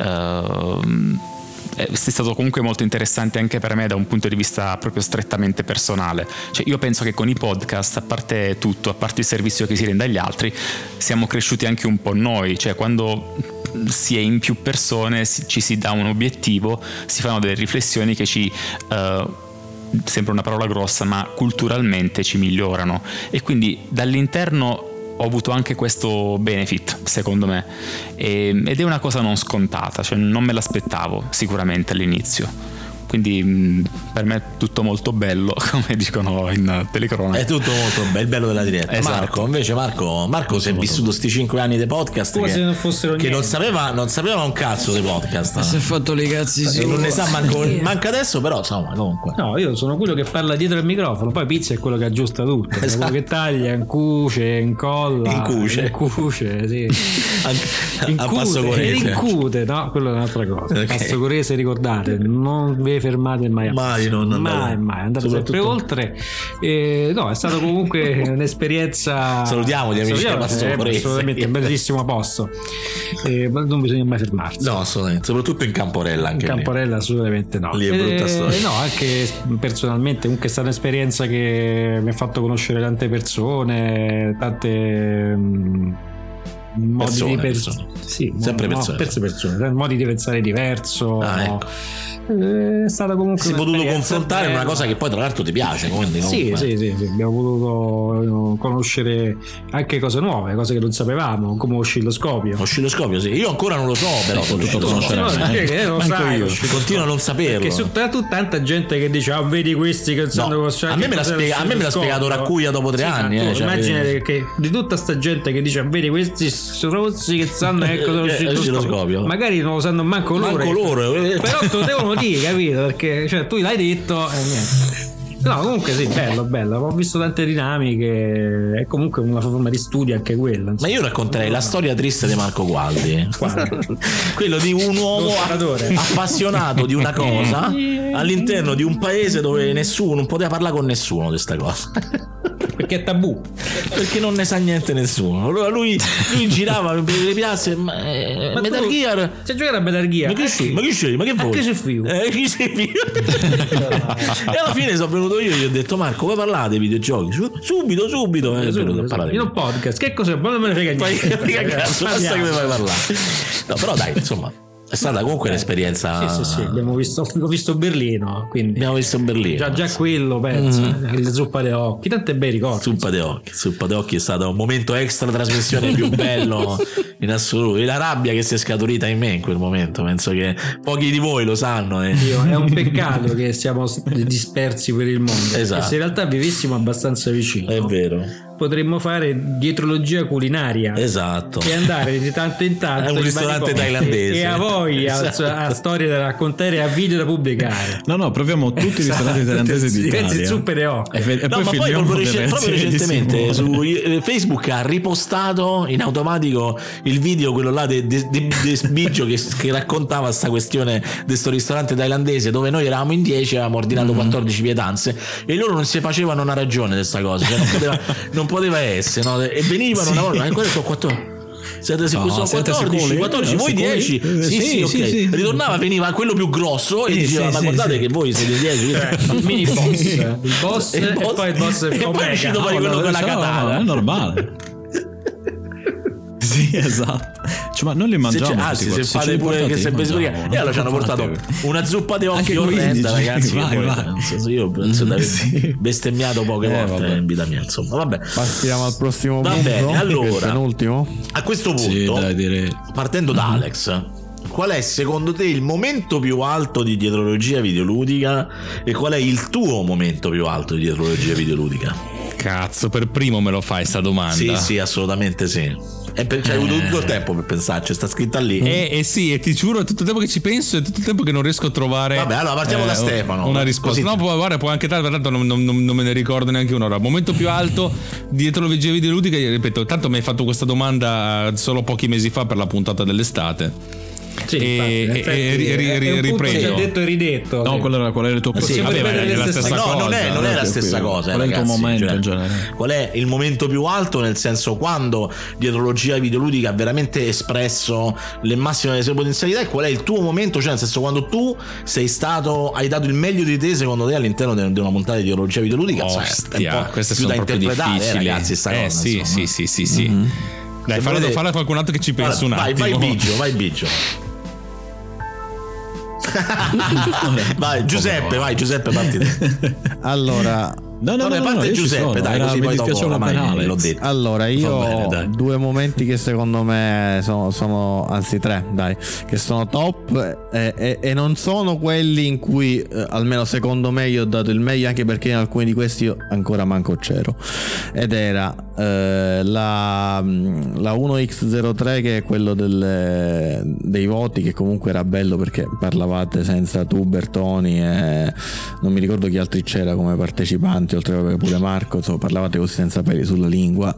[SPEAKER 12] è stato comunque molto interessante anche per me da un punto di vista proprio strettamente personale. Cioè, io penso che con i podcast, a parte tutto, a parte il servizio che si rende agli altri, siamo cresciuti anche un po' noi, cioè quando si è in più persone ci si dà un obiettivo, si fanno delle riflessioni che ci sembra una parola grossa, ma culturalmente ci migliorano, e quindi dall'interno ho avuto anche questo benefit, secondo me, ed è una cosa non scontata, cioè non me l'aspettavo sicuramente all'inizio. Quindi per me è tutto molto bello, come dicono in telecronaca.
[SPEAKER 11] È tutto molto bello, il bello della diretta.
[SPEAKER 12] Esatto.
[SPEAKER 11] Marco si è vissuto sti 5 anni di podcast
[SPEAKER 13] come se non fossero
[SPEAKER 11] che
[SPEAKER 13] niente.
[SPEAKER 11] non sapeva un cazzo dei podcast.
[SPEAKER 14] Si è fatto le cazzi su.
[SPEAKER 11] Non ne sa manca adesso, però insomma, comunque.
[SPEAKER 13] No, io sono quello che parla dietro il microfono, poi Pizza è quello che aggiusta tutto, quello che taglia, incuce, incolla, incuce, sì.
[SPEAKER 11] A passo corese.
[SPEAKER 13] Incute, no, quello è un'altra cosa. Okay. Passo corese, ricordate, non vi fermate mai andate sempre oltre. No, è stato comunque un'esperienza.
[SPEAKER 11] Salutiamo gli amici che passano corese,
[SPEAKER 13] assolutamente, è un bellissimo posto, ma non bisogna mai fermarsi.
[SPEAKER 11] No, assolutamente, soprattutto in Camporella. Anche
[SPEAKER 13] in Camporella assolutamente no.
[SPEAKER 11] Lì è brutta storia.
[SPEAKER 13] No, anche personalmente comunque è stata un'esperienza che mi ha fatto conoscere tante persone, tante modi
[SPEAKER 11] persone.
[SPEAKER 13] Sì,
[SPEAKER 11] sempre persone.
[SPEAKER 13] Modi di pensare diverso.
[SPEAKER 11] Ecco.
[SPEAKER 13] È stata comunque
[SPEAKER 11] si è potuto confrontare una cosa che poi tra l'altro ti piace, quindi
[SPEAKER 13] sì, abbiamo potuto conoscere anche cose nuove, cose che non sapevamo, come oscilloscopio,
[SPEAKER 11] sì, io ancora non lo so, però tutto conoscere io continuo a non saperlo,
[SPEAKER 13] perché soprattutto tanta gente che dice vedi questi che sanno cosa.
[SPEAKER 11] A me me l'ha spiegato Raccuia dopo 3 anni,
[SPEAKER 13] immagina che di tutta sta gente che dice vedi questi strozzi che sanno l'oscilloscopio, magari non lo sanno manco loro. Però te lo devono dire, capito? Perché cioè, tu l'hai detto e niente. No, comunque sì, bello. Ho visto tante dinamiche, è comunque una forma di studio anche quella.
[SPEAKER 11] Ma io racconterei la storia triste di Marco Gualdi. Quello di un uomo appassionato di una cosa all'interno di un paese dove nessuno non poteva parlare con nessuno di questa cosa.
[SPEAKER 13] Perché è tabù,
[SPEAKER 11] perché non ne sa niente nessuno. Allora lui girava per le piazze, Metal Gear,
[SPEAKER 13] se giocare a Metal Gear,
[SPEAKER 11] ma che scegli? Ma che vuoi?
[SPEAKER 13] Che sei figo?
[SPEAKER 11] E alla fine sono venuto io e gli ho detto Marco, vuoi parlare dei videogiochi? Subito.
[SPEAKER 13] In un podcast, che cos'è? Non me ne frega niente.
[SPEAKER 11] Basta che mi fai parlare. No, però dai, insomma, È stata comunque un'esperienza.
[SPEAKER 13] Sì. L'ho visto Berlino. Quindi
[SPEAKER 11] abbiamo visto Berlino.
[SPEAKER 13] Già quello, penso. La zuppa de occhi. Tanti bei ricordi.
[SPEAKER 11] Zuppa de occhi è stato un momento extra trasmissione più bello in assoluto. E la rabbia che si è scaturita in me in quel momento. Penso che pochi di voi lo sanno.
[SPEAKER 13] È un peccato che siamo dispersi per il mondo.
[SPEAKER 11] Esatto.
[SPEAKER 13] Se in realtà vivessimo abbastanza vicino.
[SPEAKER 11] È vero.
[SPEAKER 13] Potremmo fare dietrologia culinaria.
[SPEAKER 11] Esatto.
[SPEAKER 13] E andare di tanto in tanto
[SPEAKER 11] a un ristorante thailandese.
[SPEAKER 13] E a voi a storie da raccontare e a video da pubblicare.
[SPEAKER 19] No, proviamo tutti i ristoranti thailandesi d'Italia.
[SPEAKER 13] Zuppe de occhi.
[SPEAKER 19] E
[SPEAKER 11] no,
[SPEAKER 19] poi
[SPEAKER 11] ma poi proprio recentemente su Facebook ha ripostato in automatico il video, quello là di Biggio che raccontava sta questione di sto ristorante thailandese dove noi eravamo in 10 e avevamo ordinato 14 pietanze e loro non si facevano una ragione di sta cosa, cioè non poteva essere, no? E venivano una volta, ancora sono 14. Siete 14, voi 10? Sì, ok. Sì. Ritornava, veniva quello più grosso e diceva: ma guardate che voi siete 10.
[SPEAKER 13] Il mini boss, il boss e poi il boss
[SPEAKER 11] e poi è uscito poi quello con la katana.
[SPEAKER 19] È normale. Sì, esatto. Cioè, ma noi li mangiamo.
[SPEAKER 11] Se fate pure che se e allora ci hanno portato una zuppa di occhi orrenda, ragazzi.
[SPEAKER 19] Vai.
[SPEAKER 11] Io penso di aver bestemmiato poche volte in vita mia, insomma. Vabbè,
[SPEAKER 14] passiamo al prossimo punto.
[SPEAKER 11] Va bene, allora,
[SPEAKER 14] penultimo.
[SPEAKER 11] A questo punto, partendo da Alex, qual è secondo te il momento più alto di dietrologia videoludica e qual è il tuo momento più alto di dietrologia videoludica?
[SPEAKER 18] Cazzo, per primo me lo fai sta domanda?
[SPEAKER 11] Sì, assolutamente sì. C'hai avuto tutto il tempo per pensarci, sta scritta lì.
[SPEAKER 18] Sì, e ti giuro, è tutto il tempo che ci penso, è tutto il tempo che non riesco a trovare.
[SPEAKER 11] Vabbè, allora partiamo da Stefano.
[SPEAKER 18] Una risposta. No, guarda, può anche tanto non me ne ricordo neanche un'ora. Momento più alto dietro le videoludiche, ripeto, tanto mi hai fatto questa domanda solo pochi mesi fa per la puntata dell'estate.
[SPEAKER 13] Sì,
[SPEAKER 18] riprendo.
[SPEAKER 13] Detto e ridetto.
[SPEAKER 19] No, qual era il tuo
[SPEAKER 11] prossimo?
[SPEAKER 18] È la stessa cosa.
[SPEAKER 11] Non è la stessa cosa.
[SPEAKER 19] Qual è il tuo momento in generale?
[SPEAKER 11] Qual è il momento più alto, nel senso quando dietrologia videoludica ha veramente espresso le massime delle sue potenzialità, e qual è il tuo momento, cioè nel senso quando tu hai dato il meglio di te secondo te all'interno di una puntata di dietrologia videoludica.
[SPEAKER 18] Queste sono proprio difficili,
[SPEAKER 11] ragazzi, sta cosa,
[SPEAKER 18] sì. Dai, falla qualcun altro che ci pensa un attimo.
[SPEAKER 11] Vai Biggio. Vai Giuseppe, parti te.
[SPEAKER 14] Allora,
[SPEAKER 11] parte Giuseppe, dai, così
[SPEAKER 19] mi dispiaceva penale.
[SPEAKER 11] L'ho detto.
[SPEAKER 14] Allora, io ho due momenti che secondo me sono anzi tre, dai, che sono top e non sono quelli in cui almeno secondo me io ho dato il meglio, anche perché in alcuni di questi io ancora manco c'ero, ed era la 1x03, che è quello dei voti, che comunque era bello perché parlavate senza Bertoni e non mi ricordo chi altri c'era come partecipanti, oltre a pure Marco, insomma, parlavate così senza peli sulla lingua.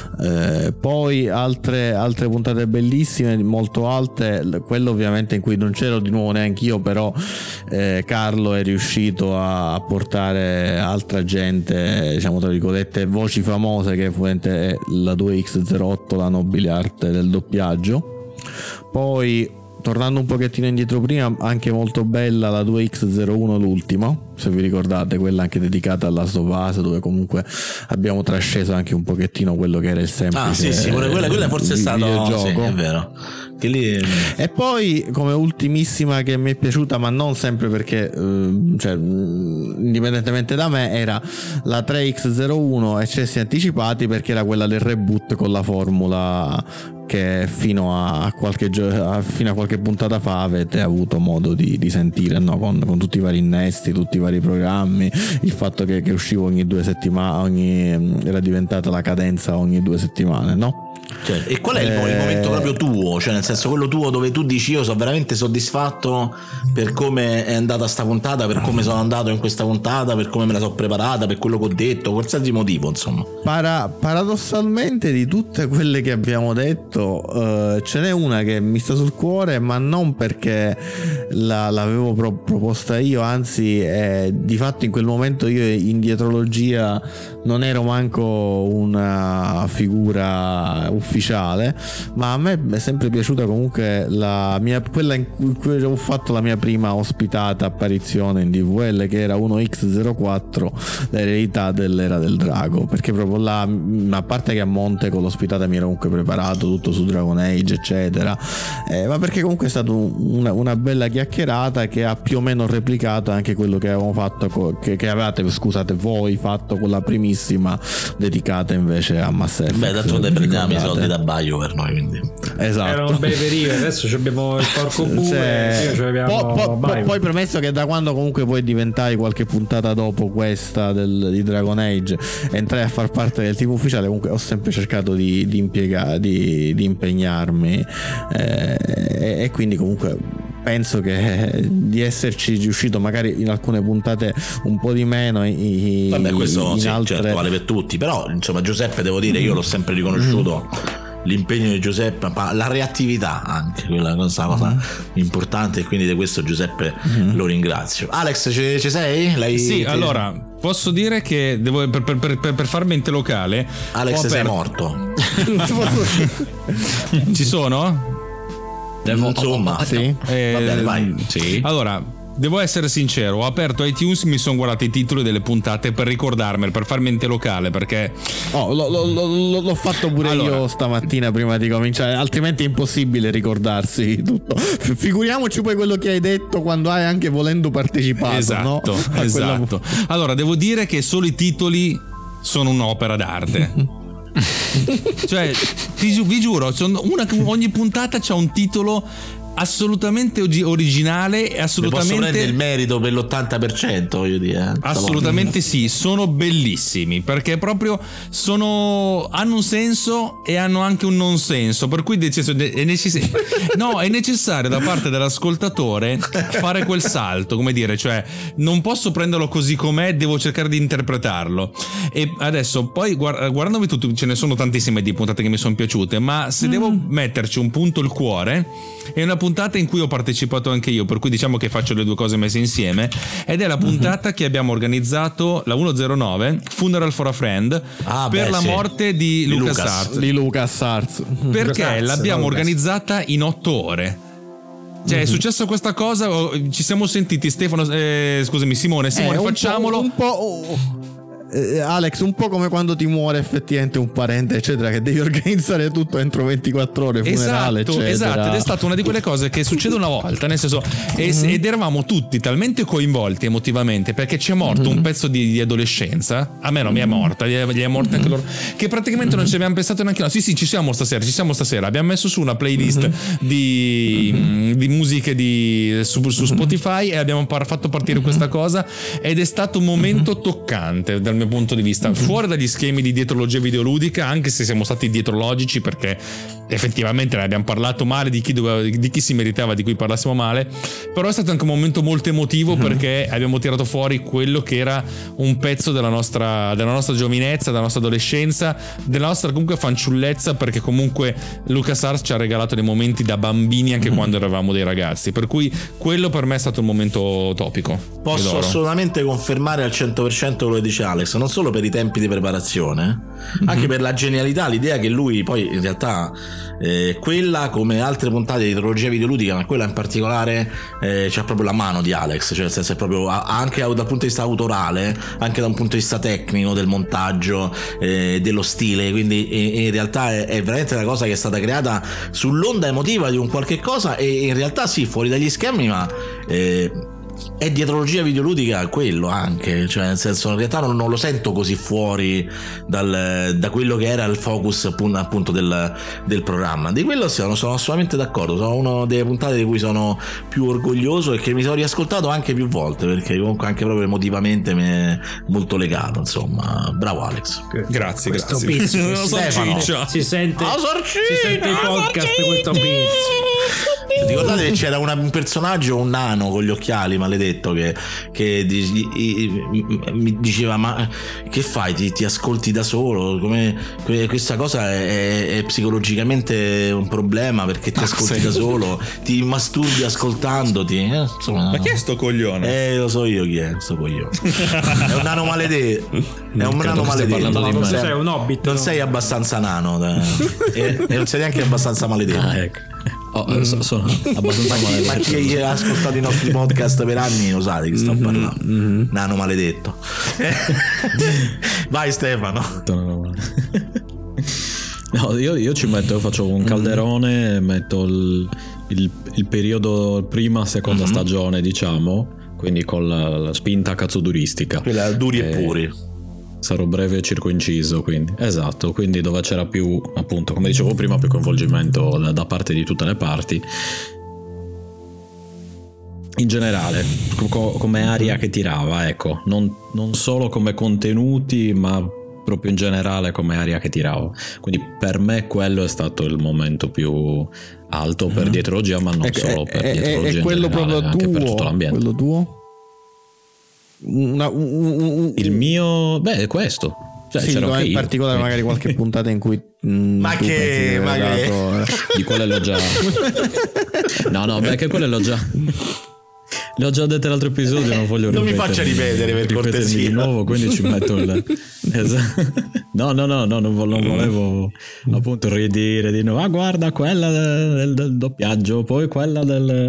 [SPEAKER 14] Poi altre puntate bellissime, molto alte, quello ovviamente in cui non c'ero di nuovo neanche io, però Carlo è riuscito a portare altra gente, diciamo tra virgolette voci famose, che è la 2x08, la nobile arte del doppiaggio. Poi tornando un pochettino indietro prima, anche molto bella la 2x01, l'ultima, se vi ricordate, quella anche dedicata alla Last of Us, dove comunque abbiamo trasceso anche un pochettino quello che era il semplice
[SPEAKER 11] quella forse è stato videogioco. Sì, è vero.
[SPEAKER 14] E poi come ultimissima che mi è piaciuta, ma non sempre perché indipendentemente da me, era la 3x01 Eccessi Anticipati, perché era quella del reboot con la formula che fino a qualche puntata fa avete avuto modo di sentire, no? Con tutti i vari innesti, tutti i vari programmi, il fatto che uscivo ogni 2 settimane, era diventata la cadenza ogni 2 settimane, no?
[SPEAKER 11] Cioè, e qual è il momento proprio tuo, cioè nel senso quello tuo dove tu dici io sono veramente soddisfatto per come è andata sta puntata, per come sono andato in questa puntata, per come me la sono preparata, per quello che ho detto, qualsiasi motivo, insomma?
[SPEAKER 14] Paradossalmente di tutte quelle che abbiamo detto ce n'è una che mi sta sul cuore, ma non perché l'avevo proposta io, anzi di fatto in quel momento io in dietrologia non ero manco una figura quella ufficiale, ma a me è sempre piaciuta comunque quella in cui ho fatto la mia prima ospitata apparizione in DVL, che era 1X04, l'eredità dell'era del drago, perché proprio là, a parte che a monte con l'ospitata mi ero comunque preparato tutto su Dragon Age eccetera, ma perché comunque è stata una bella chiacchierata che ha più o meno replicato anche quello che avevamo fatto che avevate, scusate, voi fatto con la primissima dedicata invece a Mass Effect.
[SPEAKER 11] Beh, d'altronde prendiamo i soldi da BioWare noi, quindi
[SPEAKER 14] esatto,
[SPEAKER 13] erano bei periodi. Adesso abbiamo il porco bue,
[SPEAKER 14] poi premesso che da quando comunque poi diventai qualche puntata dopo questa di Dragon Age entrai a far parte del team ufficiale, comunque ho sempre cercato di impegnarmi e quindi comunque penso che di esserci riuscito magari in alcune puntate un po' di meno
[SPEAKER 11] vabbè, questo
[SPEAKER 14] in
[SPEAKER 11] sì,
[SPEAKER 14] altre...
[SPEAKER 11] certo, vale per tutti, però insomma Giuseppe, devo dire, io l'ho sempre riconosciuto l'impegno di Giuseppe, la reattività anche, quella cosa importante, e quindi di questo Giuseppe lo ringrazio. Alex, ci sei?
[SPEAKER 18] Sì, allora posso dire che per far mente locale,
[SPEAKER 11] Alex, sei morto.
[SPEAKER 18] Ci sono?
[SPEAKER 11] Insomma,
[SPEAKER 14] sì.
[SPEAKER 11] Va bene, vai.
[SPEAKER 18] Sì. Allora, devo essere sincero, ho aperto iTunes, mi sono guardato i titoli delle puntate per ricordarmene, per far mente locale, perché
[SPEAKER 14] l'ho fatto pure io stamattina prima di cominciare, altrimenti è impossibile ricordarsi tutto. Figuriamoci poi quello che hai detto quando hai anche volendo partecipato.
[SPEAKER 18] Esatto,
[SPEAKER 14] no?
[SPEAKER 18] esatto. Allora, devo dire che solo i titoli sono un'opera d'arte. Cioè, vi giuro, ogni puntata c'ha un titolo assolutamente originale e assolutamente
[SPEAKER 11] posso prendere il merito per l'80%, voglio dire.
[SPEAKER 18] Assolutamente sì, sono bellissimi perché proprio hanno un senso e hanno anche un non senso, per cui è necessario da parte dell'ascoltatore fare quel salto, come dire, cioè non posso prenderlo così com'è, devo cercare di interpretarlo. E adesso poi guardandomi tutto, ce ne sono tantissime di puntate che mi sono piaciute, ma se devo metterci un punto il cuore, è una puntata in cui ho partecipato anche io, per cui diciamo che faccio le due cose messe insieme, ed è la puntata che abbiamo organizzato, la 109 Funeral for a Friend, la morte di
[SPEAKER 14] LucasArts,
[SPEAKER 18] perché l'abbiamo organizzata in 8 ore. Cioè è successa questa cosa, ci siamo sentiti Simone, facciamolo
[SPEAKER 14] un po'. Alex, un po' come quando ti muore effettivamente un parente eccetera, che devi organizzare tutto entro 24 ore, funerale eccetera.
[SPEAKER 18] Esatto, ed è stata una di quelle cose che succede una volta, nel senso ed eravamo tutti talmente coinvolti emotivamente, perché ci è morto un pezzo di adolescenza. A me non mi è morta, gli è morta anche loro, che praticamente non ci abbiamo pensato neanche noi. Sì, ci siamo stasera, abbiamo messo su una playlist di musiche su Spotify e abbiamo fatto partire questa cosa, ed è stato un momento toccante dal mio punto di vista, fuori dagli schemi di dietrologia videoludica, anche se siamo stati dietrologici, perché effettivamente ne abbiamo parlato male di chi si meritava di cui parlassimo male, però è stato anche un momento molto emotivo, perché abbiamo tirato fuori quello che era un pezzo della nostra giovinezza, della nostra adolescenza, della nostra comunque fanciullezza, perché comunque LucasArts ci ha regalato dei momenti da bambini anche quando eravamo dei ragazzi, per cui quello per me è stato un momento topico.
[SPEAKER 11] Posso assolutamente confermare al 100% quello che dice Alex, non solo per i tempi di preparazione, anche per la genialità, l'idea che lui poi in realtà quella, come altre puntate di teologia videoludica, ma quella in particolare c'ha proprio la mano di Alex, cioè nel senso è proprio anche dal punto di vista autorale, anche da un punto di vista tecnico, del montaggio, dello stile, quindi in realtà è veramente una cosa che è stata creata sull'onda emotiva di un qualche cosa, e in realtà sì, fuori dagli schemi, ma è dietrologia videoludica quello anche, cioè nel senso in realtà non lo sento così fuori da quello che era il focus appunto del programma. Di quello sono assolutamente d'accordo, sono una delle puntate di cui sono più orgoglioso e che mi sono riascoltato anche più volte, perché comunque anche proprio emotivamente mi è molto legato, insomma. Bravo Alex.
[SPEAKER 18] Grazie.
[SPEAKER 13] Stefano, si sente il podcast, questo pizzo.
[SPEAKER 11] Ricordate che c'era un personaggio, un nano con gli occhiali maledetto che mi diceva: ma che fai? Ti ascolti da solo? Questa cosa è psicologicamente un problema, perché ti ascolti da solo, ti masturbi ascoltandoti. Insomma,
[SPEAKER 18] ma chi è sto coglione?
[SPEAKER 11] Lo so io chi è sto coglione. È un nano maledetto. È un nano maledetto.
[SPEAKER 13] Sei un hobbit.
[SPEAKER 11] Non sei abbastanza nano e non sei neanche abbastanza maledetto.
[SPEAKER 19] Ecco. Sono abbastanza maledetto.
[SPEAKER 11] Ma chi ha ascoltato i nostri podcast per anni lo sa di che sto parlando. Nano maledetto. Vai Stefano.
[SPEAKER 19] No, io ci metto, io faccio un calderone, metto il periodo prima seconda stagione, diciamo, quindi con la spinta cazzoduristica,
[SPEAKER 11] quella duri e puri.
[SPEAKER 19] Sarò breve e circoinciso, quindi esatto, quindi dove c'era più, appunto, come dicevo prima, più coinvolgimento da parte di tutte le parti in generale, come aria che tirava, ecco, non solo come contenuti, ma proprio in generale come aria che tirava. Quindi per me quello è stato il momento più alto per dietrologia, ma non solo per dietrologia,
[SPEAKER 14] è quello
[SPEAKER 19] in generale,
[SPEAKER 14] proprio
[SPEAKER 19] anche
[SPEAKER 14] tuo,
[SPEAKER 19] per tutto l'ambiente.
[SPEAKER 14] Quello tuo?
[SPEAKER 19] Il mio, beh, è questo. Cioè,
[SPEAKER 14] sì, in particolare magari qualche puntata in cui
[SPEAKER 11] ma che
[SPEAKER 19] di quelle l'ho già no beh, che quelle l'ho già dette l'altro episodio, non voglio
[SPEAKER 11] non mi faccia ripetere per cortesia
[SPEAKER 19] di nuovo, quindi ci metto no, non volevo appunto ridire di nuovo. Guarda quella del doppiaggio, poi quella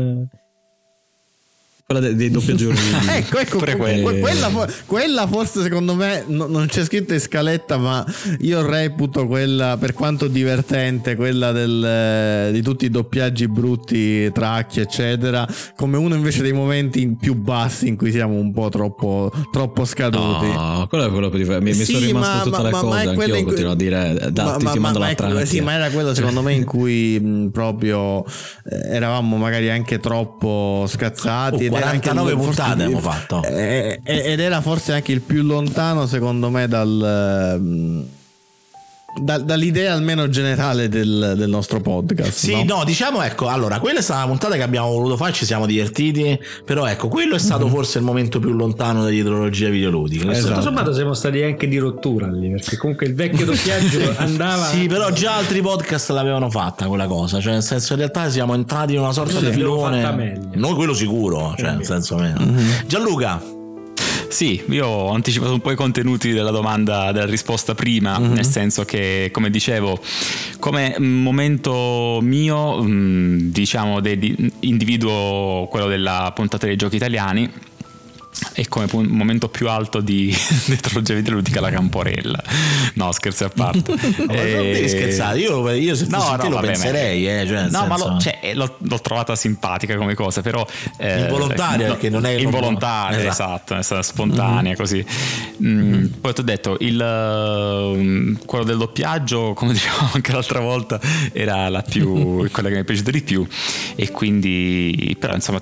[SPEAKER 19] dei doppiaggi
[SPEAKER 14] ecco quella forse secondo me non c'è scritto in scaletta, ma io reputo quella, per quanto divertente, quella di tutti i doppiaggi brutti, tracchi eccetera, come uno invece dei momenti più bassi in cui siamo un po' troppo scaduti.
[SPEAKER 19] No, quello è quello più divertente. Mi sono rimasto tutte le cose, anch'io continuo a dire ti mando la tracchia.
[SPEAKER 14] Sì, ma era quello secondo me in cui proprio eravamo magari anche troppo scazzati.
[SPEAKER 11] 49 puntate abbiamo fatto.
[SPEAKER 14] Ed era forse anche il più lontano, secondo me, dall'idea almeno generale del nostro podcast.
[SPEAKER 11] Sì, no, diciamo, ecco, allora, quella è stata una puntata che abbiamo voluto fare, ci siamo divertiti, però ecco, quello è stato forse il momento più lontano dell'idrologia videoludica.
[SPEAKER 13] Esatto. Tutto sommato siamo stati anche di rottura lì, perché comunque il vecchio doppiaggio andava.
[SPEAKER 11] Sì, però già altri podcast l'avevano fatta quella cosa, cioè nel senso, in realtà siamo entrati in una sorta di filone. Noi quello sicuro, cioè nel senso meno. Gianluca.
[SPEAKER 12] Sì, io ho anticipato un po' i contenuti della domanda, della risposta prima, nel senso che, come dicevo, come momento mio, diciamo, individuo quello della puntata dei giochi italiani, e come momento più alto di dietrologia videoludica la Camporella. No, scherzi a parte.
[SPEAKER 11] Non devi scherzare, io se fossi te lo penserei, cioè,
[SPEAKER 12] no, ma l'ho trovata simpatica come cosa, però
[SPEAKER 11] involontaria, perché non è
[SPEAKER 12] involontaria, esatto, è stata spontanea così. Poi ti ho detto quello del doppiaggio, come dicevamo anche l'altra volta, era quella che mi è piaciuta di più, e quindi però insomma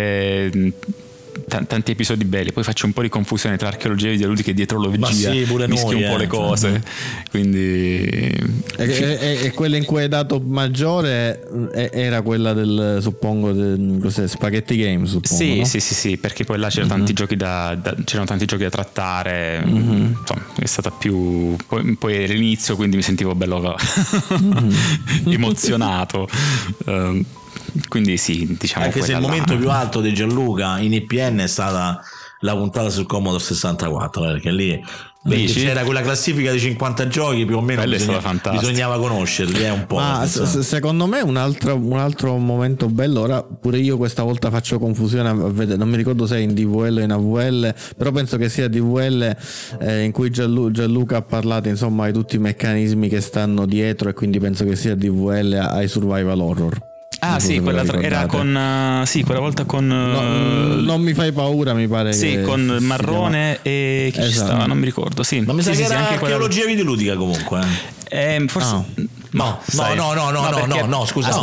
[SPEAKER 12] tanti episodi belli. Poi faccio un po' di confusione tra archeologia videoludica e dietrologia, mischio un po' le cose, quindi
[SPEAKER 14] e quella in cui hai dato maggiore era quella del, suppongo, cos'è, Spaghetti Games, suppongo,
[SPEAKER 12] sì,
[SPEAKER 14] no?
[SPEAKER 12] sì, perché poi là c'erano tanti giochi c'erano tanti giochi da trattare, insomma, è stata più poi all'inizio, quindi mi sentivo bello emozionato. Quindi sì, diciamo,
[SPEAKER 11] anche se il momento più alto di Gianluca in IPN è stata la puntata sul Commodore 64, perché lì c'era quella classifica di 50 giochi più o meno, bisognava conoscerli un po'.
[SPEAKER 14] Ma secondo me un altro momento bello, ora pure io questa volta faccio confusione a vedere, non mi ricordo se è in DVL o in AVL, però penso che sia DVL, in cui Gianluca ha parlato insomma di tutti i meccanismi che stanno dietro, e quindi penso che sia DVL ai survival horror.
[SPEAKER 12] Ah sì, quella era con quella volta con
[SPEAKER 14] non mi fai paura, mi pare,
[SPEAKER 12] sì,
[SPEAKER 14] che
[SPEAKER 12] con Marrone e chi ci stava, non mi ricordo, sì.
[SPEAKER 11] Ma mi sa che era
[SPEAKER 12] anche
[SPEAKER 11] archeologia videoludica comunque.
[SPEAKER 12] Forse
[SPEAKER 11] No, scusa.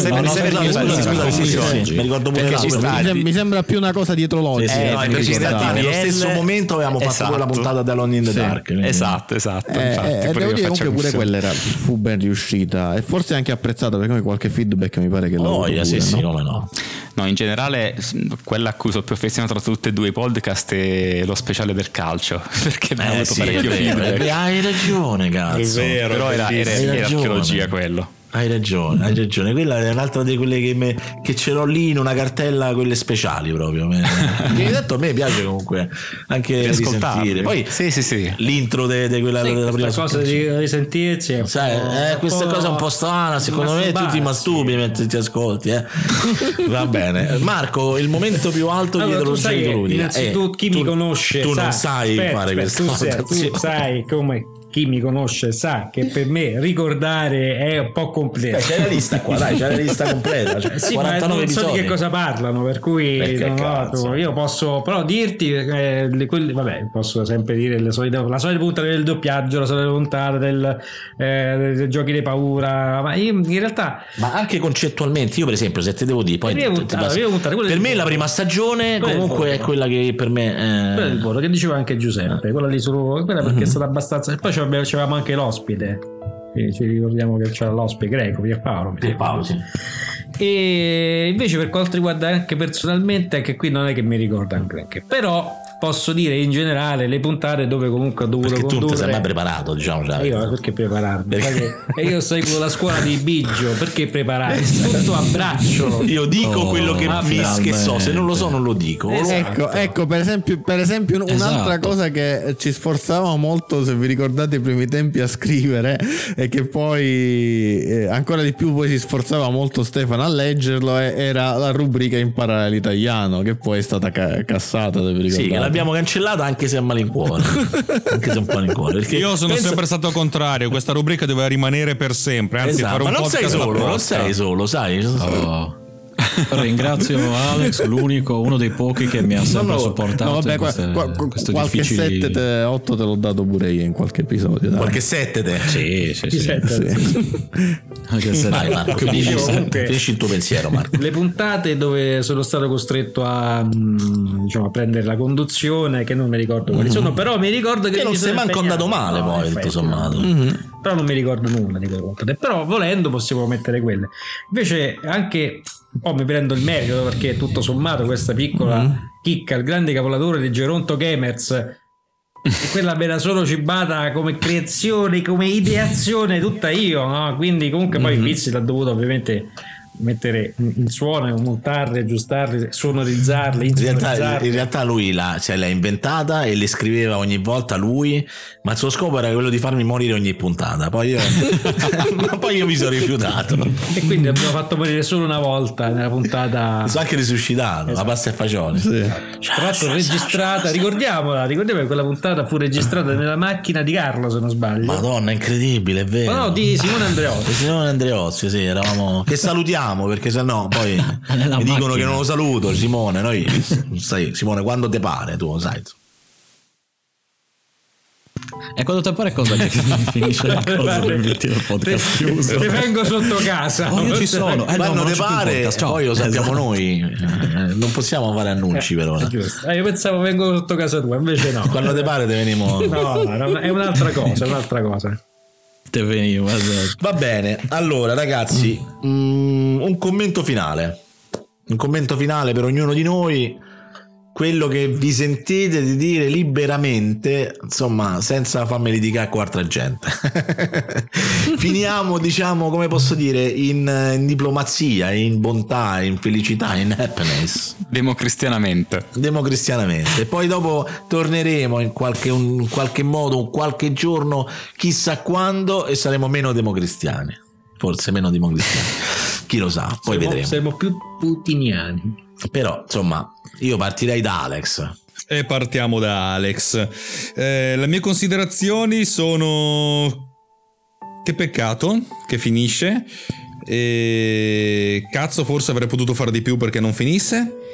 [SPEAKER 14] Mi ricordo pure mi sembra più una cosa dietro logica.
[SPEAKER 11] Perché in realtà nello stesso momento avevamo fatto la puntata dell'Alone in the Dark.
[SPEAKER 12] Esatto.
[SPEAKER 14] Devo dire comunque pure quella fu ben riuscita e forse anche apprezzata, perché qualche feedback mi pare che
[SPEAKER 11] come no.
[SPEAKER 12] No, in generale quella a cui sono più affezionato tra tutti e due i podcast è lo speciale del calcio, perché mi ha avuto parecchio feedback.
[SPEAKER 11] Hai ragione, cazzo.
[SPEAKER 12] È vero, però era archeologia quello.
[SPEAKER 11] Hai ragione. Quella è un'altra di quelle che ce l'ho lì in una cartella, quelle speciali proprio. Che intanto a me piace comunque anche risentire. Poi
[SPEAKER 12] sì.
[SPEAKER 11] l'intro di quella della prima
[SPEAKER 13] cosa di risentirsi.
[SPEAKER 11] Sai, questa cosa è un po' strana, secondo me tu ti masturbi mentre ti ascolti. Va bene. Marco, il momento più alto dietro l'oggetto ludico.
[SPEAKER 13] Innanzitutto chi mi conosce
[SPEAKER 11] tu non sai fare questa cosa.
[SPEAKER 13] Tu sai come. Chi mi conosce sa che per me ricordare è un po' complesso.
[SPEAKER 11] C'è la lista qua, c'è la lista completa. Cioè
[SPEAKER 13] sì, ma non so di che cosa parlano, per cui io posso però dirti posso sempre dire la solita puntata del doppiaggio, la solita puntata del giochi di paura, ma io in realtà
[SPEAKER 11] anche concettualmente io per esempio, se te devo dire poi per me la prima stagione comunque è quella che per me
[SPEAKER 13] quella del volo che diceva anche Giuseppe, quella lì quella perché è stata abbastanza. E poi c'avevamo anche l'ospite, ci ricordiamo che c'era l'ospite greco Pierpaolo,
[SPEAKER 11] sì.
[SPEAKER 13] E invece per quanto riguarda anche personalmente, anche qui non è che mi ricorda anche, però posso dire in generale le puntate dove comunque ho dovuto
[SPEAKER 11] perché
[SPEAKER 13] condurre.
[SPEAKER 11] Tu ti sei mai preparato, diciamo.
[SPEAKER 13] Io perché prepararmi? E io seguo la scuola di Biggio, perché prepararmi? Tutto a braccio.
[SPEAKER 11] Io dico quello che so, se non lo so non lo dico.
[SPEAKER 14] Esatto. Ecco per esempio un'altra cosa che ci sforzavamo molto, se vi ricordate i primi tempi, a scrivere, e che poi ancora di più poi si sforzava molto Stefano a leggerlo, era la rubrica Imparare l'italiano, che poi è stata cassata, se vi ricordate.
[SPEAKER 11] Sì, l'abbiamo cancellata anche se a malincuore. Anche se un po' in cuore.
[SPEAKER 18] Io sono sempre stato contrario, questa rubrica doveva rimanere per sempre, anzi fare un
[SPEAKER 11] ma non sei solo, sai.
[SPEAKER 19] Ringrazio Alex, uno dei pochi che mi ha sempre supportato.
[SPEAKER 14] Qualche difficili... 7-8 te l'ho dato pure io in qualche episodio. Dai.
[SPEAKER 11] Qualche 7 te?
[SPEAKER 19] Sì.
[SPEAKER 11] Vai Marco, finisci il tuo pensiero, Marco.
[SPEAKER 13] Le puntate dove sono stato costretto a prendere la conduzione, che non mi ricordo quali sono, però mi ricordo che
[SPEAKER 11] non si è manco andato male poi, tutto sommato.
[SPEAKER 13] Però non mi ricordo nulla di quelle puntate, però volendo possiamo mettere quelle. Invece anche un po' mi prendo il merito, perché tutto sommato questa piccola chicca, il grande capolatore di Geronto Gamers, quella me la sono cibata come creazione, come ideazione tutta io, no? Quindi comunque poi Pizzi l'ha dovuto ovviamente mettere il suono, montarli, aggiustarli, sonorizzarli,
[SPEAKER 11] in realtà lui l'ha inventata e le scriveva ogni volta lui, ma il suo scopo era quello di farmi morire ogni puntata. Poi io mi sono rifiutato
[SPEAKER 13] e quindi abbiamo fatto morire solo una volta nella puntata.
[SPEAKER 11] Mi sono anche risuscitato, la pasta e fagioli,
[SPEAKER 13] tra l'altro registrata, ricordiamo che quella puntata fu registrata nella macchina di Carlo, se non sbaglio.
[SPEAKER 11] Madonna, incredibile, è vero.
[SPEAKER 13] No, di Simone
[SPEAKER 11] Andreozzi, sì, eravamo, che salutiamo, perché sennò poi mi dicono che non lo saluto. Simone, noi sai, Simone, quando te pare, tu lo sai.
[SPEAKER 19] E quando te pare cosa che finisce la cosa per il podcast chiuso?
[SPEAKER 13] Ti vengo sotto casa.
[SPEAKER 19] Io ci sono.
[SPEAKER 11] Quando te pare, poi lo sappiamo noi. Non possiamo fare annunci per ora.
[SPEAKER 13] Io pensavo vengo sotto casa tua, invece no.
[SPEAKER 11] Quando te pare te veniamo.
[SPEAKER 13] No, è un'altra cosa.
[SPEAKER 19] Te venivo.
[SPEAKER 11] Va bene, allora ragazzi, un commento finale per ognuno di noi, quello che vi sentite di dire liberamente, insomma, senza farmi litigare con altra gente. Finiamo, diciamo, come posso dire, in diplomazia, in bontà, in felicità, in happiness.
[SPEAKER 12] Democristianamente.
[SPEAKER 11] E poi dopo torneremo in qualche modo, qualche giorno, chissà quando, e saremo meno democristiani. Forse meno democristiani. Chi lo sa, poi vedremo.
[SPEAKER 13] Saremo più putiniani.
[SPEAKER 11] Però, insomma, io partirei da Alex.
[SPEAKER 18] E partiamo da Alex. Le mie considerazioni sono: che peccato che finisce. Cazzo, forse avrei potuto fare di più perché non finisse.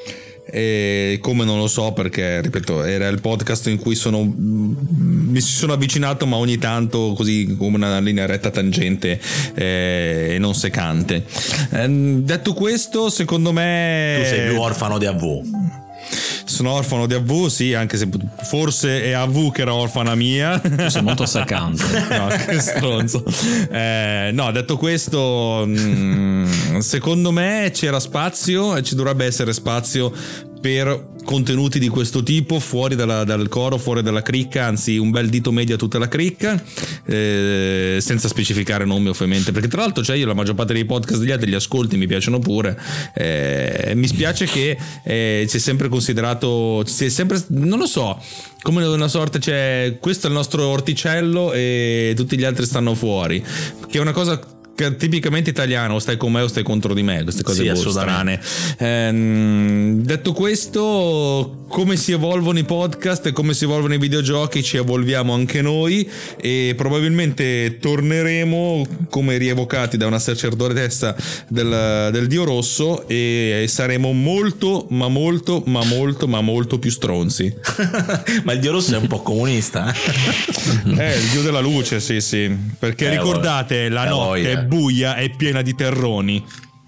[SPEAKER 18] e come non lo so, perché ripeto, era il podcast in cui mi si sono avvicinato, ma ogni tanto così come una linea retta tangente e non secante. Detto questo, secondo me
[SPEAKER 11] tu sei più orfano di AV.
[SPEAKER 18] Sono orfano di AV, sì, anche se forse è AV che era orfana mia.
[SPEAKER 19] Tu sei molto secante.
[SPEAKER 18] No, che stronzo. No, detto questo, secondo me c'era spazio e ci dovrebbe essere spazio per contenuti di questo tipo fuori dal coro, fuori dalla cricca, anzi un bel dito medio a tutta la cricca, senza specificare nomi ovviamente, perché tra l'altro io la maggior parte dei podcast degli altri li ascolti, mi piacciono pure, mi spiace che c'è sempre considerato, non lo so, come una sorta, cioè questo è il nostro orticello e tutti gli altri stanno fuori, che è una cosa tipicamente italiano, o stai con me o stai contro di me, queste cose strane. Detto questo, come si evolvono i podcast e come si evolvono i videogiochi, ci evolviamo anche noi e probabilmente torneremo come rievocati da una sacerdotessa del Dio Rosso e saremo molto più stronzi.
[SPEAKER 11] Ma il Dio Rosso è un po' comunista,
[SPEAKER 18] il Dio della luce, sì, perché ricordate, la notte è buia e piena di terroni.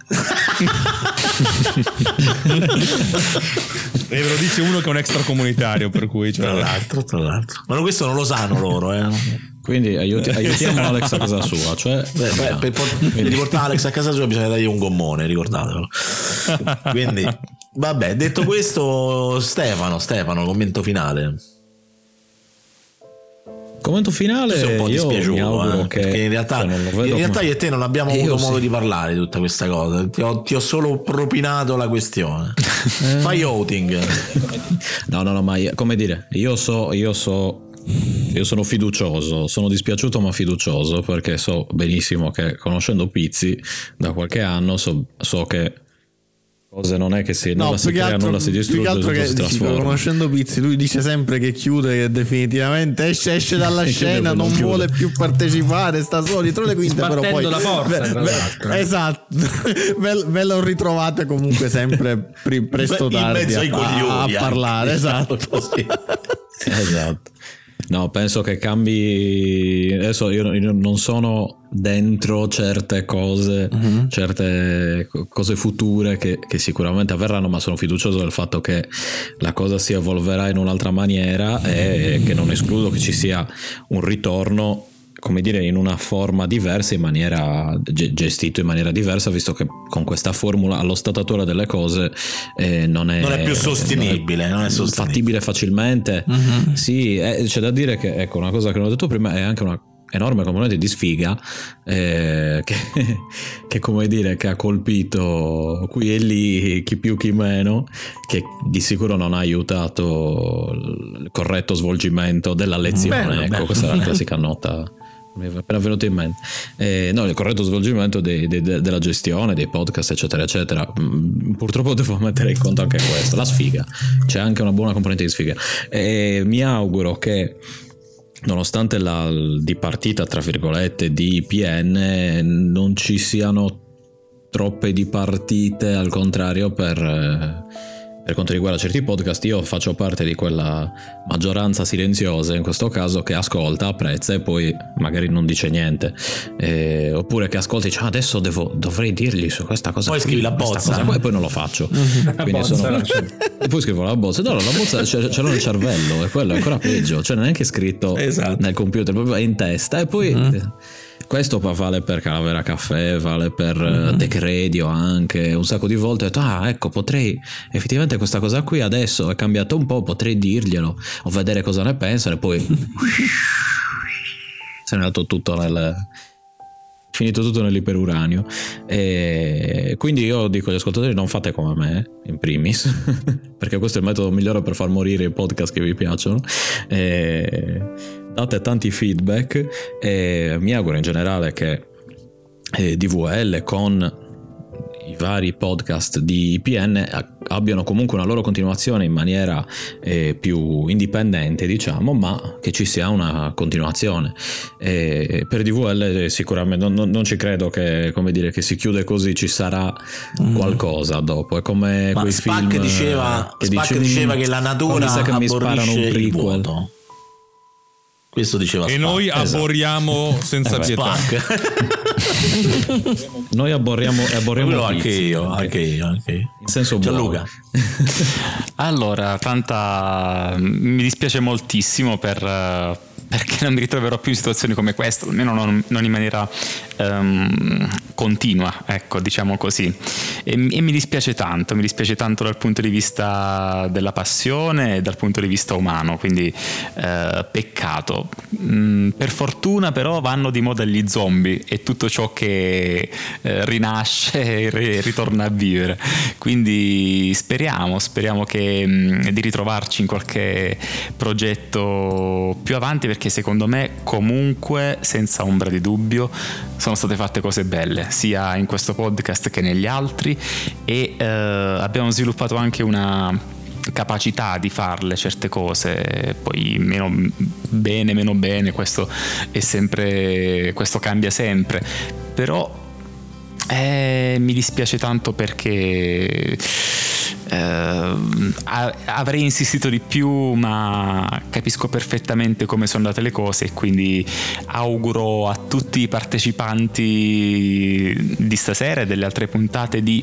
[SPEAKER 18] E ve lo dice uno che è un extracomunitario, per cui
[SPEAKER 11] tra l'altro. Ma questo non lo sanno loro,
[SPEAKER 19] Quindi aiutiamo Alex a casa sua, cioè
[SPEAKER 11] per riportare Alex a casa sua bisogna dargli un gommone, ricordatelo. Quindi vabbè, detto questo, Stefano, commento finale.
[SPEAKER 19] Commento finale,
[SPEAKER 11] sei un po' dispiaciuto,
[SPEAKER 19] mi auguro che
[SPEAKER 11] in realtà io e te non abbiamo avuto modo di parlare di tutta questa cosa, ti ho solo propinato la questione. Fai outing.
[SPEAKER 19] No, ma come dire, io sono fiducioso, sono dispiaciuto ma fiducioso, perché so benissimo che, conoscendo Pizzi da qualche anno, so che cose non è che nulla si crea, nulla si distrugge,
[SPEAKER 14] più che altro che
[SPEAKER 19] si trasforma.
[SPEAKER 14] Conoscendo Pizzi, lui dice sempre che chiude, che definitivamente esce dalla scena, non vuole più partecipare, sta solo dietro le quinte, però poi
[SPEAKER 13] la porta,
[SPEAKER 14] esatto, ve lo ritrovate comunque sempre presto tardi a parlare, esatto.
[SPEAKER 19] Esatto. No, penso che cambi. Adesso io non sono dentro certe cose, certe cose future che sicuramente avverranno, ma sono fiducioso del fatto che la cosa si evolverà in un'altra maniera e che non escludo che ci sia un ritorno, come dire, in una forma diversa, in maniera gestito in maniera diversa, visto che con questa formula allo stato attuale delle cose non è più sostenibile, non è fattibile facilmente. Sì, c'è da dire che, ecco, una cosa che non ho detto prima, è anche una enorme componente di sfiga che come dire, che ha colpito qui e lì, chi più chi meno, che di sicuro non ha aiutato il corretto svolgimento della lezione. Questa è la classica nota mi è appena venuto in mente. No, il corretto svolgimento della gestione dei podcast, eccetera eccetera. Purtroppo devo mettere in conto anche questo, la sfiga. C'è anche una buona componente di sfiga e mi auguro che, nonostante la dipartita tra virgolette di IPN, non ci siano troppe dipartite, al contrario, per quanto riguarda certi podcast. Io faccio parte di quella maggioranza silenziosa in questo caso, che ascolta, apprezza e poi magari non dice niente, oppure che ascolta e dice adesso dovrei dirgli su questa cosa, poi
[SPEAKER 11] scrivi la bozza
[SPEAKER 19] e poi non lo faccio. Quindi e poi scrivo la bozza. No, la bozza ce l'ho nel cervello, e quello è ancora peggio, cioè non è neanche scritto nel computer, proprio è in testa. E poi questo vale per Calavera Caffè, vale per Tech Radio, anche un sacco di volte ho detto ecco, potrei effettivamente, questa cosa qui adesso è cambiata un po', potrei dirglielo o vedere cosa ne pensano, e poi se ne è andato tutto finito tutto nell'iperuranio. E quindi io dico agli ascoltatori: non fate come me, in primis, perché questo è il metodo migliore per far morire i podcast che vi piacciono. Date tanti feedback e mi auguro in generale che DVL, con i vari podcast di IPN abbiano comunque una loro continuazione in maniera più indipendente, diciamo, ma che ci sia una continuazione. Per DVL sicuramente non ci credo che, come dire, che si chiude così, ci sarà qualcosa dopo. È come quei
[SPEAKER 11] Spack
[SPEAKER 19] film
[SPEAKER 11] diceva che la natura aborrisce il vuoto. Questo diceva
[SPEAKER 18] e
[SPEAKER 11] Spack.
[SPEAKER 18] Noi aborriamo senza pietà.
[SPEAKER 19] Noi aborriamo
[SPEAKER 11] anche io.
[SPEAKER 19] In senso buono.
[SPEAKER 11] Gianluca.
[SPEAKER 12] Allora, mi dispiace moltissimo perché non mi ritroverò più in situazioni come questa, almeno non in maniera continua, ecco, diciamo così. E mi dispiace tanto dal punto di vista della passione e dal punto di vista umano, quindi peccato. Per fortuna però vanno di moda gli zombie e tutto ciò che rinasce e ritorna a vivere, quindi speriamo di ritrovarci in qualche progetto più avanti, perché secondo me comunque, senza ombra di dubbio, sono state fatte cose belle sia in questo podcast che negli altri, e abbiamo sviluppato anche una capacità di farle certe cose, poi meno bene, questo cambia sempre, però mi dispiace tanto perché avrei insistito di più, ma capisco perfettamente come sono andate le cose, e quindi auguro a tutti i partecipanti di stasera e delle altre puntate di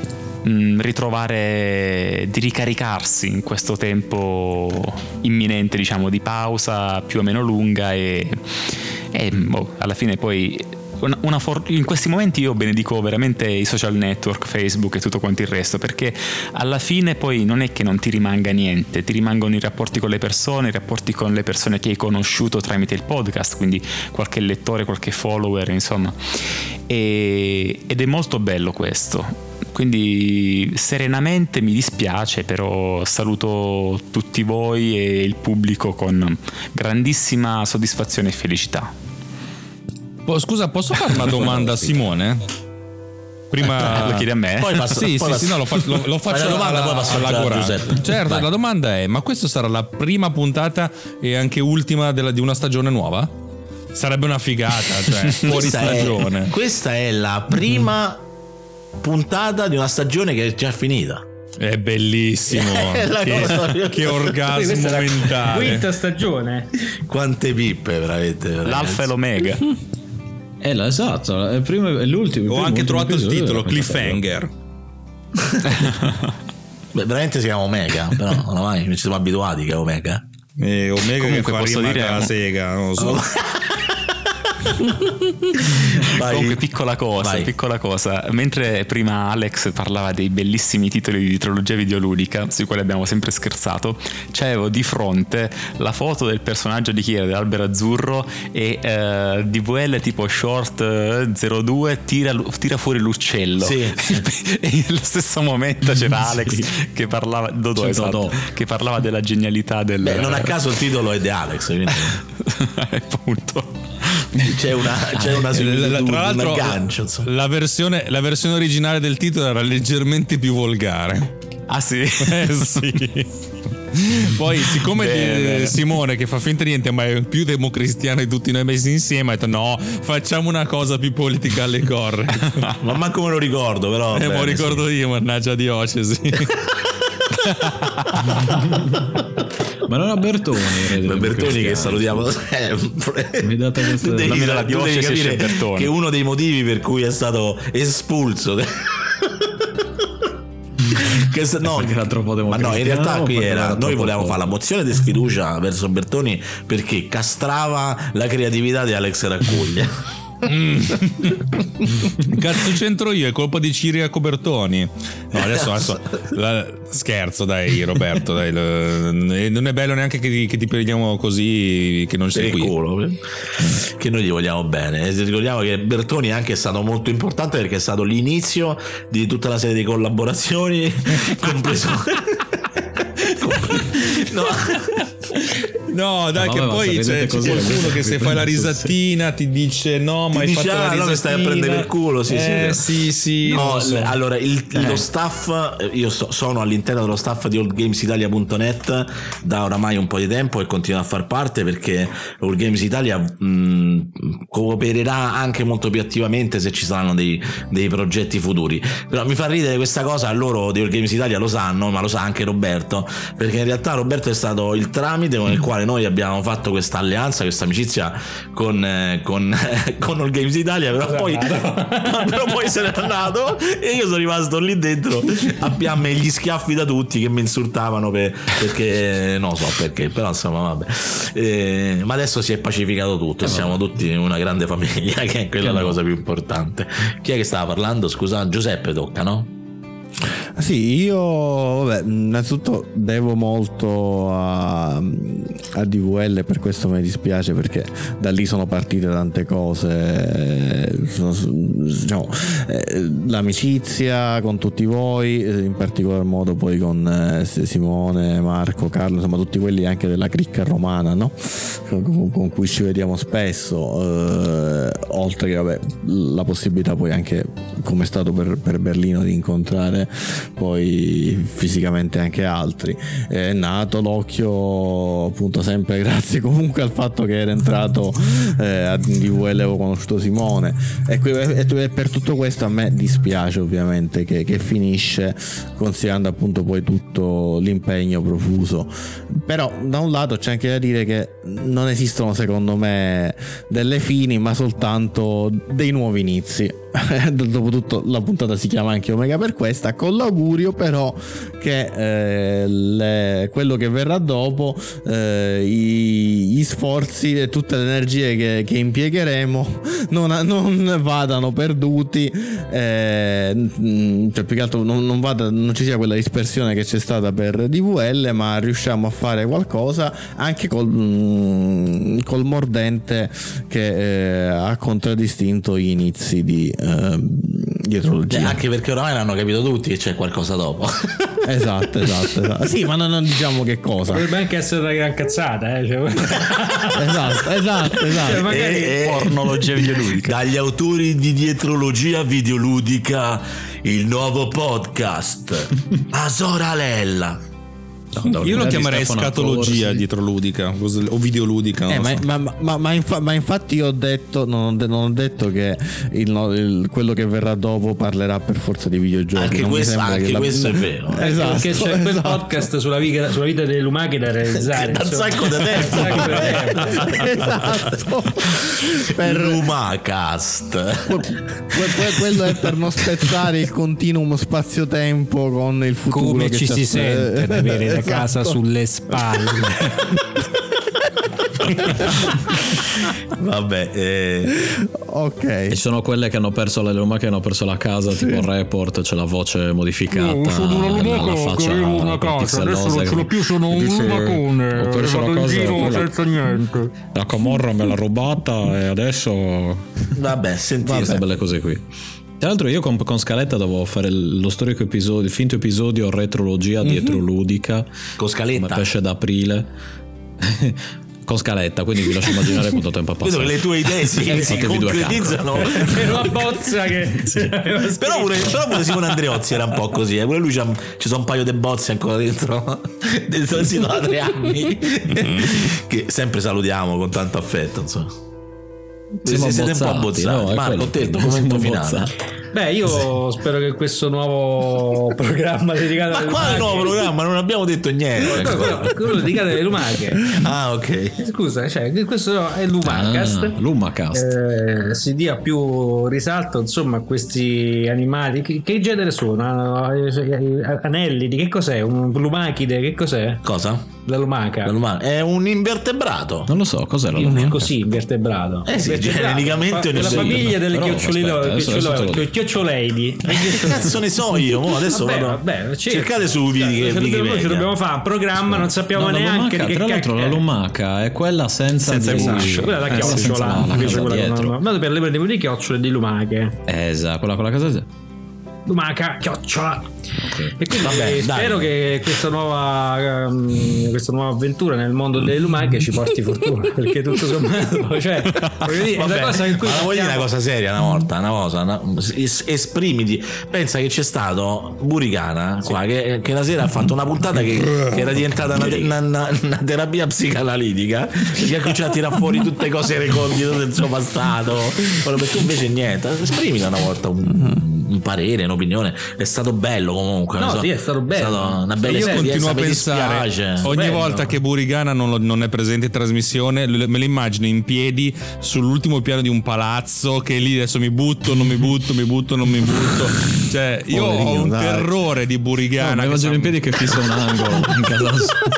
[SPEAKER 12] ricaricarsi in questo tempo imminente, diciamo, di pausa più o meno lunga, e alla fine poi in questi momenti io benedico veramente i social network, Facebook e tutto quanto il resto, perché alla fine poi non è che non ti rimanga niente, ti rimangono i rapporti con le persone, i rapporti con le persone che hai conosciuto tramite il podcast, quindi qualche lettore, qualche follower, insomma, ed è molto bello questo. Quindi serenamente mi dispiace, però saluto tutti voi e il pubblico con grandissima soddisfazione e felicità.
[SPEAKER 18] Scusa, posso fare una domanda a Simone? Prima
[SPEAKER 12] lo chiedi a me?
[SPEAKER 18] Poi passo, lo faccio
[SPEAKER 11] la domanda, poi passo
[SPEAKER 18] alla Goran. Certo,
[SPEAKER 11] vai.
[SPEAKER 18] La domanda è: ma questa sarà la prima puntata e anche ultima di una stagione nuova? Sarebbe una figata, cioè fuori stagione.
[SPEAKER 11] Questa è la prima puntata di una stagione che è già finita.
[SPEAKER 18] È bellissimo. Che orgasmo mentale.
[SPEAKER 13] Quinta stagione.
[SPEAKER 11] Quante pippe, veramente.
[SPEAKER 12] L'alfa e l'omega.
[SPEAKER 19] Esatto, è primo e l'ultimo.
[SPEAKER 18] Ho anche trovato il titolo, Cliffhanger.
[SPEAKER 11] Beh, veramente si chiama Omega, però oramai ci siamo abituati che è Omega.
[SPEAKER 18] Omega comunque che fa rima con la sega, non lo so.
[SPEAKER 12] Comunque piccola cosa, mentre prima Alex parlava dei bellissimi titoli di trilogia videoludica sui quali abbiamo sempre scherzato, c'avevo di fronte la foto del personaggio di chi era, dell'Albero Azzurro, e DVL tipo short 02 tira fuori l'uccello, sì. E nello stesso momento c'era Alex che parlava che parlava della genialità del...
[SPEAKER 11] Beh, non a caso il titolo è di Alex, quindi...
[SPEAKER 12] appunto.
[SPEAKER 11] C'è una similitudine,
[SPEAKER 18] tra l'altro,
[SPEAKER 11] un aggancio,
[SPEAKER 18] la versione originale del titolo era leggermente più volgare.
[SPEAKER 12] Ah sì?
[SPEAKER 18] Sì. Poi siccome Simone, che fa finta di niente ma è più democristiano di tutti noi messi insieme, ha detto no, facciamo una cosa più politically correct.
[SPEAKER 11] Ma manco me lo ricordo, però
[SPEAKER 18] me lo ricordo io, mannaggia diocesi.
[SPEAKER 19] Ma non a Bertoni
[SPEAKER 11] che salutiamo sempre.
[SPEAKER 19] Mi date questa...
[SPEAKER 11] tu devi capire che uno dei motivi per cui è stato espulso
[SPEAKER 19] era troppo
[SPEAKER 11] ma no, in realtà qui era, noi volevamo fare la mozione di sfiducia verso Bertoni perché castrava la creatività di Alex Raccuglia.
[SPEAKER 18] Cazzo c'entro io, è colpa di Ciriaco Bertoni. No, adesso scherzo, dai Roberto, dai, non è bello neanche che ti prendiamo così, che non sei qui
[SPEAKER 11] culo, che noi gli vogliamo bene. Ricordiamo che Bertoni anche è stato molto importante perché è stato l'inizio di tutta la serie di collaborazioni compreso no.
[SPEAKER 18] No, dai, che poi c'è qualcuno che se fai la risatina ti dice no, ma hai fatto la risatina.
[SPEAKER 11] No, stai a prendere per culo, sì. No, allora lo staff, io sono all'interno dello staff di oldgamesitalia.net da oramai un po' di tempo e continuo a far parte, perché Old Games Italia coopererà anche molto più attivamente se ci saranno dei progetti futuri. Però mi fa ridere questa cosa, loro di Old Games Italia lo sanno, ma lo sa anche Roberto, perché in realtà Roberto è stato il tramite con il quale noi abbiamo fatto questa alleanza, questa amicizia con Old Games Italia, però poi se n'è andato e io sono rimasto lì dentro a piamme gli schiaffi da tutti che mi insultavano perché non so perché, però insomma vabbè, ma adesso si è pacificato tutto e siamo tutti una grande famiglia, che è quella la cosa più importante. Chi è che stava parlando? Scusa, Giuseppe tocca, no?
[SPEAKER 14] Sì, io innanzitutto devo molto a DVL, per questo mi dispiace, perché da lì sono partite tante cose, diciamo, l'amicizia con tutti voi, in particolar modo poi con Simone, Marco, Carlo, insomma tutti quelli anche della cricca romana, no? con cui ci vediamo spesso, oltre che la possibilità poi anche, come è stato per Berlino, di incontrare poi fisicamente anche altri. È nato l'occhio appunto sempre grazie comunque al fatto che era entrato a DVL, avevo conosciuto Simone e per tutto questo a me dispiace ovviamente che finisce, considerando appunto poi tutto l'impegno profuso. Però da un lato c'è anche da dire che non esistono secondo me delle fini, ma soltanto dei nuovi inizi. Dopotutto la puntata si chiama anche Omega per questa, con l'augurio però che quello che verrà dopo, gli sforzi e tutte le energie che impiegheremo non vadano perduti, cioè più che altro non ci sia quella dispersione che c'è stata per DVL, ma riusciamo a fare qualcosa anche col mordente che ha contraddistinto gli inizi di dietrologia.
[SPEAKER 11] Anche perché oramai l'hanno capito tutti che c'è qualcosa dopo.
[SPEAKER 14] Esatto. Sì, ma non diciamo che cosa.
[SPEAKER 13] Potrebbe anche essere una gran cazzata, cioè.
[SPEAKER 14] Esatto.
[SPEAKER 13] Cioè, magari
[SPEAKER 11] pornologia videoludica. Dagli autori di Dietrologia Videoludica, il nuovo podcast Asora Lella.
[SPEAKER 18] Io lo chiamerei scatologia dietroludica o videoludica,
[SPEAKER 14] ma infatti io non ho detto che quello che verrà dopo parlerà per forza di videogiochi.
[SPEAKER 11] Anche questo è vero.
[SPEAKER 13] Esatto, perché c'è quel podcast sulla vita delle lumache da realizzare
[SPEAKER 11] da un sacco di tempo.
[SPEAKER 14] Esatto.
[SPEAKER 11] Per Lumacast.
[SPEAKER 14] Quello è per non spezzare il continuum spazio-tempo con il futuro.
[SPEAKER 13] Come ci si sente ad avere la casa sulle spalle.
[SPEAKER 11] Vabbè,
[SPEAKER 14] ok.
[SPEAKER 19] E sono quelle che hanno perso le lumache, che hanno perso la casa, tipo il report, c'è la voce modificata, la faccia
[SPEAKER 13] una casa, adesso non ce l'ho più, sono un lumacone,
[SPEAKER 19] ho perso la casa
[SPEAKER 13] senza niente,
[SPEAKER 19] la camorra me l'ha rubata e adesso
[SPEAKER 11] vabbè, sentite
[SPEAKER 19] queste belle cose qui. Tra l'altro io con Scaletta dovevo fare lo storico episodio, il finto episodio retrologia dietroludica
[SPEAKER 11] con Scaletta,
[SPEAKER 19] come pesce d'aprile. Con Scaletta, quindi vi lascio immaginare quanto tempo ha passato.
[SPEAKER 11] Vedo che le tue idee si concretizzano
[SPEAKER 13] per la bozza che
[SPEAKER 11] però pure Simone Andreozzi era un po' così, pure lui ci sono un paio di bozze ancora dentro il sito da 3 anni che sempre salutiamo con tanto affetto, insomma. Siete un po' abbozzati, no? Marco, te il documento finale.
[SPEAKER 13] Beh, io spero che questo nuovo programma dedicato
[SPEAKER 11] ma quale nuovo programma? Non abbiamo detto niente.
[SPEAKER 13] Quello dedicato alle lumache.
[SPEAKER 11] Ah, ok.
[SPEAKER 13] Scusa, cioè, questo è Lumacast.
[SPEAKER 19] Lumacast.
[SPEAKER 13] Si dia più risalto, insomma, a questi animali. Che genere sono? Anelli, di che cos'è? Un lumachide, che cos'è?
[SPEAKER 11] Cosa?
[SPEAKER 13] La lumaca.
[SPEAKER 11] È un invertebrato.
[SPEAKER 19] Non lo so, cos'è la lumaca?
[SPEAKER 13] Così, invertebrato.
[SPEAKER 11] Sì, genericamente
[SPEAKER 13] la famiglia delle chioccioledi.
[SPEAKER 11] Che cazzo ne so io? Adesso cercate su Wikipedia.
[SPEAKER 13] Ci dobbiamo fare un programma, non sappiamo neanche
[SPEAKER 19] di che. Tra l'altro la lumaca è quella senza
[SPEAKER 13] guscio. Quella la chiocciola.
[SPEAKER 19] Ma
[SPEAKER 13] per le chiocciole di lumache.
[SPEAKER 19] Esatto, quella casa.
[SPEAKER 13] lumaca@. E quindi spero che questa nuova avventura nel mondo delle lumache ci porti fortuna, perché tutto sommato, cioè, voglio dire,
[SPEAKER 11] vabbè,
[SPEAKER 13] una cosa in cui
[SPEAKER 11] vuoi dire una cosa seria una cosa, esprimiti. Pensa che c'è stato Burigana qua che la sera ha fatto una puntata che era diventata una terapia psicanalitica, che ha cominciato a tirare fuori tutte le cose recondite del suo passato, perché tu invece niente. Esprimiti una volta un parere, un'opinione. È stato bello comunque.
[SPEAKER 13] No, sì, è stato bello.
[SPEAKER 11] È stata una bella
[SPEAKER 18] io
[SPEAKER 11] esperienza.
[SPEAKER 18] Continuo a pensare ogni volta che Burigana non è presente in trasmissione, me lo immagino in piedi sull'ultimo piano di un palazzo, che lì adesso mi butto, non mi butto, mi butto, non mi butto. Cioè, io ho un terrore di Burigana.
[SPEAKER 19] Mi immagino in piedi che fissa un angolo in casa.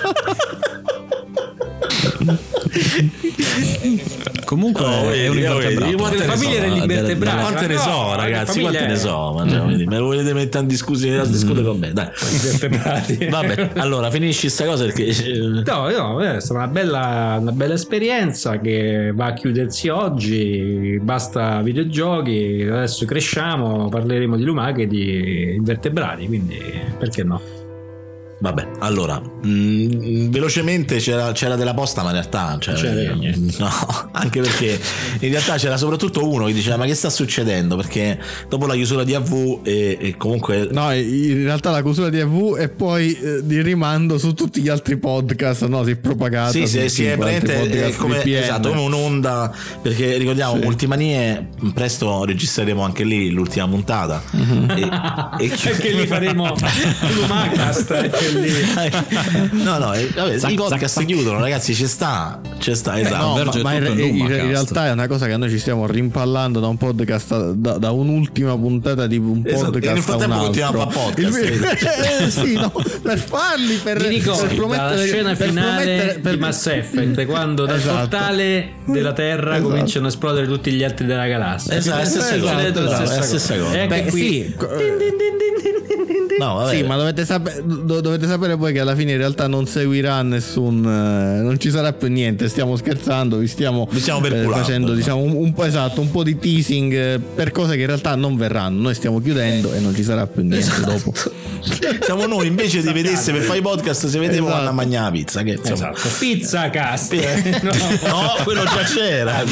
[SPEAKER 19] Comunque è un invertebrato.
[SPEAKER 13] Quante famiglie degli invertebrati?
[SPEAKER 11] Quante ne so, ragazzi? Quante ne so? Me lo volete mettere in discussione con me? Dai, invertebrati. Vabbè, allora finisci sta cosa perché
[SPEAKER 13] no, è stata una bella esperienza che va a chiudersi oggi. Basta videogiochi, adesso cresciamo, parleremo di lumache e di invertebrati, quindi perché no?
[SPEAKER 11] Vabbè, allora velocemente c'era della posta, ma in realtà no, anche perché in realtà c'era soprattutto uno che diceva: ma che sta succedendo? Perché dopo la chiusura di AV e comunque
[SPEAKER 14] no, in realtà la chiusura di AV e poi di rimando su tutti gli altri podcast, no, si è propagata.
[SPEAKER 11] Sì, si è praticamente come un'onda, perché ricordiamo Multimanie, presto registreremo anche lì l'ultima puntata e
[SPEAKER 13] anche lì faremo Lumacast.
[SPEAKER 11] No, vabbè, i podcast chiudono, ragazzi, ci sta, esatto.
[SPEAKER 14] No, ma in realtà è una cosa che noi ci stiamo rimpallando da un podcast, da un'ultima puntata di un podcast a un altro. Sì, no, per farli, per
[SPEAKER 13] promettere la scena finale di Mass Effect, quando dal portale della Terra cominciano a esplodere tutti gli altri della galassia.
[SPEAKER 11] Esatto, stessa cosa.
[SPEAKER 13] Qui
[SPEAKER 11] no, vabbè.
[SPEAKER 14] Sì, ma dovete sapere poi che alla fine in realtà non seguirà nessun, non ci sarà più niente. Stiamo scherzando, vi stiamo facendo un po' esatto, un po' di teasing per cose che in realtà non verranno. Noi stiamo chiudendo e non ci sarà più niente dopo.
[SPEAKER 11] Siamo noi, invece di vedesse per fare i podcast, se vedevo a mangiare la pizza, che
[SPEAKER 13] esatto. Pizza cast.
[SPEAKER 11] No, quello già c'era.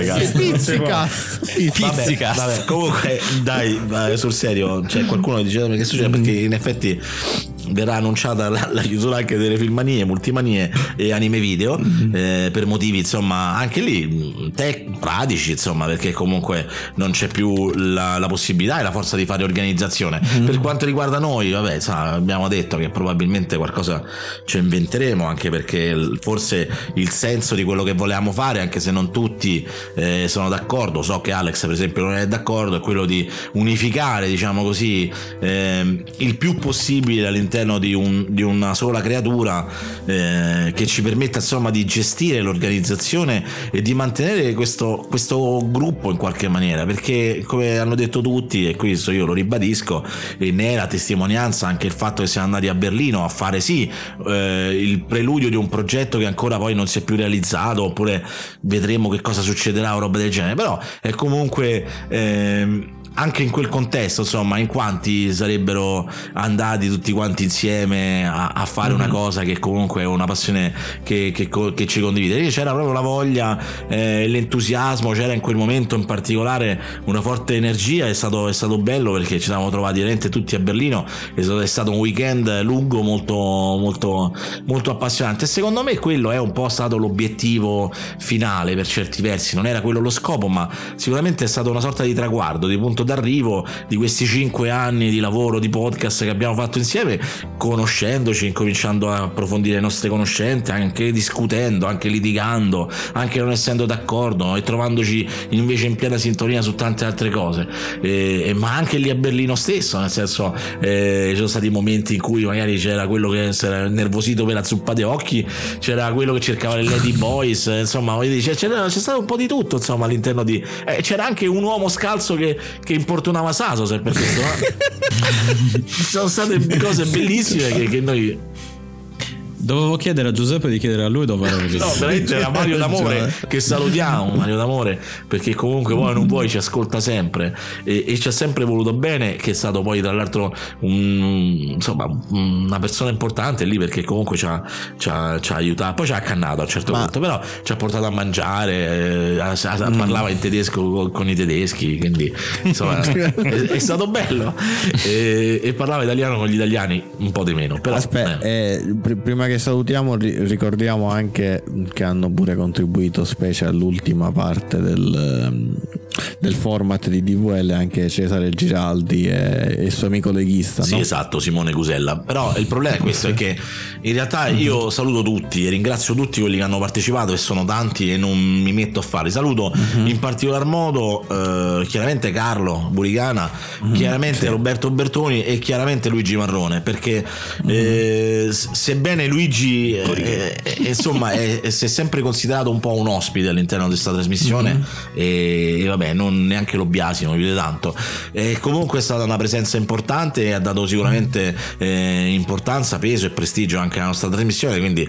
[SPEAKER 14] Pizzicast.
[SPEAKER 11] Vabbè, comunque dai, sul serio, c'è qualcuno che dice che succede, perché in effetti verrà annunciata la chiusura anche delle Filmanie, Multimanie e Anime Video, per motivi insomma anche lì pratici, insomma, perché comunque non c'è più la possibilità e la forza di fare organizzazione. Per quanto riguarda noi, vabbè, abbiamo detto che probabilmente qualcosa ci inventeremo, anche perché forse il senso di quello che volevamo fare, anche se non tutti sono d'accordo, so che Alex per esempio non è d'accordo, è quello di unificare, diciamo così, il più possibile all'interno di una sola creatura, che ci permetta insomma di gestire l'organizzazione e di mantenere questo gruppo in qualche maniera, perché come hanno detto tutti, e questo io lo ribadisco, e ne è la testimonianza anche il fatto che siamo andati a Berlino a fare il preludio di un progetto che ancora poi non si è più realizzato, oppure vedremo che cosa succederà o roba del genere, però è comunque anche in quel contesto, insomma, in quanti sarebbero andati tutti quanti insieme a fare una cosa che comunque è una passione che ci condivide. C'era proprio la voglia, l'entusiasmo, c'era in quel momento in particolare una forte energia. È stato bello perché ci siamo trovati veramente tutti a Berlino, è stato un weekend lungo, molto molto molto appassionante, e secondo me quello è un po' stato l'obiettivo finale per certi versi. Non era quello lo scopo, ma sicuramente è stato una sorta di traguardo, di punto d'arrivo di questi 5 anni di lavoro di podcast che abbiamo fatto insieme, conoscendoci, incominciando a approfondire le nostre conoscenze, anche discutendo, anche litigando, anche non essendo d'accordo, e trovandoci invece in piena sintonia su tante altre cose, ma anche lì a Berlino stesso, nel senso, ci sono stati momenti in cui magari c'era quello che si era nervosito per la zuppa dei occhi, c'era quello che cercava le Lady Boys, insomma c'è stato un po' di tutto, insomma, all'interno di c'era anche un uomo scalzo che importunava Saso, se per questo ci sono state cose bellissime che noi
[SPEAKER 19] Dovevo chiedere a Giuseppe di chiedere a lui dove era
[SPEAKER 11] No, veramente era Mario D'Amore, che salutiamo, Mario D'Amore, perché comunque vuoi non vuoi ci ascolta sempre e ci ha sempre voluto bene, che è stato poi tra l'altro una persona importante lì, perché comunque ci ha aiutato, poi ci ha accannato a un certo punto, però ci ha portato a mangiare, parlava in tedesco con i tedeschi, quindi insomma è stato bello, e parlava italiano con gli italiani un po' di meno, però
[SPEAKER 14] prima che salutiamo ricordiamo anche che hanno pure contribuito specie all'ultima parte del format di DVL anche Cesare Giraldi e il suo amico leghista,
[SPEAKER 11] sì,
[SPEAKER 14] no?
[SPEAKER 11] Esatto, Simone Cusella. Però il problema è questo, è che in realtà io saluto tutti e ringrazio tutti quelli che hanno partecipato, e sono tanti e non mi metto a fare. Saluto in particolar modo chiaramente Carlo Buricana, chiaramente Roberto Bertoni e chiaramente Luigi Marrone, perché sebbene Luigi insomma si è sempre considerato un po' un ospite all'interno di questa trasmissione, e vabbè, non neanche lo biasimo più di tanto, comunque è stata una presenza importante e ha dato sicuramente importanza, peso e prestigio anche alla nostra trasmissione, quindi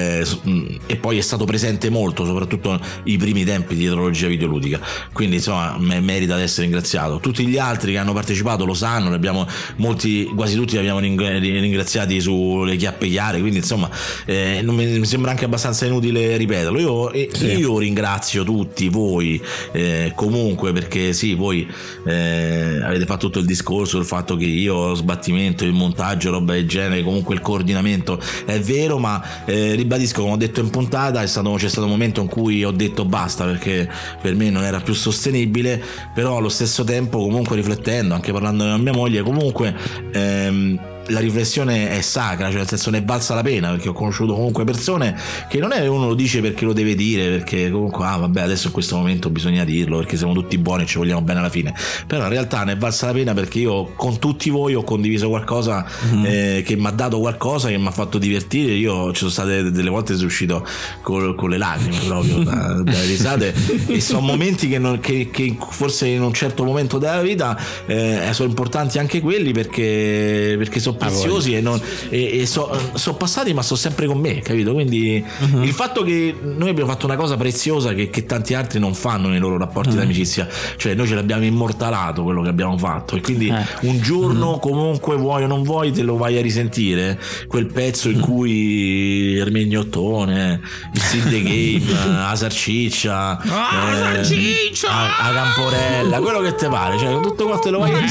[SPEAKER 11] e poi è stato presente molto, soprattutto i primi tempi di Dietrologia Videoludica, quindi insomma merita di essere ringraziato. Tutti gli altri che hanno partecipato lo sanno, ne abbiamo quasi tutti li abbiamo ringraziati sulle chiappe chiare, quindi insomma mi sembra anche abbastanza inutile ripeterlo. Io ringrazio tutti voi comunque, perché sì, voi avete fatto tutto il discorso del fatto che io sbattimento, il montaggio, roba del genere, comunque il coordinamento è vero, ma ribadisco, come ho detto in puntata, c'è stato un momento in cui ho detto basta, perché per me non era più sostenibile, però allo stesso tempo comunque riflettendo, anche parlando con mia moglie, comunque la riflessione è sacra, cioè nel senso ne è valsa la pena, perché ho conosciuto comunque persone che non è uno lo dice perché lo deve dire, perché comunque vabbè, adesso in questo momento bisogna dirlo perché siamo tutti buoni e ci vogliamo bene alla fine, però in realtà ne è valsa la pena, perché io con tutti voi ho condiviso qualcosa che mi ha dato qualcosa, che mi ha fatto divertire. Io ci sono state delle volte sono uscito con le lacrime proprio dalle risate, e sono momenti che forse in un certo momento della vita sono importanti anche quelli, perché sono preziosi e sono passati, ma sono sempre con me, capito? Quindi il fatto che noi abbiamo fatto una cosa preziosa che tanti altri non fanno nei loro rapporti d'amicizia, cioè noi ce l'abbiamo immortalato quello che abbiamo fatto, e quindi un giorno comunque vuoi o non vuoi te lo vai a risentire, quel pezzo in cui il Mignottone, il Sid the Game, la Sarciccia, la Camporella, quello che te pare, cioè tutto quanto te lo vai a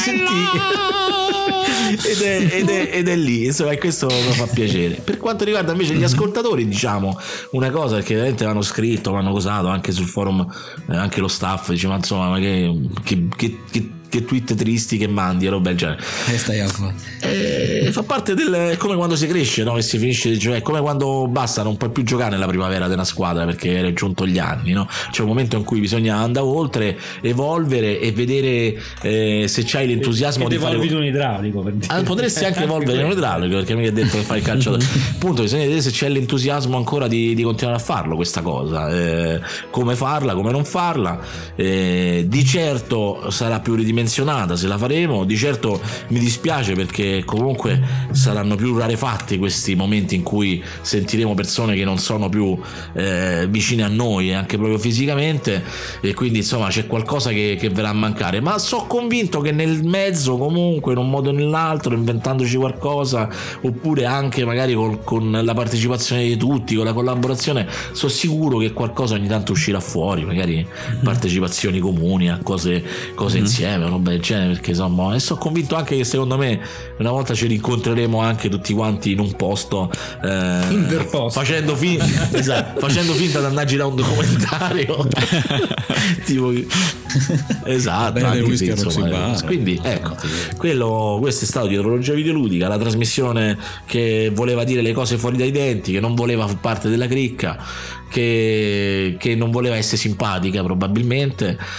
[SPEAKER 11] risentire ed è lì, insomma, e questo mi fa piacere. Per quanto riguarda invece gli ascoltatori, diciamo una cosa, perché veramente hanno scritto, hanno cosato anche sul forum, anche lo staff dice ma insomma, ma che tweet tristi che mandi e roba del genere, fa parte del, come quando si cresce, no? Che si finisce, cioè è come quando basta, non puoi più giocare nella primavera di una squadra perché hai raggiunto gli anni, no? C'è un momento in cui bisogna andare oltre, evolvere e vedere se c'hai l'entusiasmo di fare
[SPEAKER 13] un idraulico, per dire.
[SPEAKER 11] Potresti anche evolvere in un idraulico, perché mi ha detto che fai il calciatore. Appunto, bisogna vedere se c'è l'entusiasmo ancora di continuare a farlo, questa cosa, come farla, come non farla. Di certo sarà più ridimensionata se la faremo, di certo mi dispiace perché comunque saranno più rarefatti questi momenti in cui sentiremo persone che non sono più vicine a noi, anche proprio fisicamente, e quindi insomma c'è qualcosa che verrà a mancare, ma sono convinto che nel mezzo comunque in un modo o nell'altro, inventandoci qualcosa, oppure anche magari con la partecipazione di tutti, con la collaborazione, sono sicuro che qualcosa ogni tanto uscirà fuori, magari partecipazioni comuni a cose insieme, roba del genere, perché insomma, e sono convinto anche che secondo me una volta ci rincontreremo anche tutti quanti in un posto facendo finta di andare a girare un documentario tipo esatto, anche se, insomma, quindi ecco, questo è stato Dietrologia Videoludica, la trasmissione che voleva dire le cose fuori dai denti, che non voleva far parte della cricca, che non voleva essere simpatica probabilmente,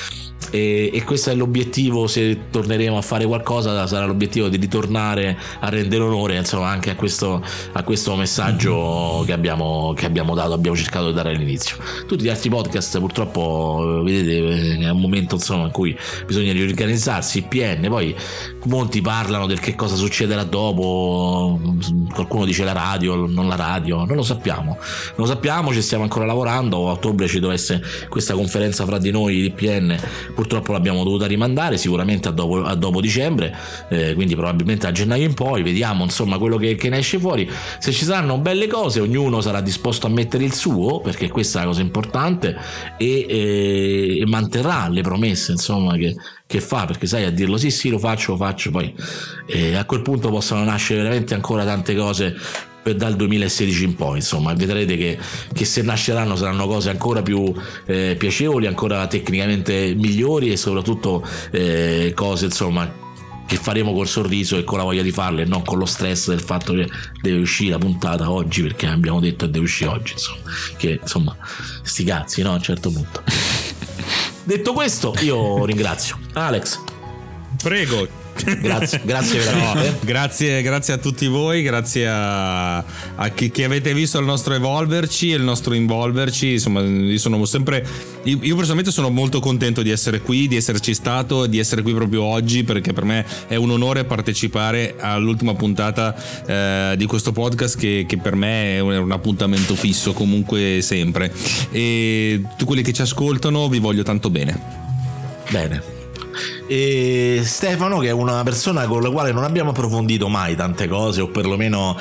[SPEAKER 11] e questo è l'obiettivo. Se torneremo a fare qualcosa sarà l'obiettivo di ritornare a rendere onore, insomma, anche a questo messaggio che abbiamo dato, abbiamo cercato di dare all'inizio. Tutti gli altri podcast purtroppo vedete è un momento, insomma, in cui bisogna riorganizzarsi. IPN, poi molti parlano del che cosa succederà dopo, qualcuno dice la radio, non la radio, non lo sappiamo, ci stiamo ancora lavorando. A ottobre ci doveva essere questa conferenza fra di noi di IPN, purtroppo l'abbiamo dovuta rimandare, sicuramente a dopo dicembre, quindi probabilmente a gennaio in poi, vediamo insomma quello che ne esce fuori. Se ci saranno belle cose, ognuno sarà disposto a mettere il suo, perché questa è la cosa importante, e manterrà le promesse, insomma, che fa, perché sai, a dirlo sì lo faccio, poi a quel punto possono nascere veramente ancora tante cose dal 2016 in poi, insomma, vedrete che se nasceranno saranno cose ancora più piacevoli, ancora tecnicamente migliori, e soprattutto cose, insomma, che faremo col sorriso e con la voglia di farle, e non con lo stress del fatto che deve uscire la puntata oggi, perché abbiamo detto che deve uscire oggi, insomma, che insomma sti cazzi, no, a un certo punto. Detto questo, io ringrazio Alex.
[SPEAKER 18] Prego.
[SPEAKER 11] Grazie veramente.
[SPEAKER 18] Grazie a tutti voi, grazie a chi avete visto il nostro evolverci e il nostro involverci. Insomma, io personalmente sono molto contento di essere qui, di esserci stato, di essere qui proprio oggi, perché per me è un onore partecipare all'ultima puntata di questo podcast, che per me è un appuntamento fisso comunque sempre, e tutti quelli che ci ascoltano vi voglio tanto bene.
[SPEAKER 11] E Stefano, che è una persona con la quale non abbiamo approfondito mai tante cose, o perlomeno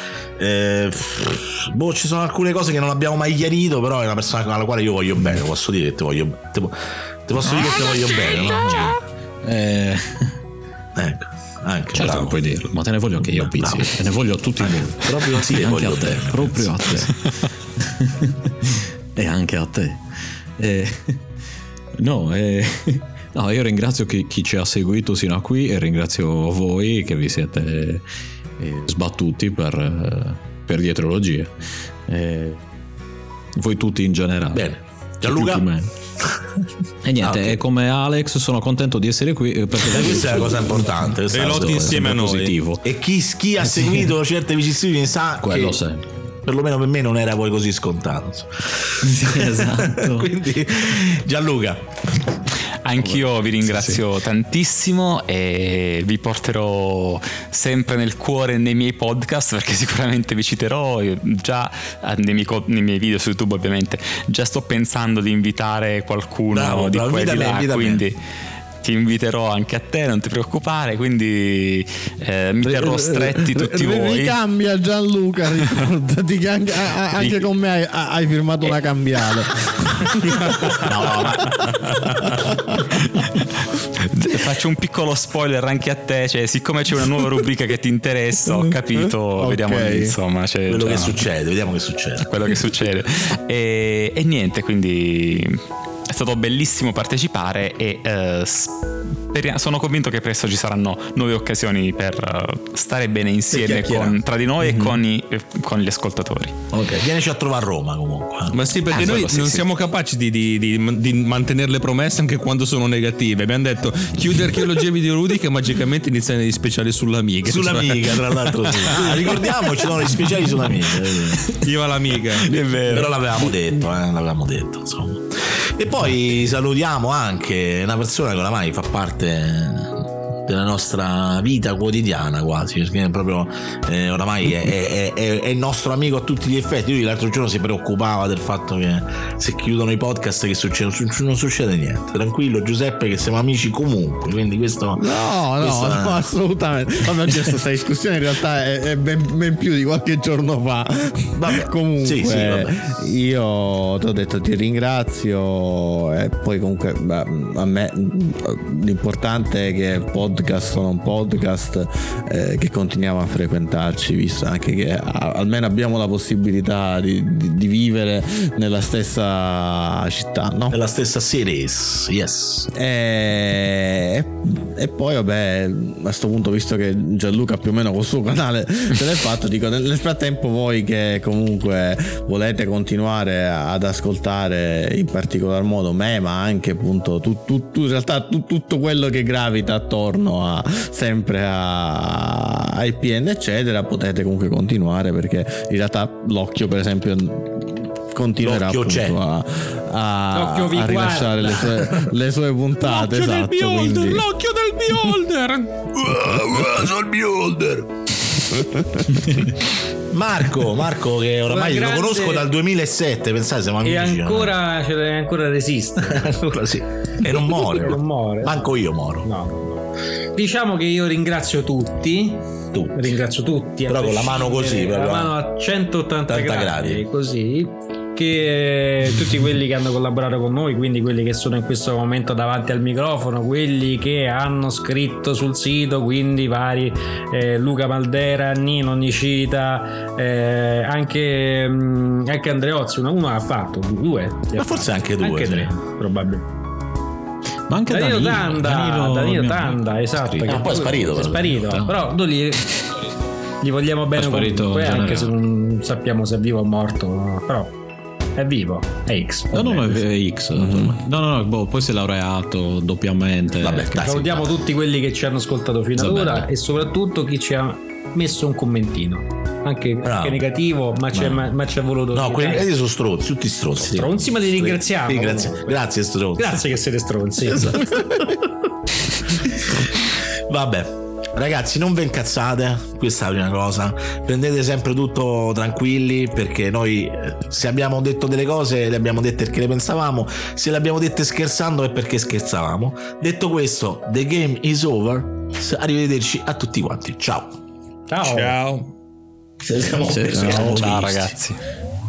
[SPEAKER 11] ci sono alcune cose che non abbiamo mai chiarito, però è una persona alla quale io voglio bene, posso dire che ti voglio bene, no?
[SPEAKER 19] Ecco,
[SPEAKER 11] anche
[SPEAKER 19] certo, non puoi dirlo, ma te ne voglio anche io, Pizzi, te ne voglio a tutti voi,
[SPEAKER 11] proprio a te,
[SPEAKER 19] anche a te, proprio a te e anche a te. No, io ringrazio chi ci ha seguito sino a qui, e ringrazio voi che vi siete sbattuti per dietrologie, voi tutti in generale.
[SPEAKER 11] Bene, Gianluca.
[SPEAKER 19] E niente,
[SPEAKER 11] okay.
[SPEAKER 19] Come Alex sono contento di essere qui, perché
[SPEAKER 11] questa è la cosa importante,
[SPEAKER 18] e lotti insieme a noi
[SPEAKER 19] positivo.
[SPEAKER 11] E chi ha seguito certe vicissitudini sa
[SPEAKER 19] quello
[SPEAKER 11] che
[SPEAKER 19] sempre,
[SPEAKER 11] perlomeno per me non era poi così scontato.
[SPEAKER 19] Sì, esatto.
[SPEAKER 11] Quindi Gianluca,
[SPEAKER 12] anch'io vi ringrazio tantissimo, e vi porterò sempre nel cuore nei miei podcast, perché sicuramente vi citerò già nei miei video su YouTube. Ovviamente già sto pensando di invitare qualcuno di qua e di là, quindi ti inviterò anche a te, non ti preoccupare, quindi mi terrò stretti tutti voi.
[SPEAKER 14] Ricambia Gianluca, ricordati che anche con me hai firmato una cambiale.
[SPEAKER 12] Faccio un piccolo spoiler anche a te, cioè, siccome c'è una nuova rubrica che ti interessa, ho capito, okay. Vediamo lì, insomma,
[SPEAKER 11] quello che succede, vediamo che succede.
[SPEAKER 12] Quello che succede. E niente, quindi è stato bellissimo partecipare, e sono convinto che presto ci saranno nuove occasioni per stare bene insieme tra di noi e con gli ascoltatori.
[SPEAKER 11] Ok, vienici a trovare a Roma comunque.
[SPEAKER 18] Ma sì, perché noi non siamo capaci di mantenere le promesse anche quando sono negative. Abbiamo detto chiudere archeologia videoludica e magicamente iniziano gli speciali sull'Amiga.
[SPEAKER 11] Sull'Amiga, tra l'altro. Sì. Ricordiamo, ci sono gli speciali sull'Amiga.
[SPEAKER 18] Viva l'Amiga.
[SPEAKER 11] È vero. Però l'avevamo detto, insomma. E poi salutiamo anche una persona che oramai fa parte della nostra vita quotidiana quasi, perché proprio oramai è il nostro amico a tutti gli effetti. Lui l'altro giorno si preoccupava del fatto che se chiudono i podcast che succede, non succede niente, tranquillo Giuseppe, che siamo amici comunque, quindi questo
[SPEAKER 14] no, assolutamente. Vabbè, questa discussione in realtà è ben più di qualche giorno fa.
[SPEAKER 11] Vabbè,
[SPEAKER 14] comunque
[SPEAKER 11] sì, vabbè.
[SPEAKER 14] Io ti ho detto ti ringrazio, e poi comunque a me l'importante è che il podcast podcast o non podcast, che continuiamo a frequentarci, visto anche che almeno abbiamo la possibilità di vivere nella stessa città, no?
[SPEAKER 11] Nella stessa series, yes.
[SPEAKER 14] E poi vabbè, a questo punto, visto che Gianluca più o meno col suo canale se l'è fatto, dico, nel frattempo voi che comunque volete continuare ad ascoltare in particolar modo me, ma anche appunto in realtà tutto quello che gravita attorno sempre a IPN eccetera, potete comunque continuare, perché in realtà l'occhio per esempio continuerà appunto a rilasciare le sue puntate.
[SPEAKER 17] L'occhio
[SPEAKER 14] esatto,
[SPEAKER 17] del beholder,
[SPEAKER 14] quindi...
[SPEAKER 17] l'occhio del beholder.
[SPEAKER 11] Sono il beholder. Marco che oramai lo conosco dal 2007, pensate, siamo amici.
[SPEAKER 13] E ancora resiste.
[SPEAKER 11] Ancora sì. E non muore. Manco io moro.
[SPEAKER 13] No. Diciamo che io ringrazio tutti. Ringrazio tutti.
[SPEAKER 11] Però con la mano così,
[SPEAKER 13] la mano a 180 gradi. Così. Che tutti quelli che hanno collaborato con noi, quindi quelli che sono in questo momento davanti al microfono, quelli che hanno scritto sul sito, quindi vari Luca Maldera, Nino Nicita, anche Andreozzi, uno ha fatto, due,
[SPEAKER 11] ma forse anche due,
[SPEAKER 13] anche tre probabilmente. Ma anche Danilo Tanda, esatto, che
[SPEAKER 11] poi è sparito,
[SPEAKER 13] però noi gli vogliamo bene comunque, anche se non sappiamo se è vivo o morto, però è vivo, è X.
[SPEAKER 19] No, è X. No, poi si è laureato doppiamente.
[SPEAKER 13] Vabbè, salutiamo tutti quelli che ci hanno ascoltato fino ad ora e soprattutto chi ci ha messo un commentino, anche negativo, ma ci ha voluto.
[SPEAKER 11] No, quelli sono stronzi, tutti stronzi.
[SPEAKER 13] Stronzi, ma li ringraziamo.
[SPEAKER 11] Grazie stronzi.
[SPEAKER 13] Grazie che siete stronzi.
[SPEAKER 11] Esatto. Vabbè. Ragazzi, non ve incazzate, questa è la prima cosa. Prendete sempre tutto tranquilli, perché noi se abbiamo detto delle cose le abbiamo dette perché le pensavamo, se le abbiamo dette scherzando è perché scherzavamo. Detto questo, the game is over. Arrivederci a tutti quanti. Ciao
[SPEAKER 12] ragazzi.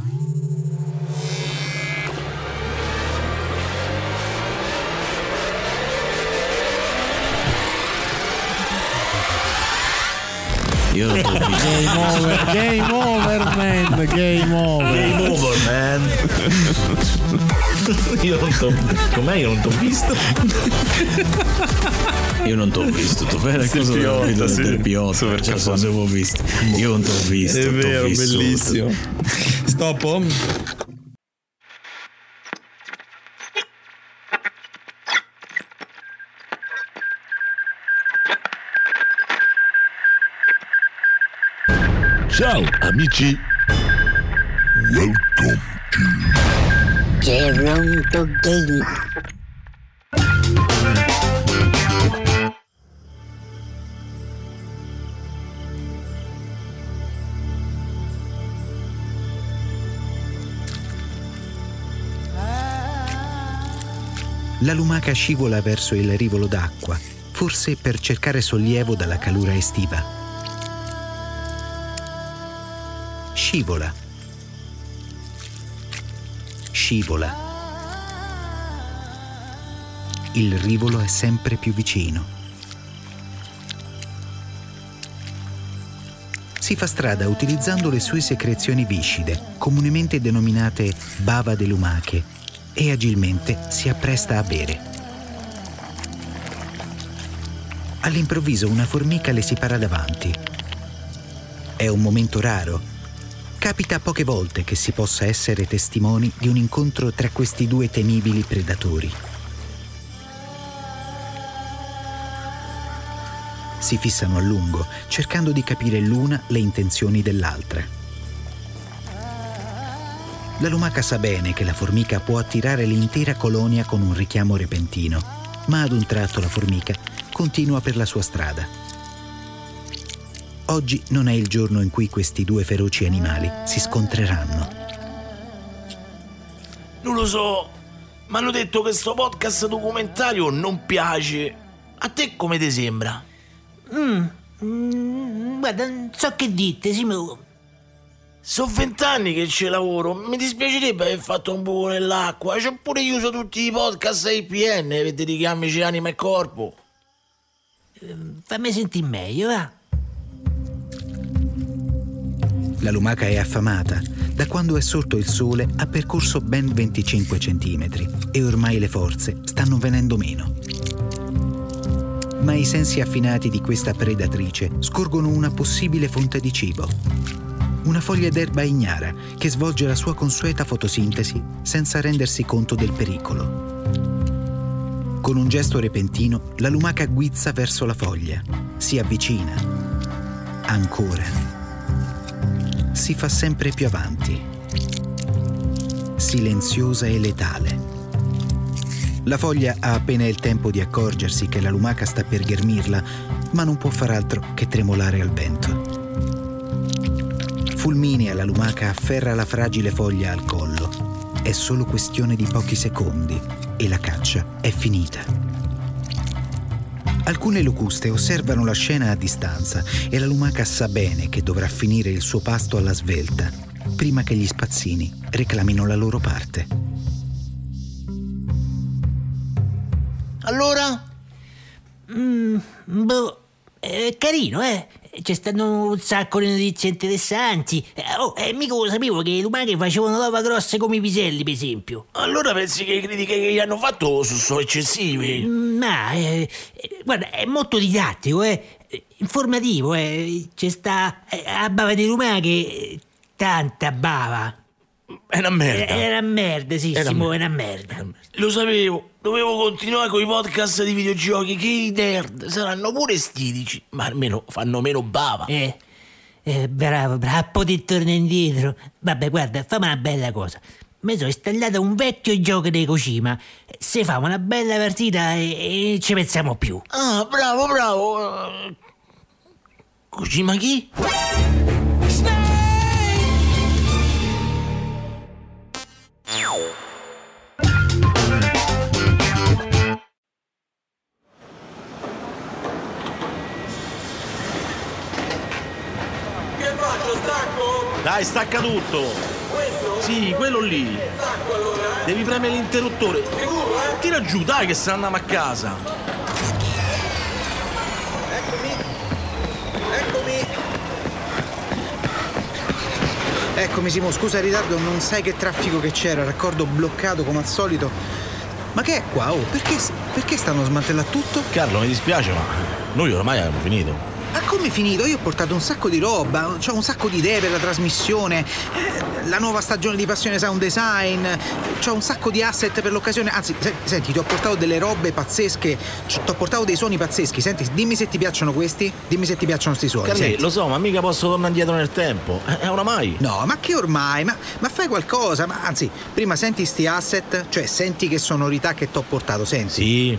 [SPEAKER 14] Io non t'ho visto. Game over man.
[SPEAKER 11] Io non t'ho visto.
[SPEAKER 19] Io non t'ho visto. Tu fai cosa del P8. Visto. Io non t'ho visto.
[SPEAKER 18] È vero, bellissimo. Stop.
[SPEAKER 5] Ciao amici. Welcome to
[SPEAKER 16] Geronto Game.
[SPEAKER 6] La lumaca scivola verso il rivolo d'acqua, forse per cercare sollievo dalla calura estiva. Scivola. Il rivolo è sempre più vicino. Si fa strada utilizzando le sue secrezioni viscide, comunemente denominate bava de lumache, e agilmente si appresta a bere. All'improvviso una formica le si para davanti. È un momento raro. Capita poche volte che si possa essere testimoni di un incontro tra questi due temibili predatori. Si fissano a lungo, cercando di capire l'una le intenzioni dell'altra. La lumaca sa bene che la formica può attirare l'intera colonia con un richiamo repentino, ma ad un tratto la formica continua per la sua strada. Oggi non è il giorno in cui questi due feroci animali si scontreranno.
[SPEAKER 20] Non lo so, mi hanno detto che sto podcast documentario non piace. A te come ti sembra?
[SPEAKER 21] Guarda, non so che dite,
[SPEAKER 20] Sono 20 anni che ci lavoro, mi dispiacerebbe aver fatto un buco nell'acqua. C'ho pure io uso tutti i podcast IPN per dedicarmi anima e corpo.
[SPEAKER 21] Fammi sentire meglio, va.
[SPEAKER 6] La lumaca è affamata. Da quando è sorto il sole ha percorso ben 25 centimetri e ormai le forze stanno venendo meno. Ma i sensi affinati di questa predatrice scorgono una possibile fonte di cibo. Una foglia d'erba ignara che svolge la sua consueta fotosintesi senza rendersi conto del pericolo. Con un gesto repentino, la lumaca guizza verso la foglia. Si avvicina. Ancora. Si fa sempre più avanti. Silenziosa e letale. La foglia ha appena il tempo di accorgersi che la lumaca sta per ghermirla, ma non può far altro che tremolare al vento. Fulminea, la lumaca afferra la fragile foglia al collo. È solo questione di pochi secondi e la caccia è finita. Alcune locuste osservano la scena a distanza e la lumaca sa bene che dovrà finire il suo pasto alla svelta prima che gli spazzini reclamino la loro parte.
[SPEAKER 21] Allora? È carino, Ci stanno un sacco di notizie interessanti. Mica lo sapevo che le lumache facevano l'ova grosse come i piselli, per esempio.
[SPEAKER 20] Allora pensi che le critiche che gli hanno fatto sono eccessive?
[SPEAKER 21] Guarda, è molto didattico, informativo, C'è sta a bava di lumache, tanta bava.
[SPEAKER 20] È una merda.
[SPEAKER 21] È una merda, sì, Simo, è una merda.
[SPEAKER 20] Lo sapevo, dovevo continuare con i podcast di videogiochi, che i nerd saranno pure stitici, ma almeno fanno meno bava.
[SPEAKER 21] Bravo, poi torna indietro. Vabbè, guarda, fammi una bella cosa. Mi sono installato un vecchio gioco di Kojima. Se fa una bella partita e ci pensiamo più.
[SPEAKER 20] Ah, bravo. Kojima chi? Dai, stacca tutto. Questo? Sì, quello lì. Stacco allora. Devi premere l'interruttore. Sicuro, Tira giù, dai, che se andiamo a casa.
[SPEAKER 6] Eccomi Simo, scusa il ritardo, non sai che traffico che c'era, raccordo bloccato come al solito. Ma che è qua? Perché stanno smantellando tutto?
[SPEAKER 20] Carlo, mi dispiace, ma noi ormai abbiamo finito.
[SPEAKER 6] Ma come finito? Io ho portato un sacco di roba, c'ho un sacco di idee per la trasmissione, la nuova stagione di Passione Sound Design, c'ho un sacco di asset per l'occasione. Anzi, senti, ti ho portato delle robe pazzesche, ti ho portato dei suoni pazzeschi. Senti, dimmi se ti piacciono questi, dimmi se ti piacciono sti suoni.
[SPEAKER 20] Carlè, lo so, ma mica posso tornare indietro nel tempo. Oramai.
[SPEAKER 6] No, ma che ormai? Ma fai qualcosa, ma anzi, prima senti sti asset, cioè senti che sonorità che ti ho portato, senti.
[SPEAKER 20] Sì.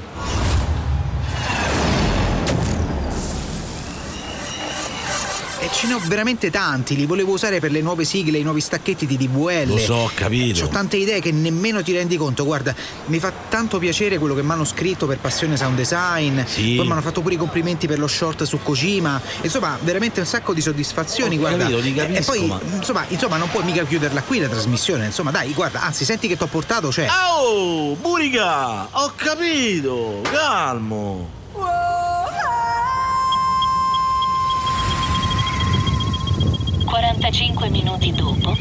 [SPEAKER 6] E ce ne ho veramente tanti, li volevo usare per le nuove sigle, i nuovi stacchetti di DVL.
[SPEAKER 20] Lo so, ho capito.
[SPEAKER 6] C'ho tante idee che nemmeno ti rendi conto. Guarda, mi fa tanto piacere quello che mi hanno scritto per Passione Sound Design.
[SPEAKER 20] Sì.
[SPEAKER 6] Poi mi hanno fatto pure i complimenti per lo short su Kojima. Insomma, veramente un sacco di soddisfazioni. Guarda.
[SPEAKER 20] Capito, ti capisco,
[SPEAKER 6] e poi,
[SPEAKER 20] ma...
[SPEAKER 6] insomma, non puoi mica chiuderla qui la trasmissione. Insomma, dai, guarda, anzi, senti che t'ho portato, cioè.
[SPEAKER 20] Oh, Burica! Ho capito! Calmo!
[SPEAKER 2] 45 minuti dopo.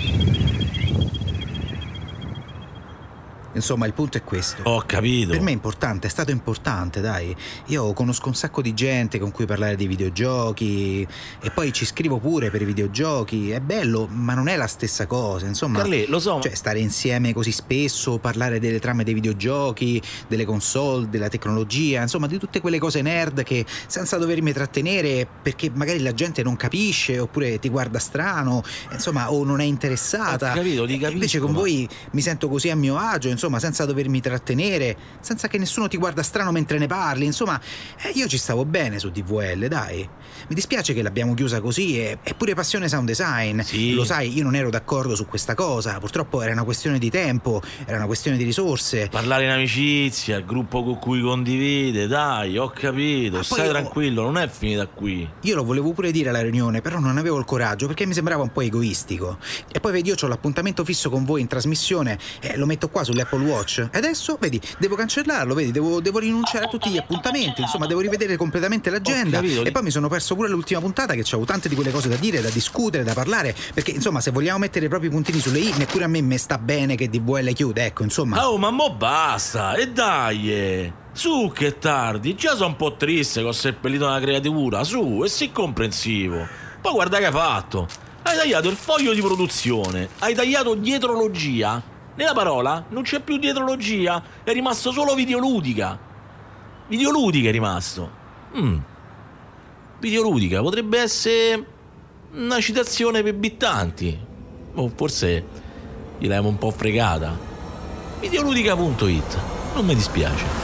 [SPEAKER 6] Insomma, il punto è questo.
[SPEAKER 20] Ho capito.
[SPEAKER 6] Per me è importante, è stato importante, dai. Io conosco un sacco di gente con cui parlare di videogiochi e poi ci scrivo pure per i videogiochi. È bello, ma non è la stessa cosa, insomma.
[SPEAKER 20] Carlè, lo so.
[SPEAKER 6] Cioè, stare insieme così spesso, parlare delle trame dei videogiochi, delle console, della tecnologia, insomma, di tutte quelle cose nerd che senza dovermi trattenere perché magari la gente non capisce oppure ti guarda strano, insomma, o non è interessata.
[SPEAKER 20] Ho capito, ti capisco.
[SPEAKER 6] Invece con voi mi sento così a mio agio, insomma, senza dovermi trattenere, senza che nessuno ti guarda strano mentre ne parli, insomma, io ci stavo bene su DVL, dai. Mi dispiace che l'abbiamo chiusa così, eppure Passione Sound Design.
[SPEAKER 20] Sì.
[SPEAKER 6] Lo sai, io non ero d'accordo su questa cosa, purtroppo era una questione di tempo, era una questione di risorse.
[SPEAKER 20] Parlare in amicizia, il gruppo con cui condivide, dai, ho capito, stai tranquillo, non è finita qui.
[SPEAKER 6] Io lo volevo pure dire alla riunione, però non avevo il coraggio perché mi sembrava un po' egoistico. E poi vedi, io ho l'appuntamento fisso con voi in trasmissione, lo metto qua sulle Apple Watch. E adesso, vedi, devo cancellarlo, vedi, devo rinunciare a tutti gli appuntamenti, insomma, devo rivedere completamente l'agenda. E poi mi sono perso pure l'ultima puntata, che c'avevo tante di quelle cose da dire, da discutere, da parlare, perché insomma, se vogliamo mettere i propri puntini sulle i, neppure a me sta bene che DVL chiude, ecco, insomma.
[SPEAKER 20] Oh, ma mo basta, e dai! Su, che tardi, già sono un po' triste che ho seppellito la creatura, su, e sii comprensivo. Poi guarda che hai fatto. Hai tagliato il foglio di produzione, hai tagliato dietrologia. Nella parola non c'è più dietrologia, è rimasto solo videoludica. Videoludica è rimasto. Videoludica potrebbe essere una citazione per Bittanti. O forse gliel'abbiamo un po' fregata. Videoludica.it, non mi dispiace.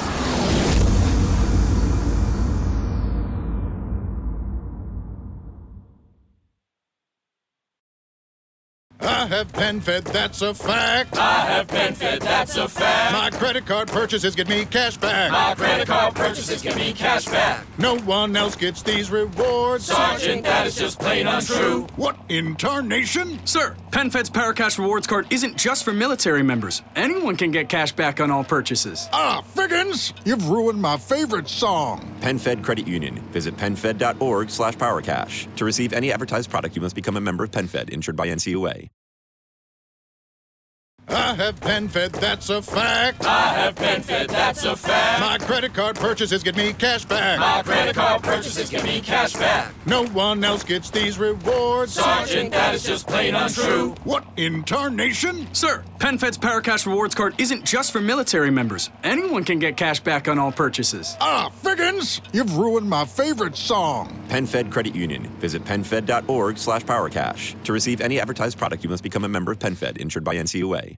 [SPEAKER 1] I have PenFed, that's a fact.
[SPEAKER 2] I have PenFed, that's a fact.
[SPEAKER 1] My credit card purchases get me cash back.
[SPEAKER 2] My credit card purchases get me cash back.
[SPEAKER 1] No one else gets these rewards.
[SPEAKER 2] Sergeant, that is just plain untrue.
[SPEAKER 1] What in tarnation?
[SPEAKER 3] Sir, PenFed's PowerCash Rewards card isn't just for military members. Anyone can get cash back on all purchases.
[SPEAKER 1] Ah, Figgins, you've ruined my favorite song.
[SPEAKER 4] PenFed Credit Union. Visit PenFed.org/PowerCash. To receive any advertised product, you must become a member of PenFed, insured by NCUA.
[SPEAKER 1] I have PenFed, that's a fact.
[SPEAKER 2] I have PenFed, that's a fact.
[SPEAKER 1] My credit card purchases get me cash back.
[SPEAKER 2] My credit card purchases get me cash back.
[SPEAKER 1] No one else gets these rewards.
[SPEAKER 2] Sergeant, that is just plain untrue.
[SPEAKER 1] What in tarnation?
[SPEAKER 3] Sir, PenFed's PowerCash Rewards card isn't just for military members. Anyone can get cash back on all purchases.
[SPEAKER 1] Ah, Figgins, you've ruined my favorite song.
[SPEAKER 4] PenFed Credit Union. Visit PenFed.org/PowerCash. To receive any advertised product, you must become a member of PenFed, insured by NCUA.